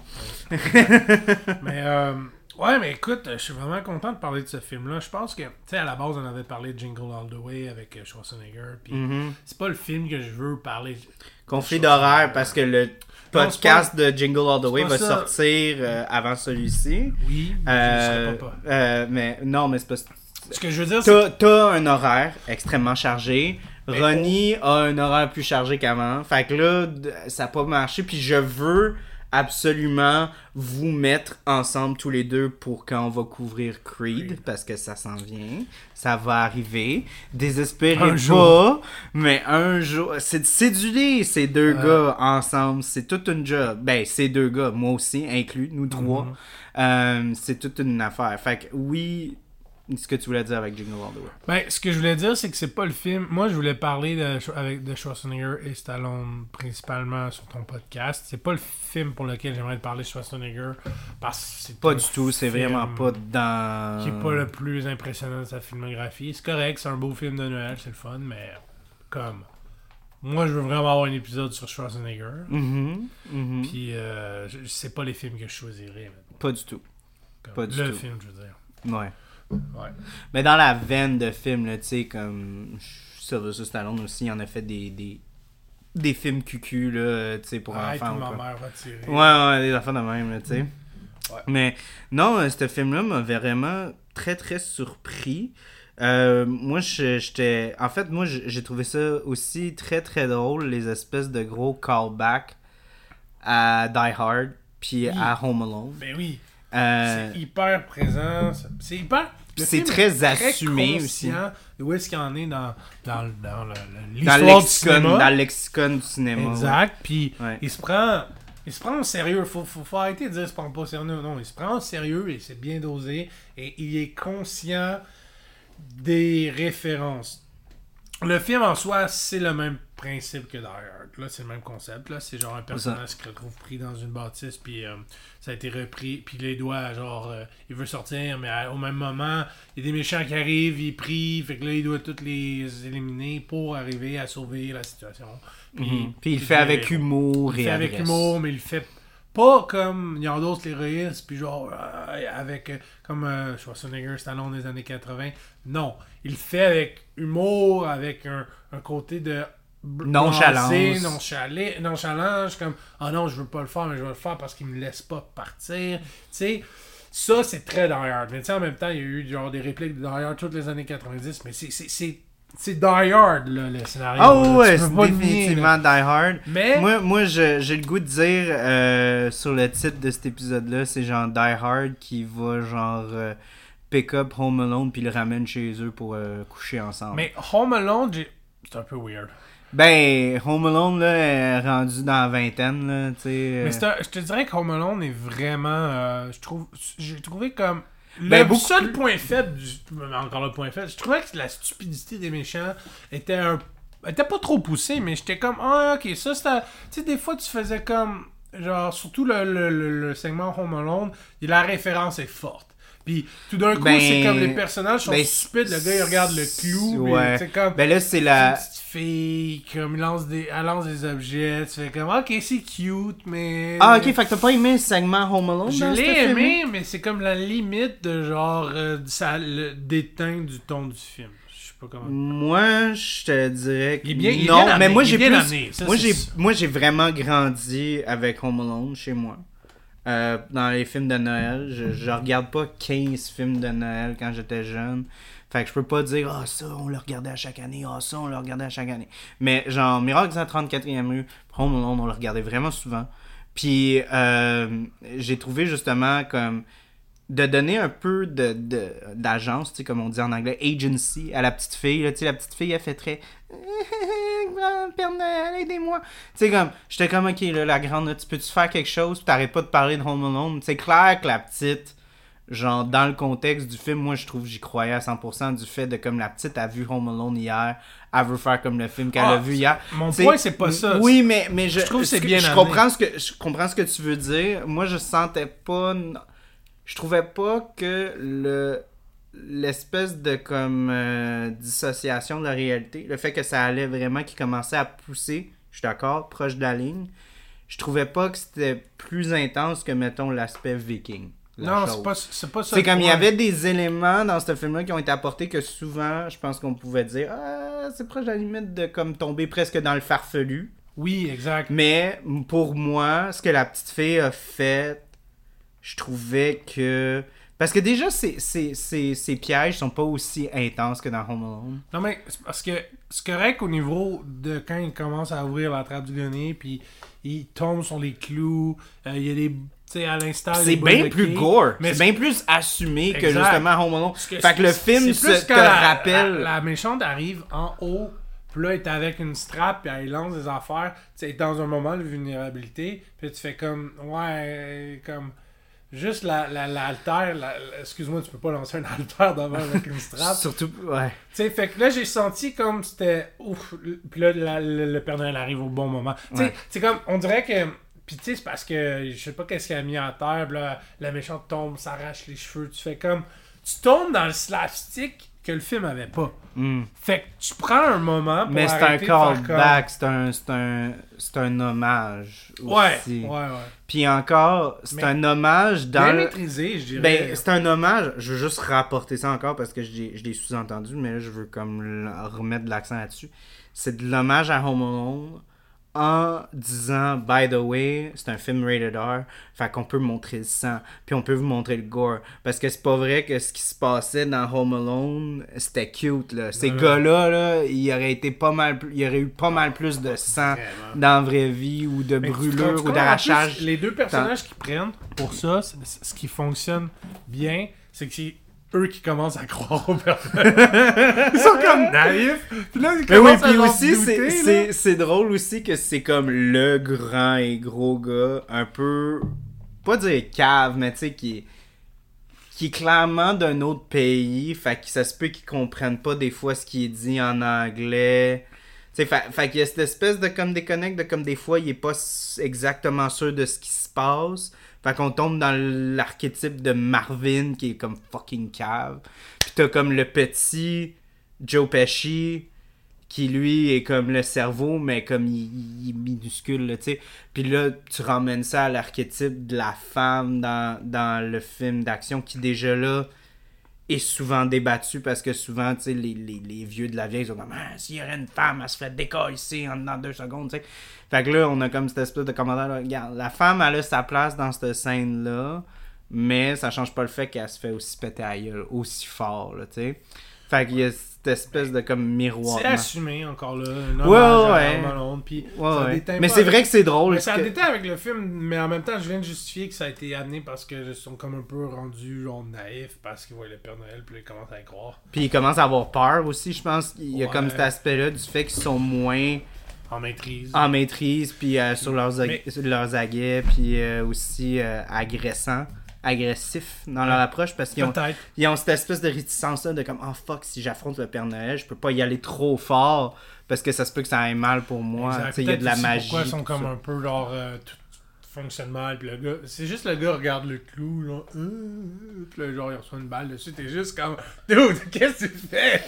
mais euh, ouais, mais écoute, je suis vraiment content de parler de ce film-là. Je pense que, tu sais, à la base, on avait parlé de Jingle All the Way avec Schwarzenegger. Puis mm-hmm. c'est pas le film que je veux parler. Conflit d'horaire, parce que le podcast non, pas... de Jingle All the Way va ça. sortir euh, avant celui-ci. Oui, mais euh, je ne pas. pas. Euh, mais non, mais c'est pas. Ce que je veux dire, t'as, c'est. T'as un horaire extrêmement chargé. Mais Ronnie oh. a un horaire plus chargé qu'avant. Fait que là, ça n'a pas marché. Puis je veux absolument vous mettre ensemble tous les deux pour quand on va couvrir Creed, Creed. Parce que ça s'en vient, ça va arriver. Désespérez un pas, jour. Mais un jour, c'est de céduler ces deux euh... gars ensemble, c'est toute une job. Ben, ces deux gars, moi aussi, inclus, nous trois, mm-hmm. euh, c'est toute une affaire. Fait que oui... Ce que tu voulais dire avec Jingle All the Way. Ben, ce que je voulais dire, c'est que c'est pas le film. Moi, je voulais parler de, avec, de Schwarzenegger et Stallone principalement sur ton podcast. C'est pas le film pour lequel j'aimerais te parler de Schwarzenegger. Parce que c'est pas du tout, c'est vraiment pas dans. Qui est pas le plus impressionnant de sa filmographie. C'est correct, c'est un beau film de Noël, c'est le fun, mais comme. Moi, je veux vraiment avoir un épisode sur Schwarzenegger. Mm-hmm, mm-hmm. Puis, euh, je, c'est pas les films que je choisirais. Maintenant. Pas du tout. Comme pas du le tout. film, je veux dire. Ouais. Ouais. Mais dans la veine de films, tu sais, comme Sylvester Stallone aussi, il en a fait des, des, des films cucu, là, tu sais, pour ah, enfants. Ma mère va tirer. Ouais, ouais, des enfants de même, tu sais. Ouais. Mais non, euh, ce film-là m'a vraiment très, très surpris. Euh, moi, j'étais... En fait, moi, j'ai trouvé ça aussi très, très drôle, les espèces de gros callbacks à Die Hard, puis oui. à Home Alone. Ben oui. Euh... C'est hyper présent. C'est hyper... C'est très assumé aussi. Où est-ce qu'il y en est dans, dans, dans le, l'histoire dans du cinéma. Dans le lexicon du cinéma. Exact. Ouais. Puis ouais. il se prend... Il se prend au sérieux. Faut, faut, faut arrêter de dire qu'il se prend pas au sérieux. Non, il se prend au sérieux et c'est bien dosé. Et il est conscient des références. Le film en soi, c'est le même principe que Die Hard. Là, c'est le même concept. Là, c'est genre un personnage qui se retrouve pris dans une bâtisse, puis euh, ça a été repris, puis les doigts, genre, euh, il veut sortir, mais à, au même moment, il y a des méchants qui arrivent, il est pris, fait que là, il doit tous les éliminer pour arriver à sauver la situation. Puis, mm-hmm. puis il le fait avec humour il et fait adresse. avec humour, mais il le fait pas comme il y en a d'autres l'héroïsme, puis genre euh, avec euh, comme euh, Schwarzenegger, Stallone des années quatre-vingts. Non, il le fait avec humour, avec un, un côté de nonchalance, nonchalé, nonchalance, comme ah oh non, je veux pas le faire, mais je vais le faire parce qu'il me laisse pas partir. Tu sais, ça c'est très Die Hard. Mais tu sais, en même temps, il y a eu genre des répliques de Die Hard toutes les années quatre-vingt-dix, mais c'est c'est c'est C'est Die Hard, là, le scénario. Ah oh, ouais, c'est définitivement Die Hard. Mais... Moi, moi je, j'ai le goût de dire euh, sur le titre de cet épisode-là, c'est genre Die Hard qui va genre euh, pick up Home Alone puis le ramène chez eux pour euh, coucher ensemble. Mais Home Alone, j'ai... c'est un peu weird. Ben, Home Alone, là, est rendu dans la vingtaine, là, tu sais. Euh... Mais c'est un, je te dirais que Home Alone est vraiment... Euh, je trouve, j'ai trouvé comme... Le ben, seul plus... point faible, du, encore le point faible, je trouvais que la stupidité des méchants était un, était pas trop poussée, mais j'étais comme, ah, ok, ça c'était, tu sais, des fois tu faisais comme, genre, surtout le, le, le, le segment Home Alone, la référence est forte. Puis tout d'un coup, ben, c'est comme les personnages sont ben, stupides, le gars il regarde le clou, ouais. c'est comme, ben là c'est la... une petite fille, comme il lance des, elle lance des objets, tu fais comme, ok, c'est cute, mais... Ah, ok, fait que t'as pas aimé le segment Home Alone? Je l'ai aimé, mais c'est comme la limite de genre, euh, ça d'éteindre du ton du film. Je sais pas comment... Moi, je te dirais que... Il est bien, il est non, bien mais amené, moi j'ai plus... Ça, moi, j'ai, moi j'ai vraiment grandi avec Home Alone chez moi. Euh, dans les films de Noël. Je, je regarde pas quinze films de Noël quand j'étais jeune. Fait que je peux pas dire « Ah, oh, ça, on le regardait à chaque année. Ah, oh, ça, on le regardait à chaque année. » Mais genre, Miracle à trente-quatrième rue, Home Alone, on le regardait vraiment souvent. Puis, euh, j'ai trouvé justement comme de donner un peu de, de, d'agence, tu sais, comme on dit en anglais, agency à la petite fille. Tu sais, la petite fille, elle fait très... Père Noël, aidez-moi. Tu sais, comme, j'étais comme, ok, là, la grande, là, tu peux-tu faire quelque chose? Puis t'arrêtes pas de parler de Home Alone. C'est clair que la petite, genre, dans le contexte du film, moi, je trouve, j'y croyais à cent pour cent du fait de, comme, la petite a vu Home Alone hier, elle veut faire comme le film qu'elle ah, a vu hier. Mon t'sais, point, c'est pas ça. Oui, mais, mais je, je trouve que c'est que, bien je amené. comprends ce que, je comprends ce que tu veux dire. Moi, je sentais pas... Je trouvais pas que le... l'espèce de comme euh, dissociation de la réalité, le fait que ça allait vraiment, qu'il commençait à pousser, je suis d'accord, proche de la ligne, je trouvais pas que c'était plus intense que, mettons, l'aspect viking. Non, c'est pas, c'est pas ça. C'est comme il y avait des éléments dans ce film-là qui ont été apportés que souvent, je pense qu'on pouvait dire, ah, c'est proche de la limite de comme tomber presque dans le farfelu. Oui, exact. Mais pour moi, ce que la petite fille a fait, je trouvais que... Parce que déjà, ces, ces, ces, ces pièges sont pas aussi intenses que dans Home Alone. Non, mais c'est parce que c'est correct au niveau de quand il commence à ouvrir la trappe du grenier, puis il tombe sur les clous, il euh, y a des... Tu sais, à l'instant... C'est bien plus gore. Mais c'est bien plus assumé exact. Que justement Home Alone. Que fait que le film se te la, rappelle... La, la méchante arrive en haut, puis là, elle est avec une strap, puis elle lance des affaires. Tu sais, dans un moment de vulnérabilité, puis tu fais comme... Ouais, comme... Juste la, la, l'altère, la, la, excuse-moi, tu peux pas lancer un altère devant avec une strap. Surtout, ouais. Tu sais, fait que là, j'ai senti comme c'était ouf. Puis là, la, le, le Père Noël arrive au bon moment. Tu sais, c'est comme, on dirait que. Puis tu sais, c'est parce que je sais pas qu'est-ce qu'il a mis à terre. Puis là, la méchante tombe, s'arrache les cheveux. Tu fais comme. Tu tombes dans le slapstick que le film avait pas. Mm. Fait que tu prends un moment pour. Mais c'est un callback, c'est un, c'est un, c'est un hommage. Ouais, aussi. ouais, ouais. Puis encore, c'est mais un hommage dans. Bien le... maîtrisé, je dirais. Ben, c'est un hommage. Je veux juste rapporter ça encore parce que je l'ai, je l'ai sous-entendu, mais là, je veux comme remettre de l'accent là-dessus. C'est de l'hommage à Home Alone en disant, by the way, c'est un film rated R, fait qu'on peut montrer le sang, puis on peut vous montrer le gore. Parce que c'est pas vrai que ce qui se passait dans Home Alone, c'était cute, là. Ces ouais. gars-là, là, il aurait été pas mal, il y aurait eu pas mal plus de sang vraiment. Dans la vraie vie, ou de mais brûlure, ou d'arrachage. Plus, les deux personnages qui prennent, pour ça, c'est, c'est, ce qui fonctionne bien, c'est que c'est eux qui commencent à croire au Père Noël. Ils sont comme naïfs. Puis là, ils mais oui, puis aussi, douter, c'est, c'est, c'est drôle aussi que c'est comme le grand et gros gars, un peu, pas dire cave, mais tu sais, qui est, qui est clairement d'un autre pays. Fait que ça se peut qu'ils comprennent pas des fois ce qui est dit en anglais. Tu sais, fait, fait qu'il y a cette espèce de comme déconnecte de comme des fois, il est pas exactement sûr de ce qui se passe. Fait qu'on tombe dans l'archétype de Marvin qui est comme fucking cave. Puis t'as comme le petit Joe Pesci qui lui est comme le cerveau mais comme il, il est minuscule là, tu sais. Puis là tu ramènes ça à l'archétype de la femme dans, dans le film d'action qui déjà là est souvent débattu parce que souvent tu sais les, les, les vieux de la vieille ils sont comme ah, s'il y aurait une femme elle se fait décalisser en dans deux secondes, tu sais. Fait que là on a comme cette espèce de commentaire là, regarde, la femme elle a sa place dans cette scène là mais ça change pas le fait qu'elle se fait aussi péter à gueule aussi fort là, tu sais. Fait qu'il y a cette espèce de comme miroir. C'est assumé encore là. Un ouais, ouais. Malone, puis ouais, ça ouais. Mais c'est avec... vrai que c'est drôle. Mais ça que... déteint avec le film, mais en même temps, je viens de justifier que ça a été amené parce que ils sont comme un peu rendus genre naïfs parce qu'ils voient le Père Noël puis ils commencent à y croire. Puis ils commencent à avoir peur aussi, je pense. Il y a ouais. comme cet aspect-là du fait qu'ils sont moins en maîtrise. En maîtrise, puis euh, sur leurs, ag... mais... sur leurs aguets, puis euh, aussi euh, agressants. Agressifs dans leur approche parce qu'ils ont, ils ont cette espèce de réticence là de comme oh fuck si j'affronte le Père Noël je peux pas y aller trop fort parce que ça se peut que ça aille mal pour moi, il y a de la magie. Pourquoi ils sont comme ça. Un peu genre euh, tout fonctionne mal puis le gars c'est juste le gars regarde le clou genre euh, puis là genre il reçoit une balle dessus t'es juste comme dude qu'est-ce que tu fais.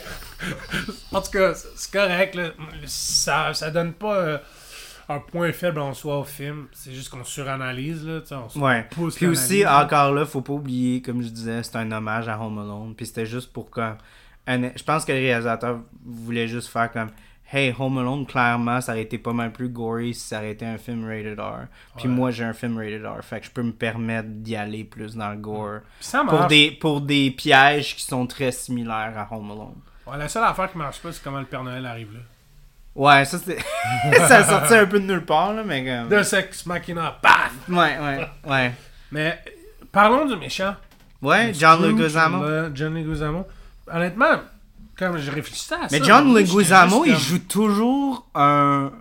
En tout cas c'est correct là. ça ça donne pas euh, un point faible en soi au film, c'est juste qu'on suranalyse là, tu sais, on ouais. pousse puis aussi là. Encore là, faut pas oublier, comme je disais, c'est un hommage à Home Alone, puis c'était juste pour comme un... je pense que le réalisateur voulait juste faire comme hey, Home Alone, clairement, ça aurait été pas mal plus gory si ça aurait été un film rated R. Puis ouais. Moi, j'ai un film rated R, fait que je peux me permettre d'y aller plus dans le gore. Ça pour des pour des pièges qui sont très similaires à Home Alone. Ouais, la seule affaire qui marche pas, c'est comment le Père Noël arrive là. Ouais, ça c'est. Ça a sorti un peu de nulle part, là, mais comme. De Sex Machina, paf! Ouais, ouais, ouais. Mais, parlons du méchant. Ouais, John Leguizamo. John Leguizamo. Honnêtement, comme je réfléchissais à ça. Mais John Leguizamo, il comme... joue toujours un.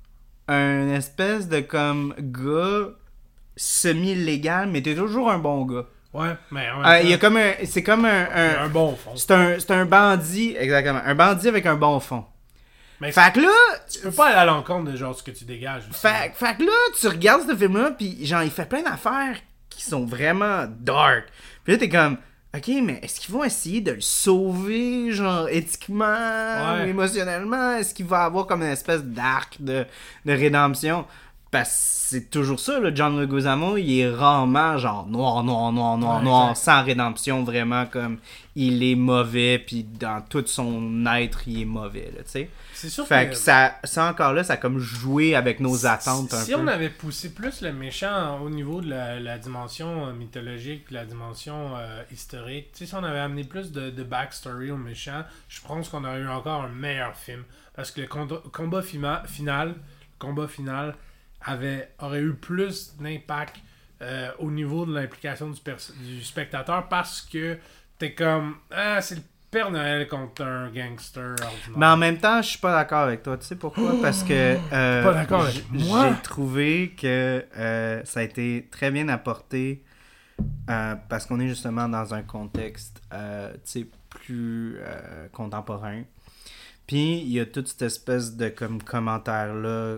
Un espèce de comme gars semi-légal, mais t'es toujours un bon gars. Ouais, mais. Euh, il y a comme un. C'est comme un. Un, un bon fond. C'est un, c'est un bandit, exactement. Un bandit avec un bon fond. Mais fait que là, tu peux pas aller à l'encontre de genre ce que tu dégages. Fait, fait que là, tu regardes ce film-là, pis genre, il fait plein d'affaires qui sont vraiment dark. Puis là, t'es comme, ok, mais est-ce qu'ils vont essayer de le sauver, genre, éthiquement, ouais. Ou émotionnellement? Est-ce qu'il va avoir comme une espèce d'arc de, de rédemption? Parce que c'est toujours ça, là, John Leguizamo, il est rarement genre noir, noir, noir, noir, Ouais, noir, exact. sans rédemption, vraiment comme il est mauvais, puis dans tout son être, il est mauvais, là, tu sais. C'est sûr Fait que, que ça, ça encore là, ça a comme joué avec nos si, attentes un si peu. on avait poussé plus le méchant au niveau de la, la dimension euh, mythologique puis la dimension euh, historique, tu sais, si on avait amené plus de, de backstory au méchant, je pense qu'on aurait eu encore un meilleur film. Parce que le con- combat fima- final, le combat final avait, aurait eu plus d'impact euh, au niveau de l'implication du, pers- du spectateur parce que t'es comme, ah, c'est le Père Noël contre un gangster ordinaire. Mais en même temps, je suis pas d'accord avec toi. Tu sais pourquoi? Parce que euh, Pas d'accord avec j- moi? j'ai trouvé que euh, ça a été très bien apporté euh, parce qu'on est justement dans un contexte euh, tu sais, plus euh, contemporain. Puis il y a toute cette espèce de comme commentaire-là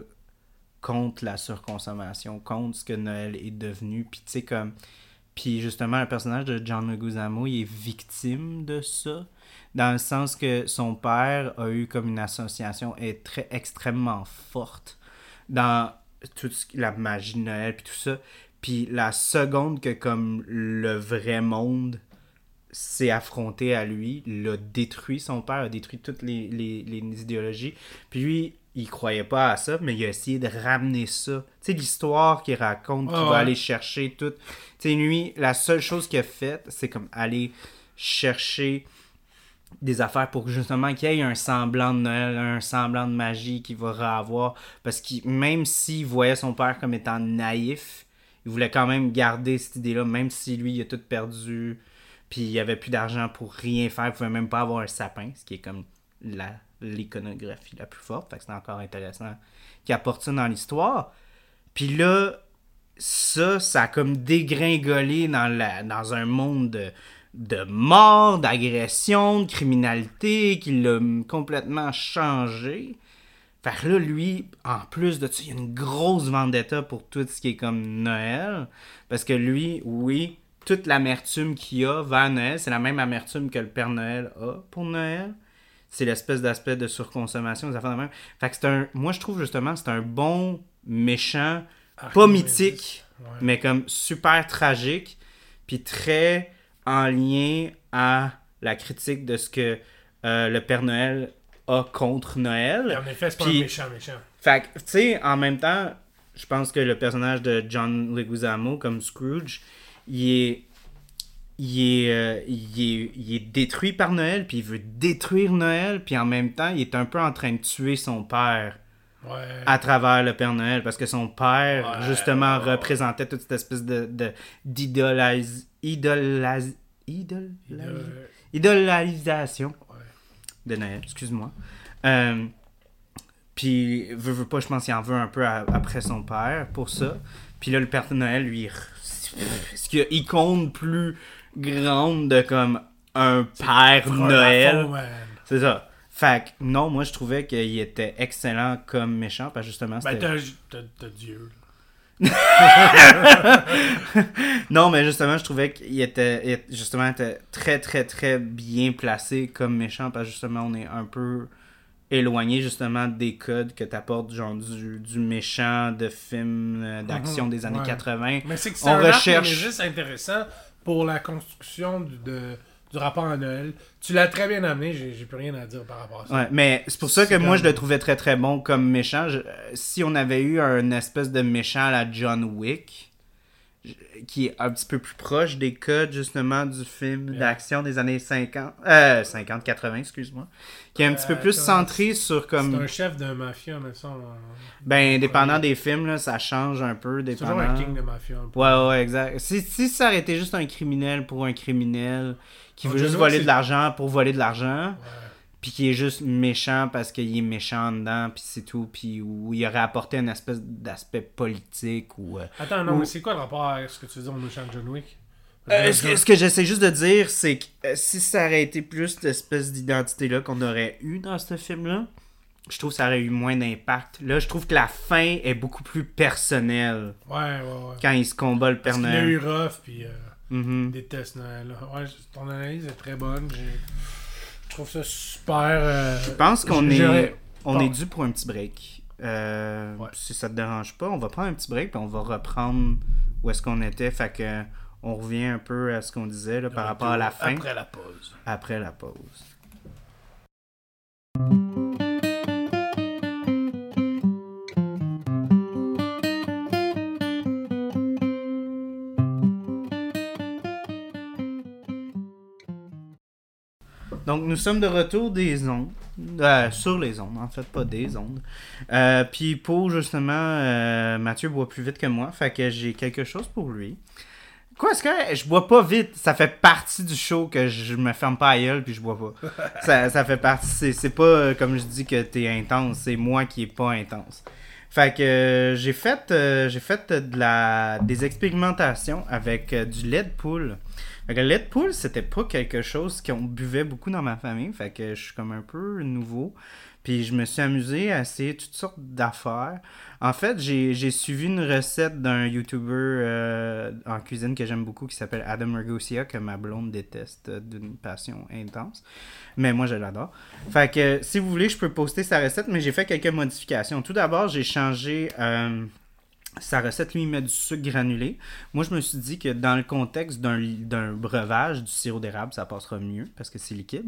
contre la surconsommation, contre ce que Noël est devenu. Puis tu sais comme... Puis justement, le personnage de John Leguizamo, il est victime de ça, dans le sens que son père a eu comme une association est très extrêmement forte dans toute la magie de Noël puis tout ça. Puis la seconde que comme le vrai monde s'est affronté à lui, l'a détruit, son père a détruit toutes les, les, les idéologies. Puis lui, il croyait pas à ça, mais il a essayé de ramener ça. Tu sais, l'histoire qu'il raconte, qu'il Ah va ouais. aller chercher tout. Tu sais, lui, la seule chose qu'il a faite, c'est comme aller chercher des affaires pour justement qu'il y ait un semblant de Noël, un semblant de magie qu'il va avoir. Parce que même s'il voyait son père comme étant naïf, il voulait quand même garder cette idée-là, même si lui, il a tout perdu, puis il avait plus d'argent pour rien faire, il pouvait même pas avoir un sapin, ce qui est comme la, l'iconographie la plus forte. Fait que c'est encore intéressant qu'il apporte ça dans l'histoire. Puis là, ça, ça a comme dégringolé dans, la, dans un monde de, de mort, d'agression, de criminalité, qui l'a complètement changé. Fait que là, lui, en plus de ça, il y a une grosse vendetta pour tout ce qui est comme Noël. Parce que lui, oui, toute l'amertume qu'il y a vers Noël, c'est la même amertume que le Père Noël a pour Noël. C'est l'espèce d'aspect de surconsommation, des affaires de même. Fait que c'est un... Moi, je trouve justement c'est un bon méchant, pas mythique, Ouais. mais comme super tragique, puis très en lien à la critique de ce que euh, le Père Noël a contre Noël. Et en effet, c'est pas Puis- un méchant, méchant. Fait que, tu sais, en même temps, je pense que le personnage de John Leguizamo, comme Scrooge, il est, il est, euh, il est, il est détruit par Noël, puis il veut détruire Noël, puis en même temps, il est un peu en train de tuer son père Ouais. à travers le Père Noël, parce que son père, Ouais, justement, ouais, ouais. représentait toute cette espèce de, de d'idolise, idolise, idol, Il a- idolalisation Ouais. de Noël, excuse-moi. Euh, puis, veut, veut pas, je pense qu'il en veut un peu à- après son père pour ça. Puis là, le Père Noël, lui, est-ce qu'il y a icône plus grande de comme un Père Prends Noël? la faux, man. C'est ça. Fait que, non, moi, je trouvais qu'il était excellent comme méchant, parce que justement, Ben, c'était... t'as, t'as, t'as Dieu. Non, mais justement, je trouvais qu'il était, il était- justement, était très, très, très bien placé comme méchant, parce que justement, on est un peu éloigné, justement, des codes que t'apportes, genre, du, du méchant de films euh, d'action Mhm, des années ouais. quatre-vingts. Mais c'est que c'est On un arc recherche- némésis intéressant pour la construction du, de, du rapport à Noël. Tu l'as très bien amené, j'ai, j'ai plus rien à dire par rapport à ça. Ouais, mais c'est pour ça que C'est moi, comme- je le trouvais très, très bon comme méchant. Je- euh, si on avait eu un espèce de méchant à la John Wick, je- qui est un petit peu plus proche des codes, justement, du film Yeah. d'action des années cinquante, euh, cinquante quatre-vingts, excuse-moi, qui est un petit peu Euh, plus attends, centré sur C'est comme... un chef de mafia, mais ça... on- Ben, dépendant premier. des films, là, ça change un peu, C'est toujours dépendant... un king de mafia. un peu. Ouais, ouais, exact. Si, si ça aurait été juste un criminel pour un criminel, qui Donc, veut John juste Wick, voler c'est- de l'argent pour voler de l'argent... Ouais. Puis qui est juste méchant parce qu'il est méchant dedans, puis c'est tout, puis où il aurait apporté une espèce d'aspect politique ou... euh, Attends, non, Ou- mais c'est quoi le rapport avec ce que tu dis au méchant de John Wick? Euh, ce, que, ce que j'essaie juste de dire, c'est que euh, si ça aurait été plus cette espèce d'identité-là qu'on aurait eu dans ce film-là, je trouve que ça aurait eu moins d'impact. Là, je trouve que la fin est beaucoup plus personnelle Ouais, ouais, ouais. quand il se combat le Père Parce qu'il a Noël. eu rough, puis euh, Mhm. il déteste Noël. là. Ouais, ton analyse est très bonne. J'ai- Je trouve ça super... euh, Je pense qu'on j'aurais- est, on Bon. est dû pour un petit break. Euh, Ouais. Si ça te dérange pas, on va prendre un petit break puis on va reprendre où est-ce qu'on était. Fait que on revient un peu à ce qu'on disait là, par rapport à la fin. Après la pause. Après la pause. Donc, nous sommes de retour des ondes. Euh, sur les ondes, en fait, pas des ondes. Euh, Puis pour, justement, euh, Mathieu boit plus vite que moi. Fait que j'ai quelque chose pour lui. Quoi, est-ce que je bois pas vite? Ça fait partie du show que je me ferme pas à gueule puis je bois pas. ça, ça fait partie. C'est, c'est pas, euh, comme je dis, que t'es intense. C'est moi qui est pas intense. Fait que euh, j'ai fait, euh, j'ai fait de la, des expérimentations avec euh, du lait de poule. Fait que le lait de poule, c'était pas quelque chose qu'on buvait beaucoup dans ma famille. Fait que je suis comme un peu nouveau. Puis je me suis amusé à essayer toutes sortes d'affaires. En fait, j'ai, j'ai suivi une recette d'un YouTuber euh, en cuisine que j'aime beaucoup qui s'appelle Adam Ragusa, que ma blonde déteste euh, d'une passion intense. Mais moi, je l'adore. Fait que si vous voulez, je peux poster sa recette, mais j'ai fait quelques modifications. Tout d'abord, j'ai changé... Euh, sa recette, lui, il met du sucre granulé. Moi, je me suis dit que dans le contexte d'un, d'un breuvage, du sirop d'érable, ça passera mieux parce que c'est liquide.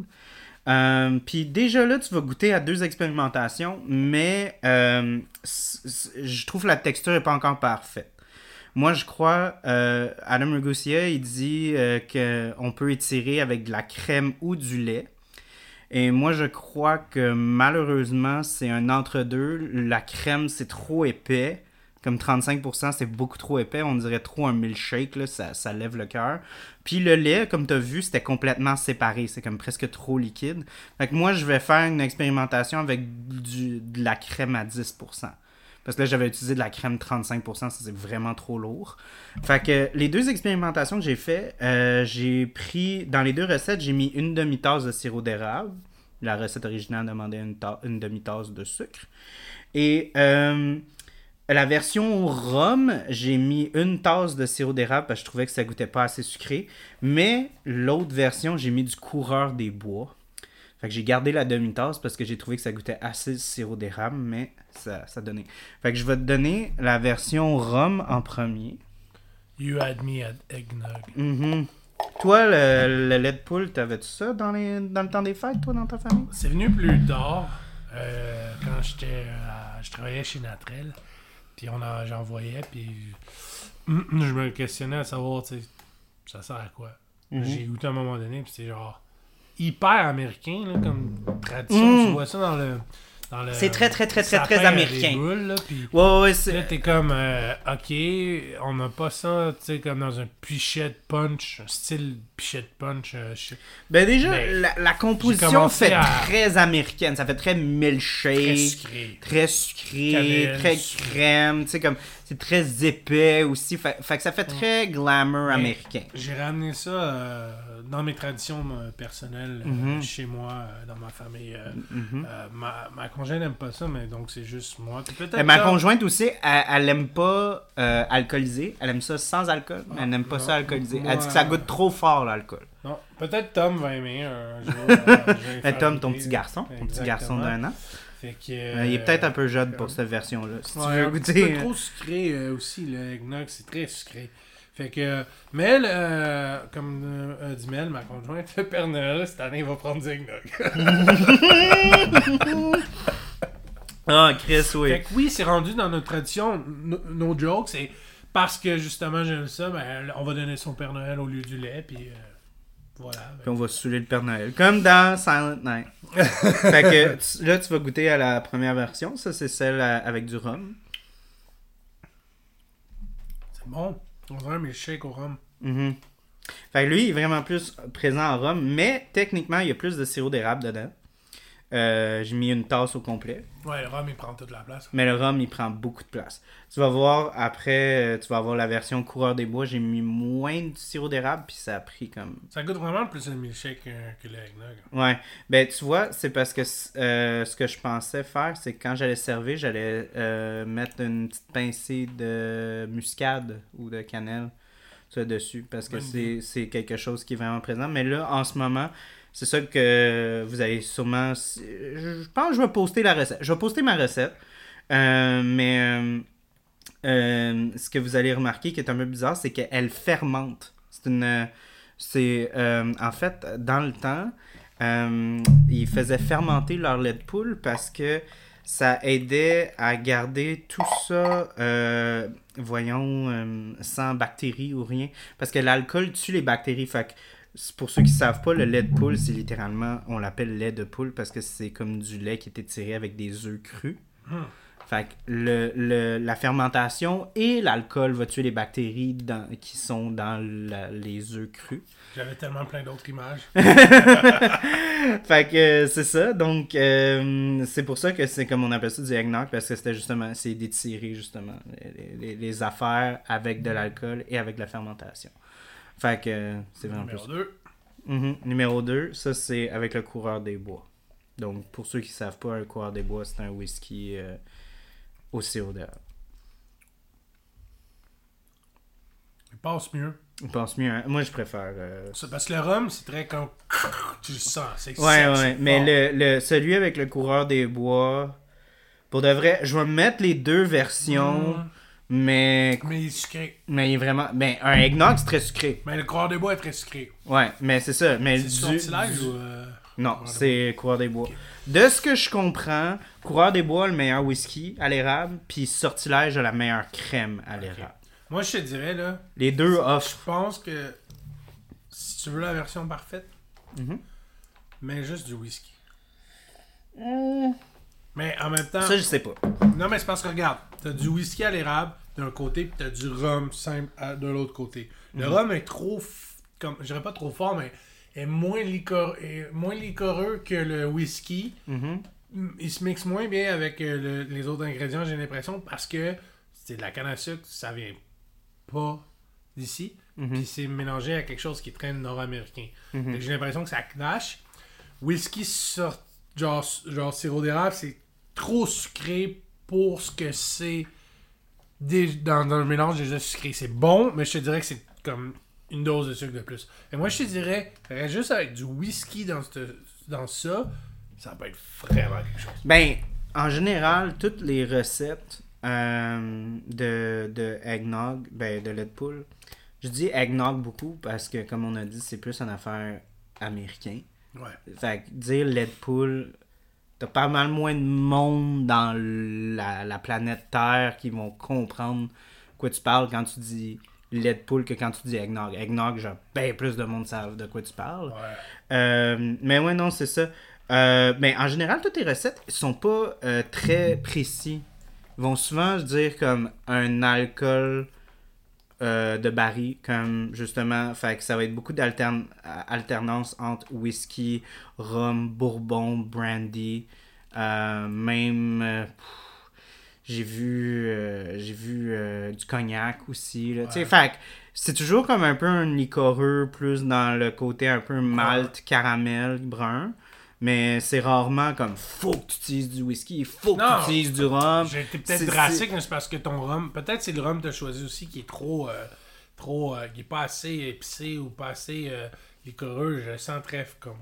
Euh, Puis déjà là, tu vas goûter à deux expérimentations, mais euh, c- c- je trouve que la texture n'est pas encore parfaite. Moi, je crois, euh, Adam Ragusa, il dit euh, qu'on peut étirer avec de la crème ou du lait. Et moi, je crois que malheureusement, c'est un entre-deux. La crème, c'est trop épais. Comme trente-cinq pour cent, c'est beaucoup trop épais. On dirait trop un milkshake, là, ça, ça lève le cœur. Puis le lait, comme tu as vu, c'était complètement séparé. C'est comme presque trop liquide. Fait que moi, je vais faire une expérimentation avec du, de la crème à dix pour cent. Parce que là, j'avais utilisé de la crème trente-cinq pour cent, ça c'est vraiment trop lourd. Fait que les deux expérimentations que j'ai fait, euh, j'ai pris, dans les deux recettes, j'ai mis une demi-tasse de sirop d'érable. La recette originale demandait une, ta- une demi-tasse de sucre. Et euh, la version rhum, j'ai mis une tasse de sirop d'érable parce que je trouvais que ça goûtait pas assez sucré. Mais l'autre version, j'ai mis du coureur des bois. Fait que j'ai gardé la demi-tasse parce que j'ai trouvé que ça goûtait assez le sirop d'érable, mais ça, ça donnait. Fait que je vais te donner la version rhum en premier. You had me at eggnog. Mm-hmm. Toi, le, le lait de poule, t'avais-tu ça dans, les, dans le temps des fêtes, toi, dans ta famille? C'est venu plus tard, euh, quand j'étais, euh, je travaillais chez Natrel. Puis on a, j'en voyais, puis je me questionnais à savoir, tu sais, ça sert à quoi? Mm-hmm. J'ai goûté à un moment donné, puis c'est genre hyper américain, là, comme tradition. Mm. Tu vois ça dans le... Dans le C'est très, très, très, très, sapin très à américain. des boules, là, puis Ouais, ouais, c'est... là, t'es comme, euh, ok, on n'a pas ça, tu sais, comme dans un pichet de punch, un style pichet de punch. Euh, je- Ben déjà, Mais la, la j'ai composition commencé fait à- très américaine. Ça fait très milkshake. Très sucré. Très sucré, Cannelle, très sucré. crème, tu sais, comme, c'est très épais aussi, fait, fait que ça fait très glamour Mais américain. J'ai ramené ça euh, dans mes traditions euh, personnelles, euh, Mhm. chez moi, euh, dans ma famille. euh, Mhm. euh, ma, ma conjointe n'aime pas ça, mais donc c'est juste moi. Puis peut-être Et ma Tom. conjointe aussi, elle, elle aime pas euh, alcoolisé, elle aime ça sans alcool, mais elle n'aime pas non. ça alcoolisé. Moi, Elle dit que ça goûte trop fort l'alcool. Non, peut-être Tom va aimer un jour. euh, je vais Mais faire Tom, ton goûter. petit garçon, ton petit garçon Exactement. d'un an, Fait que, euh, il est peut-être un peu jeune pour comme- cette version-là. Si tu Ouais, veux un petit goûter. peu trop sucré euh, aussi, le eggnog, c'est très sucré. Fait que, mais euh, comme euh, dit Mel, ma conjointe, le Père Noël, cette année, il va prendre du eggnog. Ah, Chris, oui. Fait que oui, c'est rendu dans notre tradition, no, no joke, c'est parce que justement j'aime ça, ben, on va donner son Père Noël au lieu du lait, puis euh, voilà. Puis on va saouler le Père Noël. Comme dans Silent Night. Fait que tu- là, tu vas goûter à la première version. Ça, c'est celle à- avec du rhum. C'est bon. On dirait un milkshake au rhum. Mhm. Fait que lui, il est vraiment plus présent en rhum, mais techniquement, il y a plus de sirop d'érable dedans. Euh, j'ai mis une tasse au complet. Ouais, le rhum, il prend toute la place. Mais le rhum, il prend beaucoup de place. Tu vas voir, après, euh, tu vas avoir la version coureur des bois. J'ai mis moins de sirop d'érable, puis ça a pris comme... Ça goûte vraiment plus le milkshake que, que le eggnog. Ouais. Ben, tu vois, c'est parce que euh, ce que je pensais faire, c'est que quand j'allais servir, j'allais euh, mettre une petite pincée de muscade ou de cannelle ça, dessus. Parce que Bonne c'est, idée. c'est quelque chose qui est vraiment présent. Mais là, en ce moment, c'est ça que vous avez sûrement... Je je pense que je vais poster la recette. Je vais poster ma recette. Euh, mais euh, euh, ce que vous allez remarquer qui est un peu bizarre, c'est qu'elle fermente. C'est une... C'est... euh, en fait, dans le temps, euh, ils faisaient fermenter leur lait de poule parce que ça aidait à garder tout ça, euh, voyons, euh, sans bactéries ou rien. Parce que l'alcool tue les bactéries. Fait que, pour ceux qui ne savent pas, le lait de poule, c'est littéralement, on l'appelle lait de poule parce que c'est comme du lait qui était tiré avec des œufs crus. Hmm. Fait que le, le, la fermentation et l'alcool va tuer les bactéries dans, qui sont dans la, les œufs crus. J'avais tellement plein d'autres images. Fait que euh, c'est ça. Donc, euh, c'est pour ça que c'est comme on appelle ça du eggnog, parce que c'était justement, c'est d'étirer justement les, les, les affaires avec de l'alcool et avec la fermentation. Fait que euh, c'est vraiment Numéro plus. deux. Mm-hmm. Numéro deux, ça c'est avec le coureur des bois. Donc, pour ceux qui ne savent pas, un coureur des bois, c'est un whisky euh, au sirop d'érable. Il passe mieux. Je pense mieux. Hein? Moi, je préfère. Euh... C'est parce que le rhum, c'est très comme. Tu le sens. C'est Ouais, sec, ouais. c'est Mais fort. le, le, celui avec le coureur des bois, pour de vrai, je vais mettre les deux versions, Mm. mais. Mais il est sucré. Mais il est vraiment. Ben, un eggnog, c'est très sucré. Mais le coureur de bois est très sucré. Ouais, mais c'est ça. Mais C'est du. du sortilège du- ou. Euh... Non, Coureur de c'est coureur des bois. De ce que je comprends, coureur des bois, le meilleur whisky à l'érable, puis sortilège a la meilleure crème à l'érable. Moi, je te dirais, là. Les deux Je offrent. pense que. Si tu veux la version parfaite, Mhm. mets juste du whisky. Euh, Mais en même temps. Ça, je sais pas. Non, mais c'est parce que regarde, t'as du whisky à l'érable d'un côté, puis t'as du rhum simple à- de l'autre côté. Le Mhm. rhum est trop. f- comme Je dirais pas trop fort, mais est moins, licor... est moins liquoreux que le whisky. Mhm. Il se mixe moins bien avec euh, le- les autres ingrédients, j'ai l'impression, parce que c'est de la canne à sucre, ça vient pas d'ici. Mhm. Puis c'est mélangé à quelque chose qui est très nord-américain. Mhm. Fait que j'ai l'impression que ça clash. Whisky, sort, genre, genre sirop d'érable, c'est trop sucré pour ce que c'est dé- dans, dans le mélange déjà sucré. C'est bon, mais je te dirais que c'est comme une dose de sucre de plus. Et moi, je te dirais, reste juste avec du whisky dans, cette- dans ça, ça peut être vraiment quelque chose. Ben, en général, toutes les recettes euh, de, de eggnog, ben, de lait de poule, je dis eggnog beaucoup parce que, comme on a dit, c'est plus une affaire américain. Ouais. Fait que dire lait de poule, t'as pas mal moins de monde dans la, la planète Terre qui vont comprendre quoi tu parles quand tu dis lait de poule que quand tu dis eggnog. Eggnog, genre, ben plus de monde savent de quoi tu parles. Ouais. Euh, mais ouais, non, c'est ça. Euh, mais en général, toutes les recettes sont pas euh, très précis. Ils vont souvent se dire comme un alcool euh, de baril, comme justement, fait que ça va être beaucoup d'alternance entre whisky, rhum, bourbon, brandy, euh, même euh, pff, j'ai vu euh, j'ai vu euh, du cognac aussi là. Tu sais, Ouais. fait que c'est toujours comme un peu un liquoreux plus dans le côté un peu malt, caramel, brun. Mais c'est rarement comme faut que tu utilises du whisky, faut que Non. tu utilises du rhum. J'ai été peut-être C'est- drastique, mais c'est parce que ton rhum, peut-être c'est le rhum que tu as choisi aussi qui est trop, euh, trop, euh, qui est pas assez épicé ou pas assez euh, liquoreux. Je le sens très comme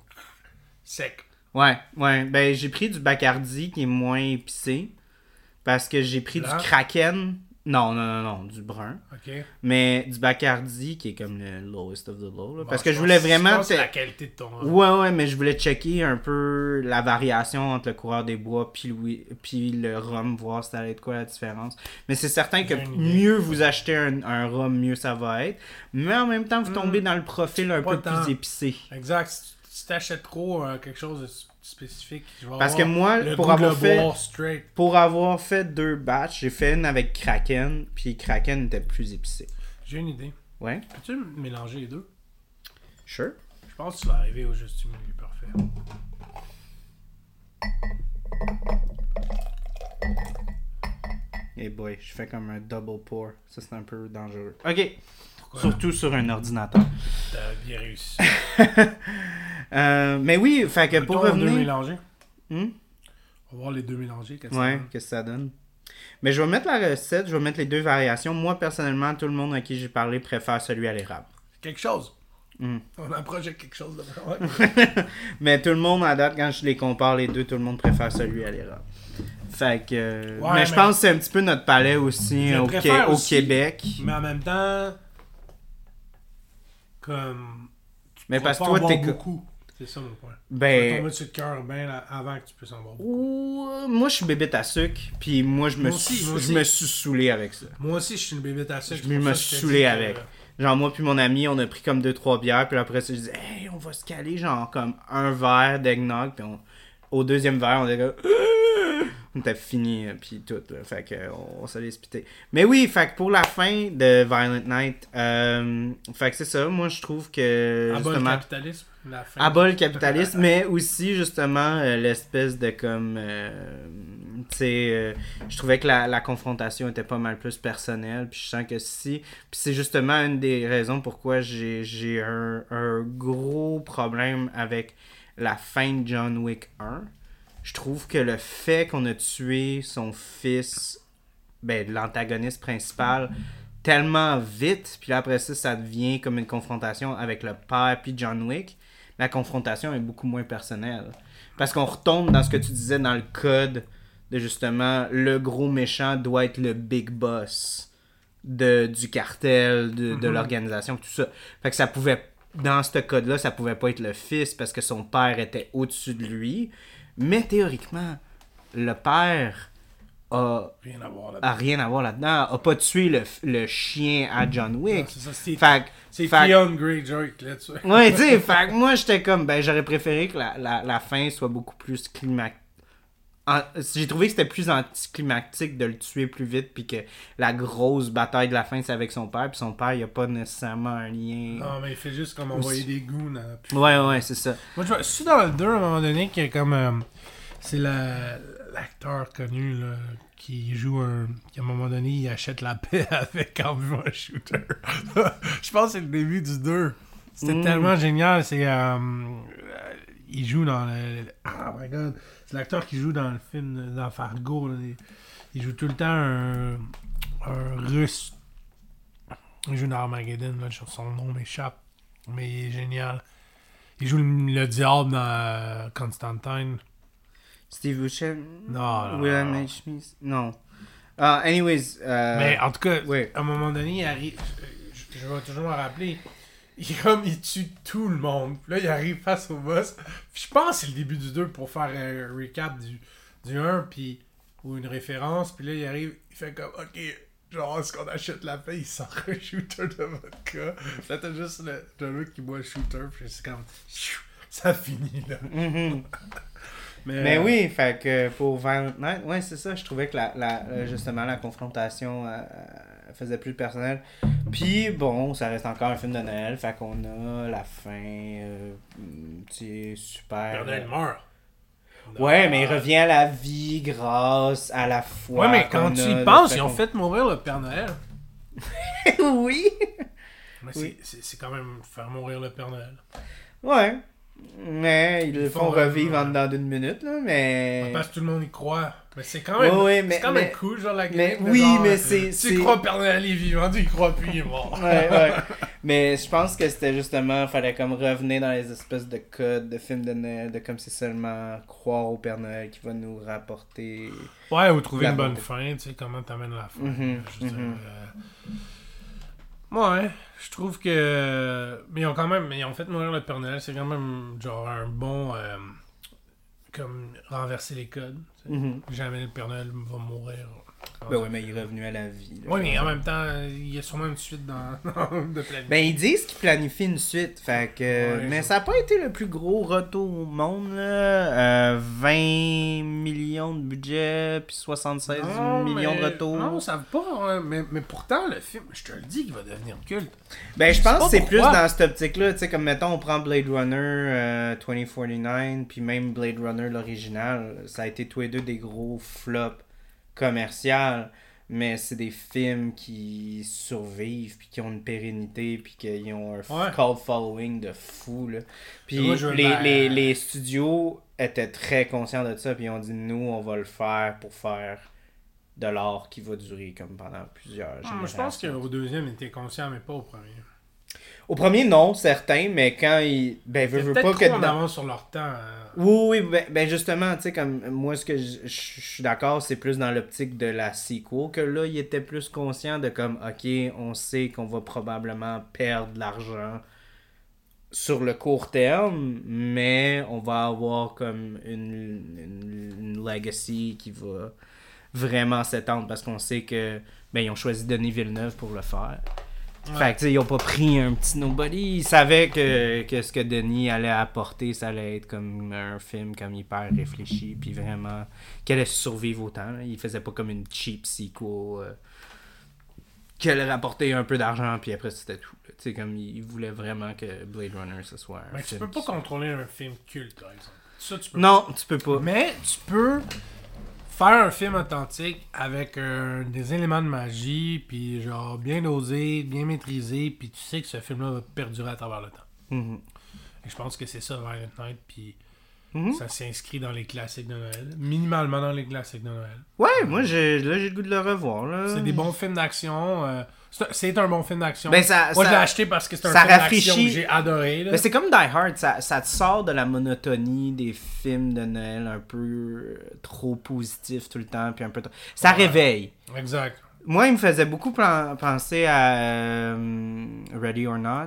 sec. Ouais, ouais. Ben, j'ai pris du Bacardi qui est moins épicé. Parce que j'ai pris Blanc? du Kraken. Non, non, non, non, du brun. Ok. Mais du Bacardi qui est comme le lowest of the low. là. Bon, parce que je pense- voulais vraiment. Je pense que c'est te- la qualité de ton rhum. Ouais, ouais, mais je voulais checker un peu la variation entre le coureur des bois puis le, wi- puis le rhum, voir si ça allait être quoi la différence. Mais c'est certain que J'ai une idée. mieux vous achetez un, un rhum, mieux ça va être. Mais en même temps, vous tombez dans le profil un Pas peu tant. plus épicé. Exact. Si tu t'achètes trop euh, quelque chose de s- spécifique, je vais Parce que avoir moi, le pour goût de avoir le fait- boire straight. Pour avoir fait deux batchs, j'ai fait une avec Kraken, puis Kraken était plus épicé. J'ai une idée. Ouais, Peux-tu m- mélanger les deux? sure. Je pense que tu vas arriver au juste milieu parfait. Et boy, je fais comme un double pour. Ça, c'est un peu dangereux. Ok. Pourquoi? Surtout sur un ordinateur. T'as bien réussi. Euh, mais oui, fait que pour Peut-on deux revenir. mélanger? Hmm? On va voir les deux mélanger. Qu'est-ce que Ouais, ça donne. qu'est-ce que ça donne? Mais je vais mettre la recette, je vais mettre les deux variations. Moi, personnellement, tout le monde à qui j'ai parlé préfère celui à l'érable. Quelque chose. Hmm. On approche de quelque chose de vraiment. Mais tout le monde, à date, quand je les compare les deux, tout le monde préfère celui à l'érable. Fait que. euh, Ouais, mais, mais- je pense que c'est un petit peu notre palais aussi Je au, préfère Qué- au aussi- Québec. Mais en même temps, comme. Tu Mais pourras parce que pas toi, en boire t'es co- beaucoup. C'est ça mon point. Tu vas Ben. tomber sur le cœur bien là- avant que tu puisses en boire beaucoup. ouh, Moi, je suis bébête à sucre, puis moi, je me, Moi aussi, suis, moi je aussi. me suis saoulé avec ça. Moi aussi, je suis une bébête à sucre. Je c'est pour me ça que suis je te saoulé dis que- avec. Genre, moi puis mon ami, on a pris comme deux trois bières, puis après ça, je dis, hey, on va se caler, genre, comme un verre d'eggnog, puis on... au deuxième verre, on était comme, on était fini, euh, puis tout, là. Fait que, on, on s'allait se piter. Mais oui, fait que pour la fin de Violent Night, euh, fait que c'est ça, moi je trouve que, Ah bah, le justement, capitalisme, la fin. abat le capitalisme, mais aussi justement euh, l'espèce de comme, euh, tu sais, euh, je trouvais que la, la confrontation était pas mal plus personnelle, puis je sens que si, puis c'est justement une des raisons pourquoi j'ai, j'ai un, un gros problème avec la fin de John Wick un. Je trouve que le fait qu'on a tué son fils, ben l'antagoniste principal, tellement vite, puis là après ça, ça devient comme une confrontation avec le père puis John Wick. La confrontation est beaucoup moins personnelle. Parce qu'on retombe dans ce que tu disais dans le code de justement le gros méchant doit être le big boss de, du cartel, de, de Mhm. l'organisation, tout ça. Fait que ça pouvait, dans ce code-là, ça pouvait pas être le fils parce que son père était au-dessus de lui. Mais théoriquement, le père a, Rien à voir là-dedans. a rien à voir là-dedans, a pas tué le, le chien à John Wick. Non, c'est ça, c'est Fait que- c'est fait que- Theon Greyjoy là-dessus. Ouais, tu sais, fait que moi j'étais comme, ben j'aurais préféré que la, la, la fin soit beaucoup plus climatique. J'ai trouvé que c'était plus anticlimactique de le tuer plus vite, puis que la grosse bataille de la fin c'est avec son père, puis son père il a pas nécessairement un lien. Non, mais il fait juste comme envoyer Aussi. des goons. à- puis- Ouais, ouais, c'est ça. Moi, je vois, c'est dans le deux, à un moment donné, qu'il y a comme. euh, c'est la- l'acteur connu, là, qui joue un. Qui, à un moment donné, il achète la paix avec en vue un shooter. Je pense que c'est le début du deux. C'était Mm. tellement génial. C'est. euh, euh, il joue dans le. Oh my god. C'est l'acteur qui joue dans le film, dans Fargo. Là. Il, il joue tout le temps un. Un russe. Il joue dans Armageddon, là, son nom m'échappe. Mais il est génial. Il joue le, le diable dans euh, Constantine. Steve Buscemi? Non, non, William non. H. Macy? Non. Ah, anyways. Euh... Mais en tout cas, ouais. à un moment donné, il arrive. Je, je vais toujours me rappeler. Il, est comme, il tue tout le monde. Puis là, il arrive face au boss. Puis je pense que c'est le début du deux pour faire un recap du, du un. Puis, ou une référence. Puis là, il arrive. Il fait comme, ok, genre, est-ce qu'on achète la paix? Il sort un shooter de vodka. Puis là, t'as juste le John Wick qui boit le shooter. Puis c'est comme, ça finit là. Mhm. Mais, Mais euh, oui, fait que pour Violent Night, ouais, c'est ça, je trouvais que la, la, euh, justement la confrontation euh, faisait plus personnel. Puis bon, ça reste encore un film de Noël, fait qu'on a la fin, euh, tu sais, super. Père Noël meurt. Ouais, mais il revient à la vie grâce à la foi. Ouais, mais quand qu'on tu a, y le penses, fait ils ont qu'on- fait mourir le Père Noël. Oui! Mais Oui. c'est- c'est c'est quand même faire mourir le Père Noël. Ouais. Mais ils le Ils font font, revivre euh, en dedans d'une minute, là, mais. Parce que tout le monde y croit. Mais c'est quand même, Ouais, ouais, mais- c'est quand même mais- cool, genre la mais gimmick de oui, genre, mais euh, c'est- Tu c'est- crois Père Noël est vivant, tu y crois plus, il est mort. Ouais, ouais. Mais je pense que c'était justement, fallait comme revenir dans les espèces de codes de films de Noël, de comme c'est seulement croire au Père Noël qui va nous rapporter. Ouais, ou trouver La une bonne bonté. fin, tu sais, comment t'amènes la fin. Mhm, Je veux dire, mhm. euh, Ouais, je trouve que. Mais ils ont quand même. Ils ont fait mourir le Père Noël, c'est quand même genre un bon. euh, Comme renverser les codes. tu sais. Mhm. Jamais le Père Noël va mourir. Ben oui, mais il est revenu à la vie. là. Oui, mais en même temps, il y a sûrement une suite dans, de plein de... Ben ils disent qu'ils planifient une suite, fait que. Ouais, mais ça- ça n'a pas été le plus gros retour au monde, là. Euh, vingt millions de budget, puis soixante-seize millions mais- de retours. Non, ça veut pas. hein, Mais, mais pourtant, le film, je te le dis, qu'il va devenir culte. Ben, je Je sais pense pas que c'est plus pourquoi. dans cette optique-là. Tu sais, comme mettons, on prend Blade Runner euh, vingt quarante-neuf, puis même Blade Runner, l'original. Ça a été tous les deux des gros flops commerciaux. Mais c'est des films qui survivent, puis qui ont une pérennité, puis qui ont un f- Ouais. cult following de fou. Là. Puis Moi, je veux les, la- les, les studios étaient très conscients de ça, puis ils ont dit nous, on va le faire pour faire de l'art qui va durer comme pendant plusieurs Ah, générations. moi, je pense qu'au deuxième, il était conscient, mais pas au premier. Au premier, non, certain, mais quand ils... Ben, veux, C'est veux peut-être pas trop que... en dans- avance sur leur temps. hein. Oui, oui, ben, ben justement, tu sais, comme moi, ce que je je- je suis d'accord, c'est plus dans l'optique de la sequel, que là, il était plus conscient de comme, ok, on sait qu'on va probablement perdre de l'argent sur le court terme, mais on va avoir comme une, une, une legacy qui va vraiment s'étendre parce qu'on sait que, ben, ils ont choisi Denis Villeneuve pour le faire. Ouais. Fait que, tu sais, ils ont pas pris un petit nobody. Ils savaient que, que ce que Denis allait apporter, ça allait être comme un film comme hyper réfléchi, puis vraiment, qu'elle allait survivre autant. Là. Il faisait pas comme une cheap sequel euh, qui allait rapporter un peu d'argent, puis après c'était tout. Tu sais, comme il voulait vraiment que Blade Runner, ce soit un Mais tu film peux pas qui- contrôler un film culte, par exemple. Ça, tu peux Non, tu peux pas. Mais tu peux faire un film authentique avec euh, des éléments de magie, puis genre bien dosé, bien maîtrisé, puis tu sais que ce film-là va perdurer à travers le temps. Mhm. Et je pense que c'est ça, Violent Night, puis Mhm. ça s'inscrit dans les classiques de Noël, minimalement dans les classiques de Noël. Ouais, moi, j'ai, là, j'ai le goût de le revoir. Là. C'est des bons films d'action. euh, c'est, un, c'est un bon film d'action. Ben, ça- Moi, ça- je l'ai acheté parce que c'est un ça film d'action rafraîchit- que j'ai adoré. Là. Mais c'est comme Die Hard, ça, ça te sort de la monotonie des films de Noël un peu euh, trop positifs tout le temps, puis un peu trop... Ça Ouais. réveille. Exact. Moi, il me faisait beaucoup plan- penser à euh, Ready or Not.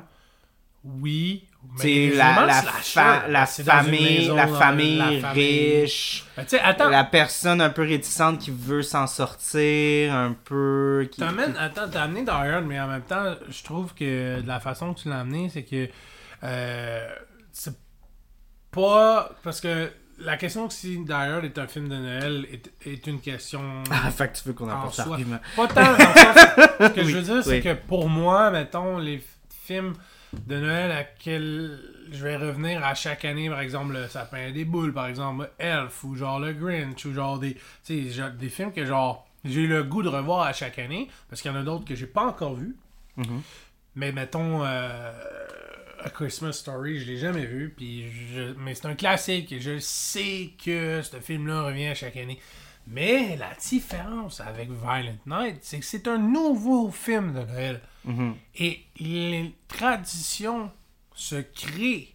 Oui. mais C'est les la, éléments de la, slasher, fa- la c'est dans une famille, maison, la dans famille la famille. riche, Ben, tu sais, attends. la personne un peu réticente qui veut s'en sortir, un peu... Qui, T'amènes, attends, t'as amené Die Hard, mais en même temps, je trouve que de la façon que tu l'as amené, c'est que euh, c'est pas... Parce que la question que si Die Hard est un film de Noël est, est une question... Ah, fait que tu veux qu'on en apporte soi. l'argument. Pas tant, dans le sens- ce que Oui, je veux dire, c'est oui. que pour moi, mettons, les f- films de Noël à quels je vais revenir à chaque année, par exemple, le Sapin des Boules, par exemple, Elf, ou genre le Grinch, ou genre des, tu sais, genre des films que genre j'ai eu le goût de revoir à chaque année, parce qu'il y en a d'autres que j'ai pas encore vus. Mhm. Mais mettons, euh, A Christmas Story, je l'ai jamais vu, puis je, mais c'est un classique, et je sais que ce film-là revient à chaque année. Mais la différence avec Violent Night, c'est que c'est un nouveau film de Noël. Mhm. Et les traditions se créent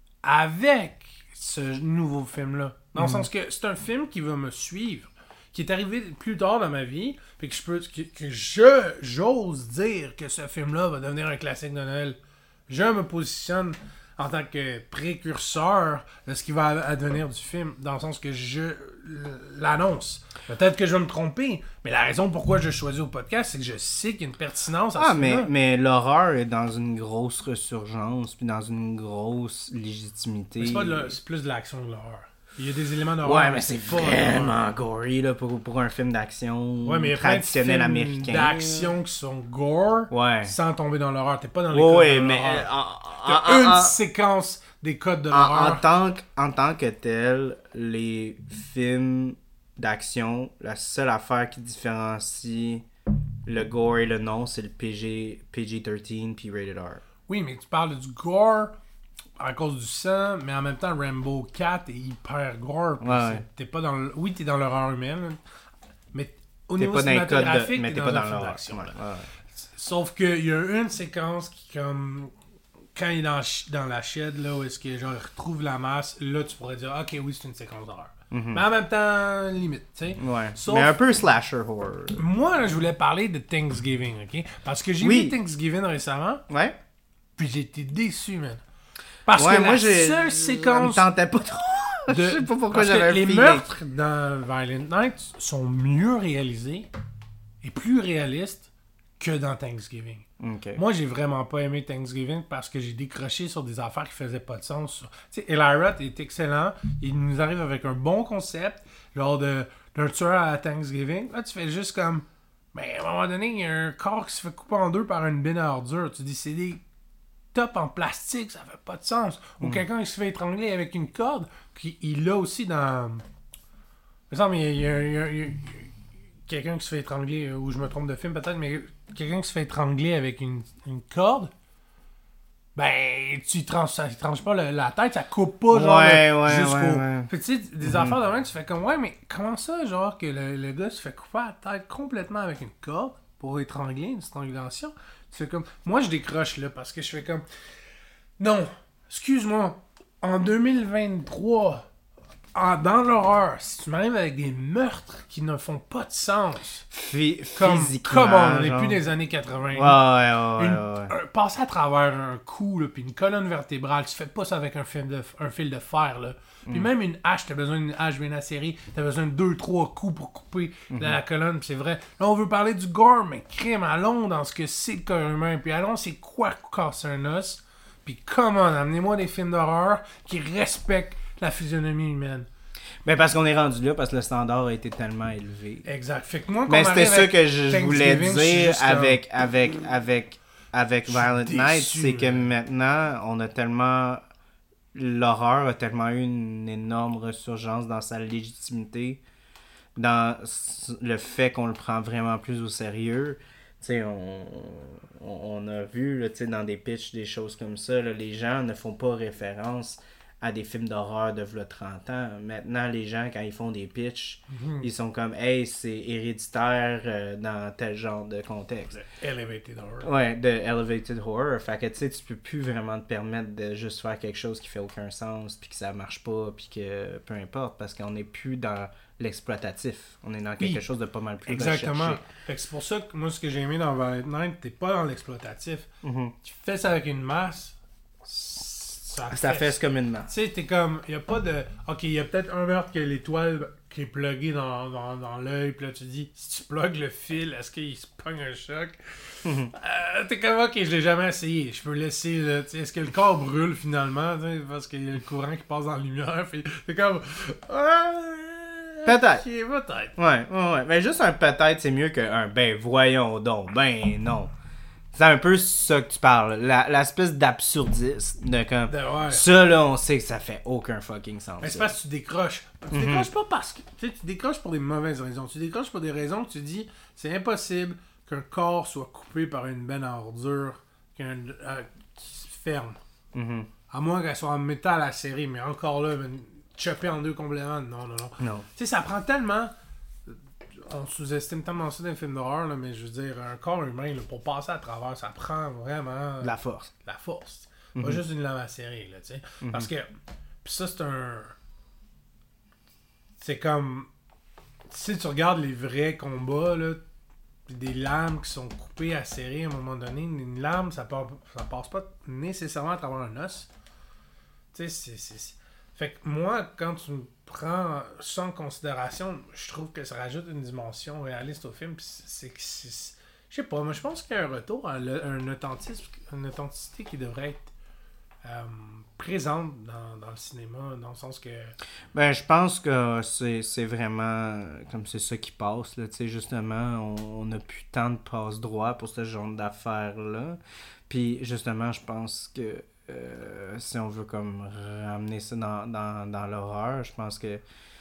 avec ce nouveau film-là. Dans le sens que c'est un film qui va me suivre, qui est arrivé plus tard dans ma vie, puis que je peux que, que je j'ose dire que ce film-là va devenir un classique de Noël. Je me positionne en tant que précurseur de ce qui va advenir du film, dans le sens que je l'annonce. Peut-être que je vais me tromper, mais la raison pourquoi je choisis au podcast, c'est que je sais qu'il y a une pertinence à Ah, ce mais, film-là. mais l'horreur est dans une grosse resurgence, puis dans une grosse légitimité. Mais c'est, pas de la- c'est plus de l'action que de l'horreur. Il y a des éléments d'horreur. Ouais, mais c'est pas de l'horreur. vraiment gory là, pour, pour un film d'action Ouais, mais il y a plein de traditionnel films américain. d'action qui sont gore Ouais. sans tomber dans l'horreur. T'es pas dans les Ouais, codes ouais, de mais l'horreur. euh, en, T'as en- une en- séquence des codes de en- en l'horreur. tant que, en tant que tel, les films d'action, la seule affaire qui différencie le gore et le non, c'est le P G, P G treize puis Rated R. Oui, mais tu parles du gore à cause du sang, mais en même temps, Rambo quatre est hyper gore. puis Ouais, c'est- ouais. T'es pas dans le... Oui, t'es dans l'horreur humaine, mais au T'es niveau pas dans les codes de... cinématographique, Mais t'es t'es dans, pas un dans film l'horreur. d'action. Ouais, là. ouais. Sauf qu'il y a une séquence qui, comme, quand il est dans, ch- dans la shed, là, où est-ce que, genre, il retrouve la masse, là, tu pourrais dire, ok, oui, c'est une séquence d'horreur. Mhm. Mais en même temps, limite, tu sais. Ouais. Sauf- Mais un peu slasher horror. Moi, là, je voulais parler de Thanksgiving, ok? Parce que j'ai Oui. vu Thanksgiving récemment, Ouais. puis j'ai été déçu, man. Parce Ouais, que moi, la j'ai. seule Ça me séquence tentait pas trop. de... Je sais pas pourquoi parce que j'avais un les feeling. meurtres dans Violent Night sont mieux réalisés et plus réalistes que dans Thanksgiving. Ok. Moi, j'ai vraiment pas aimé Thanksgiving parce que j'ai décroché sur des affaires qui faisaient pas de sens. Tu sais, Eli Roth est excellent. Il nous arrive avec un bon concept, genre de, d'un tueur à Thanksgiving. Là, tu fais juste comme... Mais à un moment donné, il y a un corps qui se fait couper en deux par une bine à ordures. Tu dis, c'est des tops en plastique, ça fait pas de sens. Ou quelqu'un qui se fait étrangler avec une corde, qui il l'a aussi dans... Il me semble qu'il y a, il y a- il y a- quelqu'un qui se fait étrangler, ou je me trompe de film peut-être, mais quelqu'un qui se fait étrangler avec une, une corde, ben, tu tranches, ça tranche pas le- la tête, ça coupe pas, genre, Ouais, le- ouais, jusqu'au... ouais, ouais. Fait que, tu sais, des affaires de même, tu fais comme, ouais, mais comment ça, genre, que le, le gars se fait couper la tête complètement avec une corde, pour étrangler, une strangulation. Tu fais comme... Moi, je décroche, là, parce que je fais comme... Non, excuse-moi, en deux mille vingt-trois... Ah, dans l'horreur, si tu m'arrives avec des meurtres qui ne font pas de sens, F- comme, physiquement, comme on n'est genre. plus des années quatre-vingts, Ouais, ouais, ouais, une, ouais, ouais. un- passer à travers un cou, là, puis une colonne vertébrale, tu fais pas ça avec un fil de, un fil de fer, là. Puis Mm. même une hache, t'as besoin d'une hache bien acérée, t'as besoin de deux, trois coups pour couper Mm-hmm. la, la colonne, puis c'est vrai. Là, on veut parler du gore, mais crime, allons dans ce que c'est le corps humain, puis allons, c'est quoi casser un os, puis comment, amenez-moi des films d'horreur qui respectent la physionomie humaine. Ben parce qu'on est rendu là, parce que le standard a été tellement élevé. Exact. Fait que moi, quand Mais on c'était arrive ça avec que je je voulais Thanksgiving, je suis dire juste comme- avec, avec, avec, avec Je suis Violent Night, déçu, c'est que là. maintenant, on a tellement... L'horreur a tellement eu une énorme ressurgence dans sa légitimité, dans s- le fait qu'on le prend vraiment plus au sérieux. Tu sais, on, on, on a vu, là, tu sais, dans des pitchs, des choses comme ça, là, les gens ne font pas référence à des films d'horreur de v'là trente ans. Maintenant, les gens, quand ils font des pitchs, Mhm. ils sont comme « Hey, c'est héréditaire euh, dans tel genre de contexte. » Elevated horror. Ouais, de elevated horror. Fait que tu sais, tu peux plus vraiment te permettre de juste faire quelque chose qui fait aucun sens, puis que ça marche pas, puis que peu importe, parce qu'on n'est plus dans l'exploitatif. On est dans quelque Oui. chose de pas mal plus Exactement. recherché. Fait que c'est pour ça que moi, ce que j'ai aimé dans Violent Night, t'es pas dans l'exploitatif. Mhm. Tu fais ça avec une masse, ça, Ça fesse comme une masse. Tu sais, t'es comme, y a pas de... Ok, y a peut-être un meurtre que l'étoile qui est pluguée dans, dans, dans l'œil, puis là tu dis, si tu plugues le fil, est-ce qu'il se pogne un choc? Mhm. Euh, t'es comme, ok, je l'ai jamais essayé, je peux laisser, là, tu sais, est-ce que le corps brûle finalement, tu sais, parce qu'il y a le courant qui passe dans la lumière, puis t'es comme... Ouais, Peut-être. ok, peut-être. Ouais, ouais, ouais. Mais juste un peut-être, c'est mieux qu'un ben voyons donc. Ben non. C'est un peu ça que tu parles. La, l'espèce d'absurdisme. De comme. De- ouais. Ça, là, on sait que ça fait aucun fucking sens. Mais c'est ça. parce que tu décroches. Tu Mhm. décroches pas parce que... Tu sais, tu décroches pour des mauvaises raisons. Tu décroches pour des raisons que tu dis, c'est impossible qu'un corps soit coupé par une benne à ordures qu'un, euh, qui se ferme. Mhm. À moins qu'elle soit en métal à serrer, mais encore là, ben, choppée en deux complètement. Non, non, non. Non. Tu sais, ça prend tellement... On sous-estime tellement ça dans les films d'horreur, là, mais je veux dire, un corps humain, là, pour passer à travers, ça prend vraiment... La force. la force. Mhm. Pas juste une lame à serrer, là, tu sais. Mhm. Parce que, pis ça, c'est un... C'est comme... Si tu regardes les vrais combats, là, pis des lames qui sont coupées à serrer à un moment donné, une lame, ça, part, ça passe pas nécessairement à travers un os. Tu sais, c'est... c'est, c'est... Fait que moi, quand tu me prends ça en considération, je trouve que ça rajoute une dimension réaliste au film, pis c'est que c'est... c'est je sais pas, moi je pense qu'il y a un retour à le- un authentisme, une authenticité qui devrait être euh, présente dans, dans le cinéma, dans le sens que... Ben, je pense que c'est, c'est vraiment comme c'est ça qui passe, là, tu sais, justement, on n'a plus tant de passe-droit pour ce genre d'affaires-là. Puis, justement, je pense que euh, si on veut comme ramener ça dans, dans, dans l'horreur, je pense que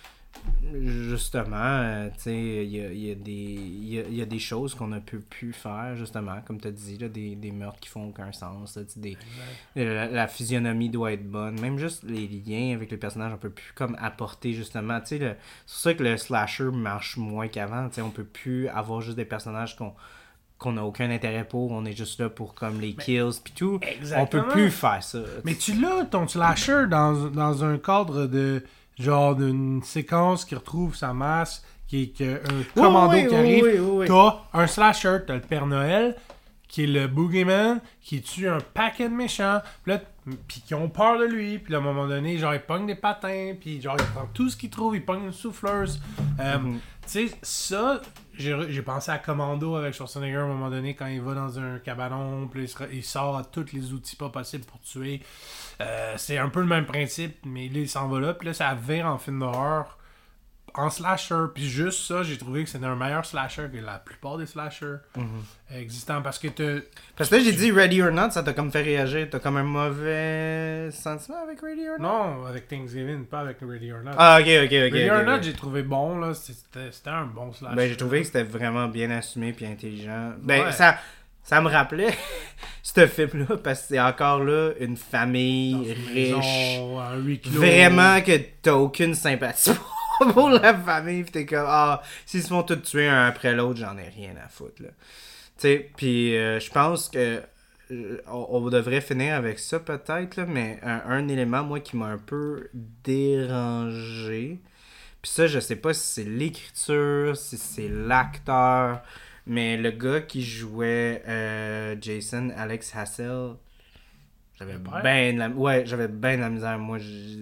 justement, euh, tu sais, il y a, il y, a des- il y a, il y a des choses qu'on ne peut plus faire, justement, comme tu as dit, là, des, des meurtres qui font aucun sens, là, tu sais, des, la, la physionomie doit être bonne. Même juste les liens avec les personnages, on peut plus comme apporter justement. Tu sais, le- c'est pour ça que le slasher marche moins qu'avant. Tu sais, on peut plus avoir juste des personnages qu'on qu'on n'a aucun intérêt pour. On est juste là pour comme les kills pis tout. Exactement. On peut plus faire ça. Mais tu l'as, ton slasher, dans, dans un cadre de... Genre d'une séquence qui retrouve sa masse, qui est que un commando oui, qui oui, arrive. oui, oui, oui. T'as un slasher, t'as le Père Noël, qui est le boogeyman, qui tue un paquet de méchants, pis là, pis qui ont peur de lui, puis à un moment donné, genre, il pogne des patins, puis genre, il prend tout ce qu'il trouve, il pogne une souffleuse. Euh, Mhm. Tu sais, ça, j'ai, j'ai pensé à Commando avec Schwarzenegger à un moment donné, quand il va dans un cabanon, puis il, se- il sort à tous les outils pas possibles pour tuer. Euh, c'est un peu le même principe, mais là, il s'en va là, puis là, ça vire en film d'horreur, en slasher, puis juste ça, j'ai trouvé que c'était un meilleur slasher que la plupart des slashers Mhm. existants, parce que t'as... Parce que là, j'ai dit Ready or Not, ça t'a comme fait réagir. T'as comme un mauvais sentiment avec Ready or Not? Non, avec Thanksgiving, pas avec Ready or Not. Ah, ok, ok, ok. Ready ok, or ok. Not, j'ai trouvé bon, là, c'était, c'était un bon slasher. Ben, j'ai trouvé que c'était vraiment bien assumé puis intelligent. Ben, Ouais. ça, ça me rappelait ce film-là parce que c'est encore là une Dans famille une riche. maison, un huis clos. Vraiment que t'as aucune sympathie pour. pour la famille, pis t'es comme, ah, s'ils se font tous tuer un après l'autre, j'en ai rien à foutre, là. Tu sais, pis euh, je pense que euh, on, on devrait finir avec ça, peut-être, là, mais un, un élément, moi, qui m'a un peu dérangé, pis ça, je sais pas si c'est l'écriture, si c'est l'acteur, mais le gars qui jouait euh, Jason, Alex Hassel, j'avais ben de la... Ouais, j'avais ben de la misère, moi, j'ai...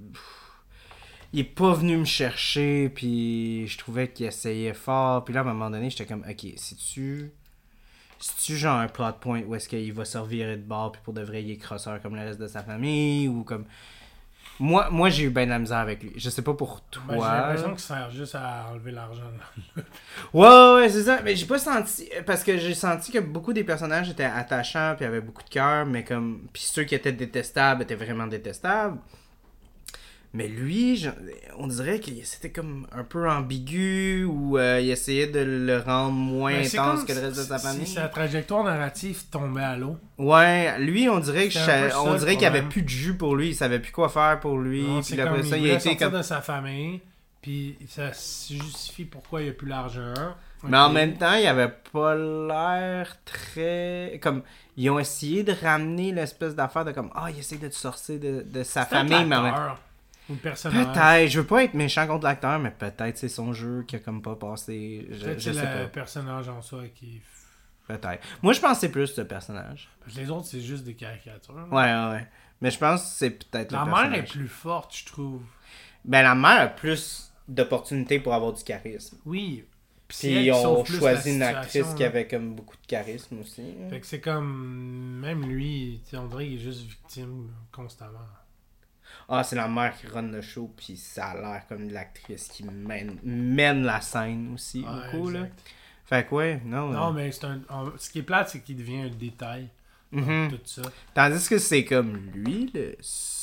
Il est pas venu me chercher, puis je trouvais qu'il essayait fort. Puis là, à un moment donné, j'étais comme, ok, si-tu... Si-tu genre un plot point où est-ce qu'il va se revirer de bord, puis pour de vrai, il est crosseur comme le reste de sa famille, ou comme... Moi, moi j'ai eu ben de la misère avec lui. Je sais pas pour toi. Ben, j'ai l'impression qu'il sert juste à enlever l'argent. ouais, ouais, c'est ça. Mais j'ai pas senti... Parce que j'ai senti que beaucoup des personnages étaient attachants, puis avaient beaucoup de cœur, mais comme... Puis ceux qui étaient détestables étaient vraiment détestables. Mais lui, je, on dirait que c'était comme un peu ambigu ou euh, il essayait de le rendre moins ben, intense que le reste de sa famille. Si sa trajectoire narrative tombait à l'eau. Ouais, lui, on dirait que je, on dirait qu'il avait plus de jus pour lui, il savait plus quoi faire pour lui. Non, puis comme après il ça, il voulait a été sortir comme de sa famille, puis ça justifie pourquoi il n'y a plus l'argent. Mais okay. En même temps, il avait pas l'air très... Comme, ils ont essayé de ramener l'espèce d'affaire de comme, ah, oh, il essaie de te sortir de, de sa c'est famille, mais ou le personnage. Peut-être, je veux pas être méchant contre l'acteur, mais peut-être c'est son jeu qui a comme pas passé. Je, peut-être je c'est sais le pas. personnage en soi qui. Peut-être. Moi, je pense que c'est plus ce personnage. Parce que les autres, c'est juste des caricatures. Là. Ouais, ouais, ouais. Mais je pense que c'est peut-être la le personnage. La mère est plus forte, je trouve. Ben, la mère a plus d'opportunités pour avoir du charisme. Oui. Puis ils ont choisi une actrice là. Qui avait comme beaucoup de charisme aussi. Fait que c'est comme. Même lui, on dirait qu'il est juste victime constamment. Ah, c'est la mère qui run le show, puis ça a l'air comme de l'actrice qui mène, mène la scène aussi, ouais, beaucoup, exact. Là. Fait que ouais, non. Non, euh... mais c'est un... ce qui est plate, c'est qu'il devient un détail. Mm-hmm. Tout ça. Tandis que c'est comme lui, le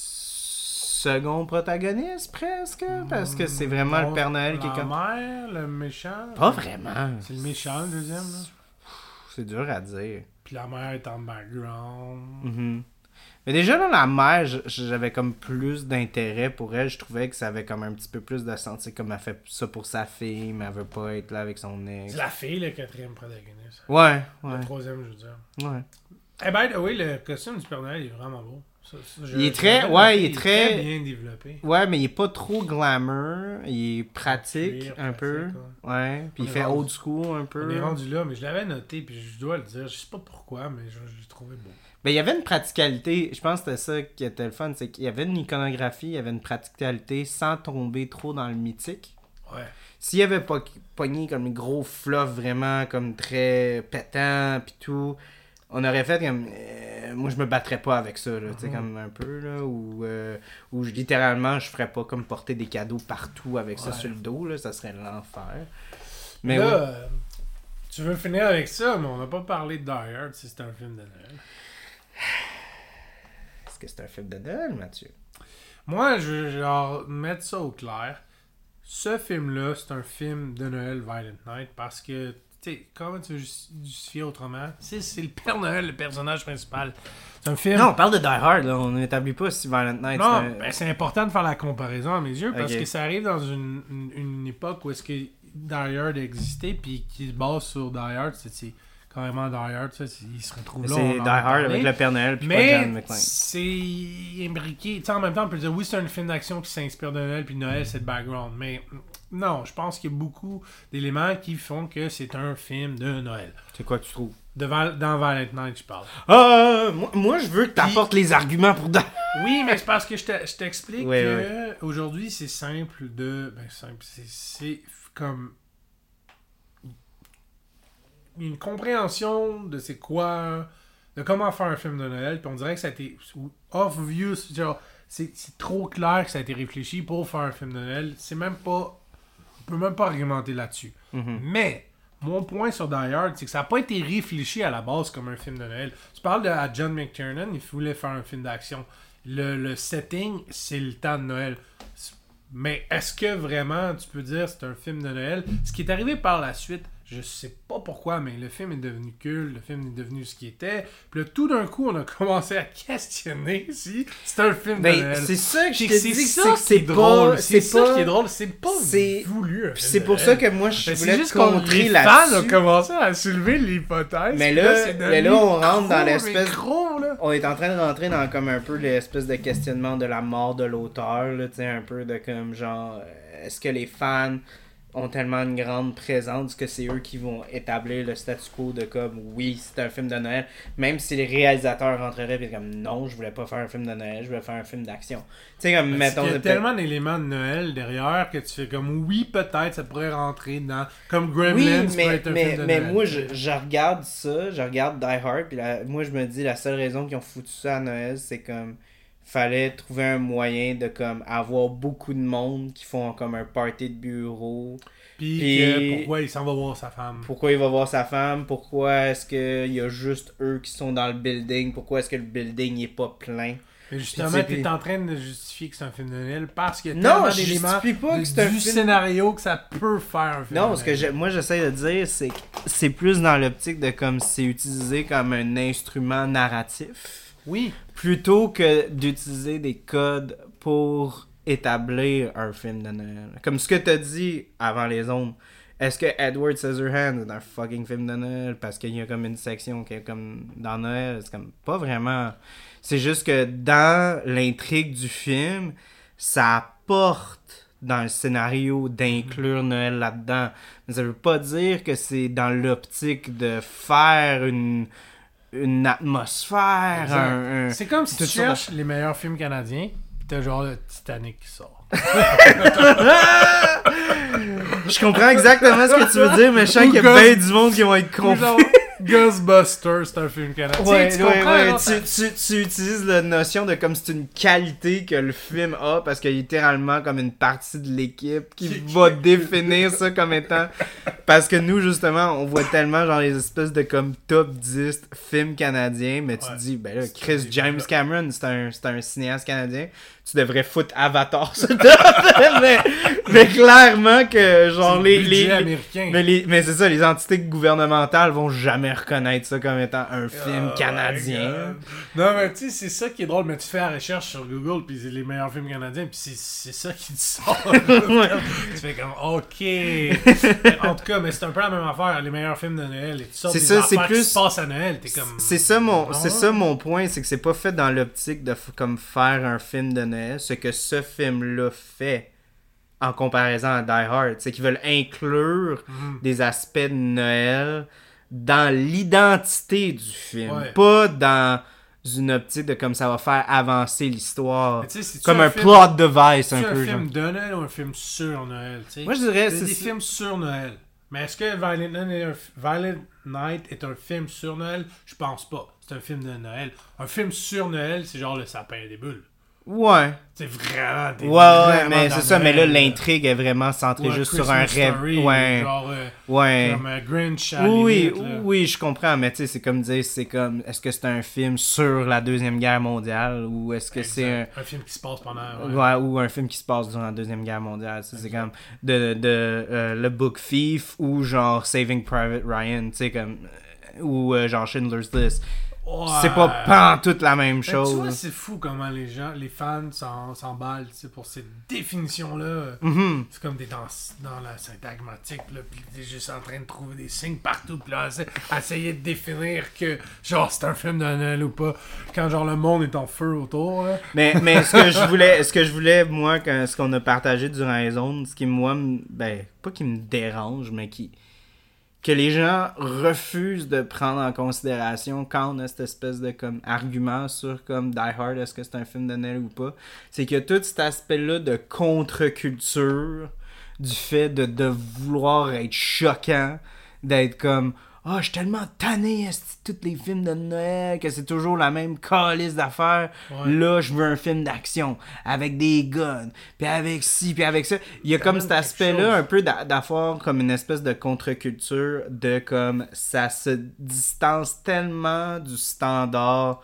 second protagoniste, presque, parce que c'est vraiment bon, le Père Noël qui est comme... La mère, le méchant. Pas vraiment. C'est le méchant, le deuxième, là. C'est dur à dire. Puis la mère est en background. Mm-hmm. Mais déjà, là, la mère, j'avais comme plus d'intérêt pour elle. Je trouvais que ça avait comme un petit peu plus de sens. C'est comme elle fait ça pour sa fille, mais elle veut pas être là avec son ex. C'est la fille, le quatrième protagoniste. Ouais, ouais. Le troisième, je veux dire. Ouais. Eh ben, oui, le costume du Père Noël est vraiment beau. Ça, ça, je, il est très, ouais, il est très... très bien développé. Ouais, mais il est pas trop glamour. Il est pratique, Cuir, un pratique, peu. Ouais. ouais. Puis on il fait rendu... old school un peu. On est rendu là, mais je l'avais noté, puis je dois le dire. Je sais pas pourquoi, mais je, je l'ai trouvé beau. Ben, il y avait une praticalité, je pense que c'était ça qui était le fun, c'est qu'il y avait une iconographie, il y avait une praticalité sans tomber trop dans le mythique. Ouais. S'il y avait pas pogné comme un gros fluff vraiment comme très pétant pis tout, on aurait fait comme euh, moi je me battrais pas avec ça là, mm-hmm. tu sais comme un peu là ou euh, ou littéralement je ferais pas comme porter des cadeaux partout avec ça ouais. Sur le dos là, ça serait l'enfer. Mais là, oui. euh, tu veux finir avec ça, mais on n'a pas parlé de Die Hard si c'est un film de Noël. Est-ce que c'est un film de Noël, Mathieu? Moi, je veux genre mettre ça au clair. Ce film-là, c'est un film de Noël Violent Night parce que, tu sais, comment tu veux justifier autrement? C'est, c'est le Père Noël, le personnage principal. C'est un film... Non, on parle de Die Hard, là. On n'établit pas si Violent Night... Non, c'est, un... ben, c'est important de faire la comparaison à mes yeux parce okay. que ça arrive dans une, une, une époque où est-ce que Die Hard existait puis qui se base sur Die Hard, c'est... c'est carrément Die Hard, ça, il se retrouve là. C'est Die Hard avec le Père Noël puis mais pas John McClane. C'est imbriqué. T'sais, en même temps, on peut dire oui, c'est un film d'action qui s'inspire de Noël, puis Noël, c'est le background. Mais non, je pense qu'il y a beaucoup d'éléments qui font que c'est un film de Noël. C'est quoi que tu trouves? De Val- dans Violent Night, je parle. Ah, moi, moi, je veux que tu apportes les arguments pour... Oui, mais c'est parce que je, te, je t'explique oui, que oui. Aujourd'hui, c'est simple de... Ben, simple, c'est, c'est comme... une compréhension de c'est quoi, de comment faire un film de Noël, puis on dirait que ça a été off-view, genre, c'est, c'est trop clair que ça a été réfléchi pour faire un film de Noël, c'est même pas, on peut même pas argumenter là-dessus. Mm-hmm. Mais, mon point sur Die Hard, c'est que ça n'a pas été réfléchi à la base comme un film de Noël. Tu parles de à John McTiernan, il voulait faire un film d'action. Le, le setting, c'est le temps de Noël. Mais est-ce que vraiment, tu peux dire c'est un film de Noël? Ce qui est arrivé par la suite, Je sais pas pourquoi, mais le film est devenu culte, le film est devenu ce qu'il était. Puis là, tout d'un coup, on a commencé à questionner si c'est un film ben, de Noël. C'est ça que je te c'est dis, ça c'est, c'est drôle. pas... C'est, c'est ça pas... qui est drôle, c'est pas c'est... voulu. Puis c'est pour ça que moi, je ben, voulais c'est juste contrer les là-dessus. fans ont commencé à soulever l'hypothèse. Mais là, là, mais là on rentre dans l'espèce... Gros, là. On est en train de rentrer dans comme un peu l'espèce de questionnement de la mort de l'auteur, là, tu sais, un peu de comme genre... Est-ce que les fans... ont tellement une grande présence que c'est eux qui vont établir le statu quo de comme oui c'est un film de Noël, même si les réalisateurs rentreraient et comme non je voulais pas faire un film de Noël, je voulais faire un film d'action, tu sais comme ben, mettons il y a de tellement d'éléments de Noël derrière que tu fais comme oui peut-être ça pourrait rentrer dans comme Gremlins oui, mais, pourrait être un mais, film de mais Noël. moi je, je regarde ça, je regarde Die Hard puis la, moi je me dis la seule raison qu'ils ont foutu ça à Noël c'est comme fallait trouver un moyen de comme avoir beaucoup de monde qui font comme un party de bureau. Puis, Puis que, pourquoi il s'en va voir sa femme. Pourquoi il va voir sa femme? Pourquoi est-ce qu'il y a juste eux qui sont dans le building? Pourquoi est-ce que le building n'est pas plein? Mais justement, tu t'es puis... en train de justifier que c'est un film de Noël parce qu'il y a non, tellement je d'éléments justifie pas de, que c'est un du film... scénario que ça peut faire un film Non, de ce que Noël. je, moi j'essaie de dire, c'est que c'est plus dans l'optique de comme c'est utilisé comme un instrument narratif. Oui. Plutôt que d'utiliser des codes pour établir un film de Noël. Comme ce que t'as dit avant les ondes. Est-ce que Edward Scissorhands est un fucking film de Noël parce qu'il y a comme une section qui est comme dans Noël? C'est comme pas vraiment. C'est juste que dans l'intrigue du film, ça apporte dans le scénario d'inclure Noël là-dedans. Mais ça veut pas dire que c'est dans l'optique de faire une une atmosphère. Un, un... C'est comme si tu ça cherches les meilleurs films canadiens, pis t'as genre le Titanic qui sort. Je comprends exactement ce que tu veux dire, mais je sens qu'il y a bien du monde qui vont être confus. Ghostbusters, c'est un film canadien. Ouais, tu, sais, tu ouais, comprends, ouais. genre, Tu, ça... tu, tu utilises la notion de comme c'est une qualité que le film a parce qu'il y a littéralement comme une partie de l'équipe qui va définir ça comme étant. Parce que nous, justement, on voit tellement genre les espèces de comme top dix films canadiens, mais tu ouais. te dis, ben là, Chris James Cameron, c'est un, c'est un cinéaste canadien. Tu devrais foutre Avatar sur top. mais, mais clairement que genre les, les, les américain. mais, les, mais c'est ça, les entités gouvernementales vont jamais reconnaître ça comme étant un film oh canadien. Non mais tu sais c'est ça qui est drôle, mais tu fais la recherche sur Google puis c'est les meilleurs films canadiens puis c'est, c'est ça qui te sort. Tu fais comme ok. En tout cas, mais c'est un peu la même affaire, les meilleurs films de Noël et tu sors des ça, affaires c'est plus... qui se passent à Noël, t'es comme c'est ça mon non, c'est ça mon point, c'est que c'est pas fait dans l'optique de f- comme faire un film de Noël, ce que ce film là fait en comparaison à Die Hard, c'est qu'ils veulent inclure mm-hmm. des aspects de Noël dans l'identité du film, ouais. pas dans une optique de comme ça va faire avancer l'histoire, comme un, un film, plot device un peu. C'est un film genre. de Noël ou un film sur Noël, tu sais? Moi je dirais c'est c'est des c'est... films sur Noël. Mais est-ce que Violent Night, est un, Violent Night est un film sur Noël? Je pense pas. C'est un film de Noël. Un film sur Noël, c'est genre le sapin des bulles. Ouais. C'est vraiment des Ouais, ouais, mais c'est ça, Noël, mais là, l'intrigue est vraiment centrée juste sur un rêve. Story, Ouais. Genre, euh, Ouais. comme euh, Grinch à Oui, limite, là. oui, je comprends, mais tu sais, c'est comme dire, c'est comme, est-ce que c'est un film sur la Deuxième Guerre mondiale ou est-ce que Exact. c'est un... un film qui se passe pendant... Ouais. Ouais, ou un film qui se passe durant la Deuxième Guerre mondiale. C'est, c'est comme de, de, euh, le Book Thief ou genre Saving Private Ryan, tu sais, comme... Ou euh, genre Schindler's List. Ouais. C'est pas pantoute la même Mais chose. tu vois, c'est fou comment les gens, les fans s'en, s'emballent, tu sais, pour cette définition-là. Mm-hmm. C'est comme des dans, dans la syntagmatique, là, pis t'es juste en train de trouver des signes partout, pis là, essayer de définir que, genre, c'est un film de Noël ou pas, quand, genre, le monde est en feu autour, là. Mais, mais ce que je voulais, ce que je voulais, moi, que, ce qu'on a partagé durant les zones, ce qui, moi, me, ben, pas qui me dérange, mais qui... que les gens refusent de prendre en considération quand on a cette espèce de comme argument sur comme Die Hard, est-ce que c'est un film de Noël ou pas, c'est qu'il y a tout cet aspect-là de contre-culture, du fait de, de vouloir être choquant, d'être comme « Ah, oh, je suis tellement tanné, tous les films de Noël, que c'est toujours la même calice d'affaires. Ouais. Là, je veux un film d'action, avec des guns, puis avec ci, puis avec ça. » Il y a comme cet aspect-là, un peu d'avoir comme une espèce de contre-culture, de comme ça se distance tellement du standard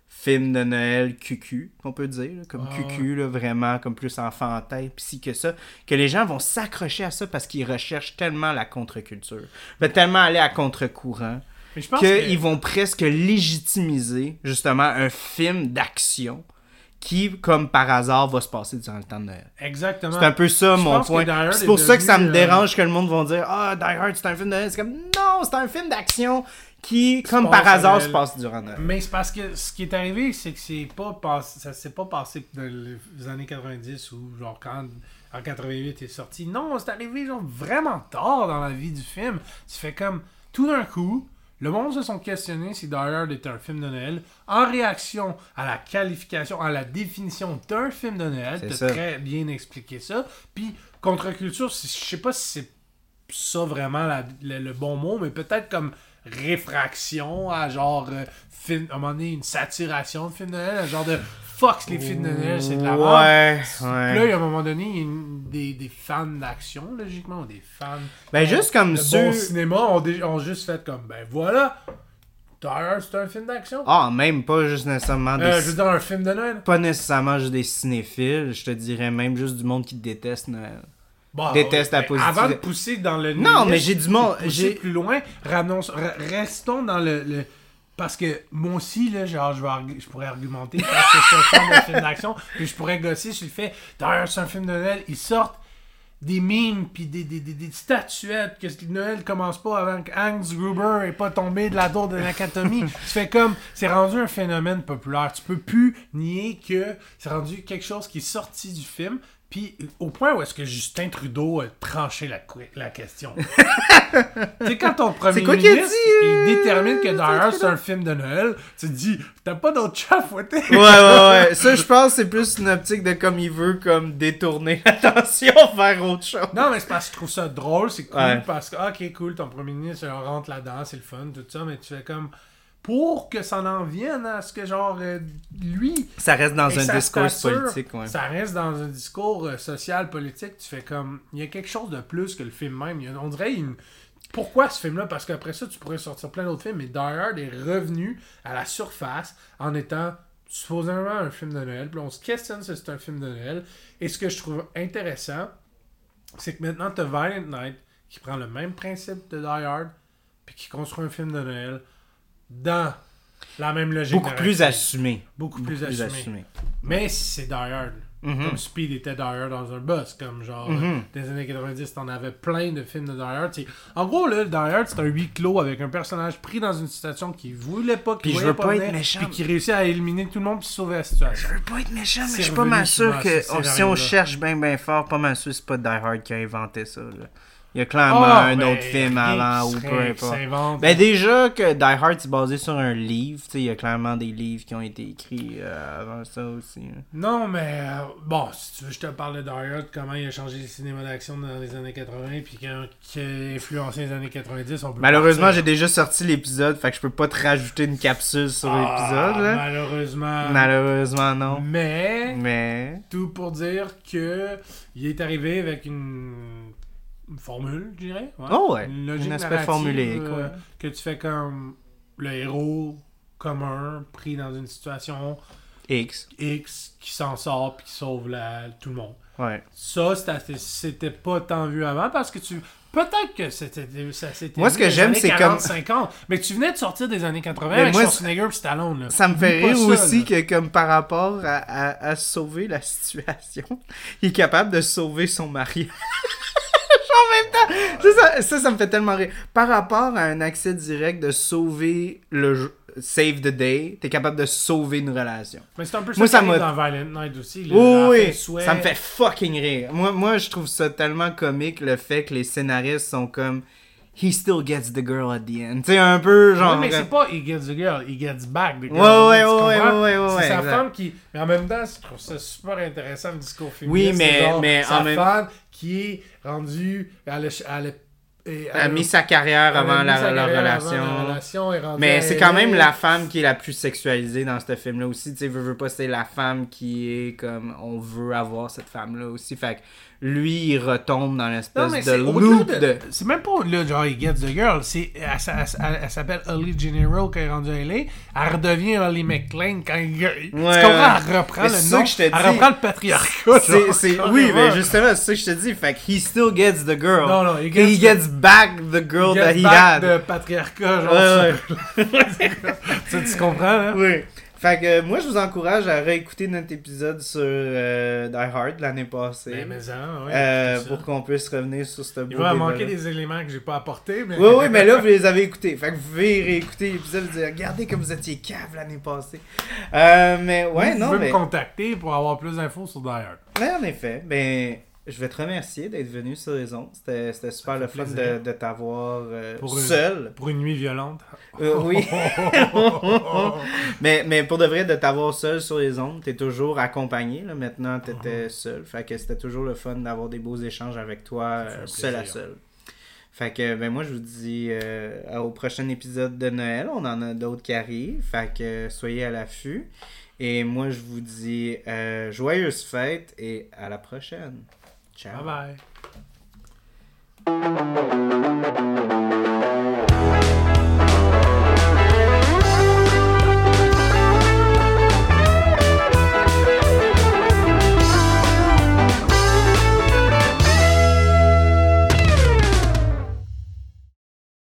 film de Noël cucu, qu'on peut dire, là, comme Ah, cucu, là, vraiment, comme plus enfantin, pis si que ça, que les gens vont s'accrocher à ça parce qu'ils recherchent tellement la contre-culture, ben, tellement aller à contre-courant, Mais je pense qu'ils que... vont presque légitimiser, justement, un film d'action qui, comme par hasard, va se passer durant le temps de Noël. Exactement. C'est un peu ça, Je mon pense que point. Die Hard C'est est pour ça que ça me devenu, dérange que le monde va dire « Ah, Die Hard, c'est un film de Noël. » C'est comme « Non, c'est un film d'action qui, comme par passe à hasard, Noël. se passe durant Noël. » Mais c'est parce que ce qui est arrivé, c'est que c'est pas passé, ça s'est pas passé dans les années quatre-vingt-dix ou genre quand en quatre-vingt-huit est sorti. Non, c'est arrivé genre vraiment tard dans la vie du film. Tu fais comme tout d'un coup, le monde se sont questionnés si Die Hard était un film de Noël en réaction à la qualification, à la définition d'un film de Noël. C'est T'as ça. très bien expliqué ça. Puis contre-culture, c'est- je sais pas si c'est ça vraiment la- le, le bon mot, mais peut-être comme réfraction à genre euh, film, à un moment donné une saturation de film de Noël, un genre de fuck les films de Noël, c'est de la merde. Ouais, Puis là, il ouais. y a un moment donné, il y a une- des, des fans d'action, logiquement, ou des fans Ben, juste comme de ceux... bon cinéma ont, dé- ont juste fait comme, ben voilà, Die Hard, c'est un film d'action. Ah, même pas juste nécessairement des... Euh, je veux dire, un film de Noël. Pas nécessairement juste des cinéphiles, je te dirais même juste du monde qui déteste Noël. Bah, Déteste la ben, positive- Avant de pousser dans le Non, nihilisme, mais j'ai du monde- pousser j'ai- plus loin, ramenons, re- restons dans le, le- parce que moi aussi là, genre je vais argu- je pourrais argumenter parce que c'est un film de film d'action, puis je pourrais gosser sur le fait d'ailleurs c'est un film de Noël, ils sortent des mimes puis des, des, des, des statuettes que Noël commence pas avant que Hans Gruber est pas tombé de la tour de l'anatomie. Tu fais comme c'est rendu un phénomène populaire. Tu peux plus nier que c'est rendu quelque chose qui est sorti du film. Puis au point où est-ce que Justin Trudeau a tranché la, cou- la question. Tu sais, quand ton premier C'est quoi qu'il a ministre, dit, euh, il détermine que Die Hard Trudeau? c'est un film de Noël, tu te dis, t'as pas d'autre chat à fouetter. Ouais, ouais, ouais. Ça, je pense c'est plus une optique de comme il veut, comme détourner l'attention vers autre chose. Non, mais c'est parce que je trouve ça drôle, c'est cool, Ouais. parce que, ok, cool, ton premier ministre on rentre là-dedans, c'est le fun, tout ça, mais tu fais comme, pour que ça en vienne à ce que, genre, euh, lui, Ça reste dans et un sa discours stature, politique, ouais. ça reste dans un discours euh, social, politique, tu fais comme, il y a quelque chose de plus que le film même, il y a- on dirait, une... pourquoi ce film-là? Parce qu'après ça, tu pourrais sortir plein d'autres films, mais Die Hard est revenu à la surface en étant supposément un film de Noël, puis on se questionne si c'est un film de Noël, et ce que je trouve intéressant, c'est que maintenant, t'as Violent Night qui prend le même principe de Die Hard, puis qui construit un film de Noël dans la même logique. Beaucoup plus narrative. assumé. Beaucoup plus Plus assumé. assumé. Mais c'est Die Hard. Mhm. Comme Speed était Die Hard dans un bus. Comme genre, Mhm. euh, dans les années quatre-vingt-dix, t'en avais plein de films de Die Hard. T'sais, en gros, là, Die Hard, c'est un huis clos avec un personnage pris dans une situation qu'il voulait pas, qu'il Puis je voulait veux pas être venir, méchant. puis qui réussit à éliminer tout le monde puis sauver la situation. Je veux pas être méchant, mais C'est je suis pas revenu mal sûr souvent, que ce oh, si on scénario-là. cherche bien bien fort, pas mal sûr que c'est pas Die Hard qui a inventé ça. Là. Il y a clairement Ah, un ben, autre film rien avant qui ou serait- peu qui importe. s'invente. Ben déjà que Die Hard c'est basé sur un livre, tu sais, il y a clairement des livres qui ont été écrits euh, avant ça aussi. Là. Non, mais euh, bon, si tu veux, je te parle de Die Hard, comment il a changé le cinéma d'action dans les années quatre-vingts, puis quand, qui a influencé les années quatre-vingt-dix, on peut Malheureusement, partir. j'ai déjà sorti l'épisode, fait que je peux pas te rajouter une capsule sur Ah, l'épisode. Là. Malheureusement. Malheureusement, non. Mais, Mais. tout pour dire que il est arrivé avec une, une formule, je dirais. Ouais. Oh ouais, Une logique un aspect narrative, formulé, euh, quoi. que tu fais comme le héros commun pris dans une situation X. X qui s'en sort puis qui sauve la, tout le monde. Ouais. Ça, c'était, c'était pas tant vu avant parce que tu. Peut-être que c'était, ça s'était Moi, ce vu que dans les j'aime, années c'est quarante, comme- cinquante. Mais tu venais de sortir des années quatre-vingts Mais avec moi, Schwarzenegger et Stallone. Là. Ça me fait Oublie rire pas ça, aussi là. que, comme par rapport à, à, à sauver la situation, il est capable de sauver son mariage. En même temps, ça, ça, ça, ça me fait tellement rire. Par rapport à un accès direct de sauver le jeu- Save the Day, t'es capable de sauver une relation. Mais c'est un peu ça, Moi, qui ça arrive m'a- dans Violent Night aussi. là, Oui, la fin oui, souhait. ça me fait fucking rire. Moi, moi, je trouve ça tellement comique le fait que les scénaristes sont comme He still gets the girl at the end. Tu sais, un peu genre. Ouais, mais c'est pas He gets the girl, He gets back the girl. Ouais, ouais, Tu ouais, comprends? ouais, ouais, ouais, C'est ouais, sa exact. femme qui. Mais en même temps, je trouve ça super intéressant le discours féministe. Oui, mais- C'est genre mais sa en même- femme qui est rendue. Elle a, elle a- et- Elle a elle mis sa carrière elle a avant mis la, sa la carrière relation. avant la relation, est rendue Mais à c'est quand même L A. la femme qui est la plus sexualisée dans ce film-là aussi. Tu sais, veux, veux pas, c'est la femme qui est comme on veut avoir cette femme-là aussi. Fait que lui, il retombe dans l'espèce Non, mais de c'est loop au-delà de... de... C'est même pas là, genre, il gets the girl. C'est, elle, elle, elle, elle s'appelle Holly Gennaro quand elle est rendue à L A. Elle redevient Holly McClain quand il... Ouais, tu comprends? Elle reprend mais le c'est nom. ça que je te Elle dis. reprend le patriarcat. C'est, genre, c'est... carrément. Oui, mais justement, c'est ça que je te dis. Fait que he still gets the girl. Non, non, he he gets, gets, the... gets back the girl he that gets he back had. de patriarcat, genre. Ouais, ouais. Ça, tu comprends, hein? Oui. Fait que euh, moi, je vous encourage à réécouter notre épisode sur euh, Die Hard l'année passée. Mais, mais ça, ouais, euh, ça. pour qu'on puisse revenir sur ce beau Il va débat-là. manquer des éléments que j'ai pas apportés, mais... Oui, oui, mais là, vous les avez écoutés. Fait que vous pouvez réécouter l'épisode et vous dire, regardez comme vous étiez cave l'année passée. Euh, mais ouais, vous non, pouvez mais... me contacter pour avoir plus d'infos sur Die Hard. Mais en effet, ben... Je vais te remercier d'être venu sur les ondes. C'était, c'était super le fun de, de t'avoir euh, pour seul. Une, pour une nuit violente. Euh, oui. mais, mais pour de vrai, de t'avoir seul sur les ondes, t'es toujours accompagné. Là. Maintenant, t'étais seul. Fait que c'était toujours le fun d'avoir des beaux échanges avec toi, euh, seul à seul. Fait que ben moi, je vous dis euh, au prochain épisode de Noël. On en a d'autres qui arrivent. Fait que soyez à l'affût. Et moi, je vous dis euh, joyeuses fêtes et à la prochaine. Ciao. Bye bye.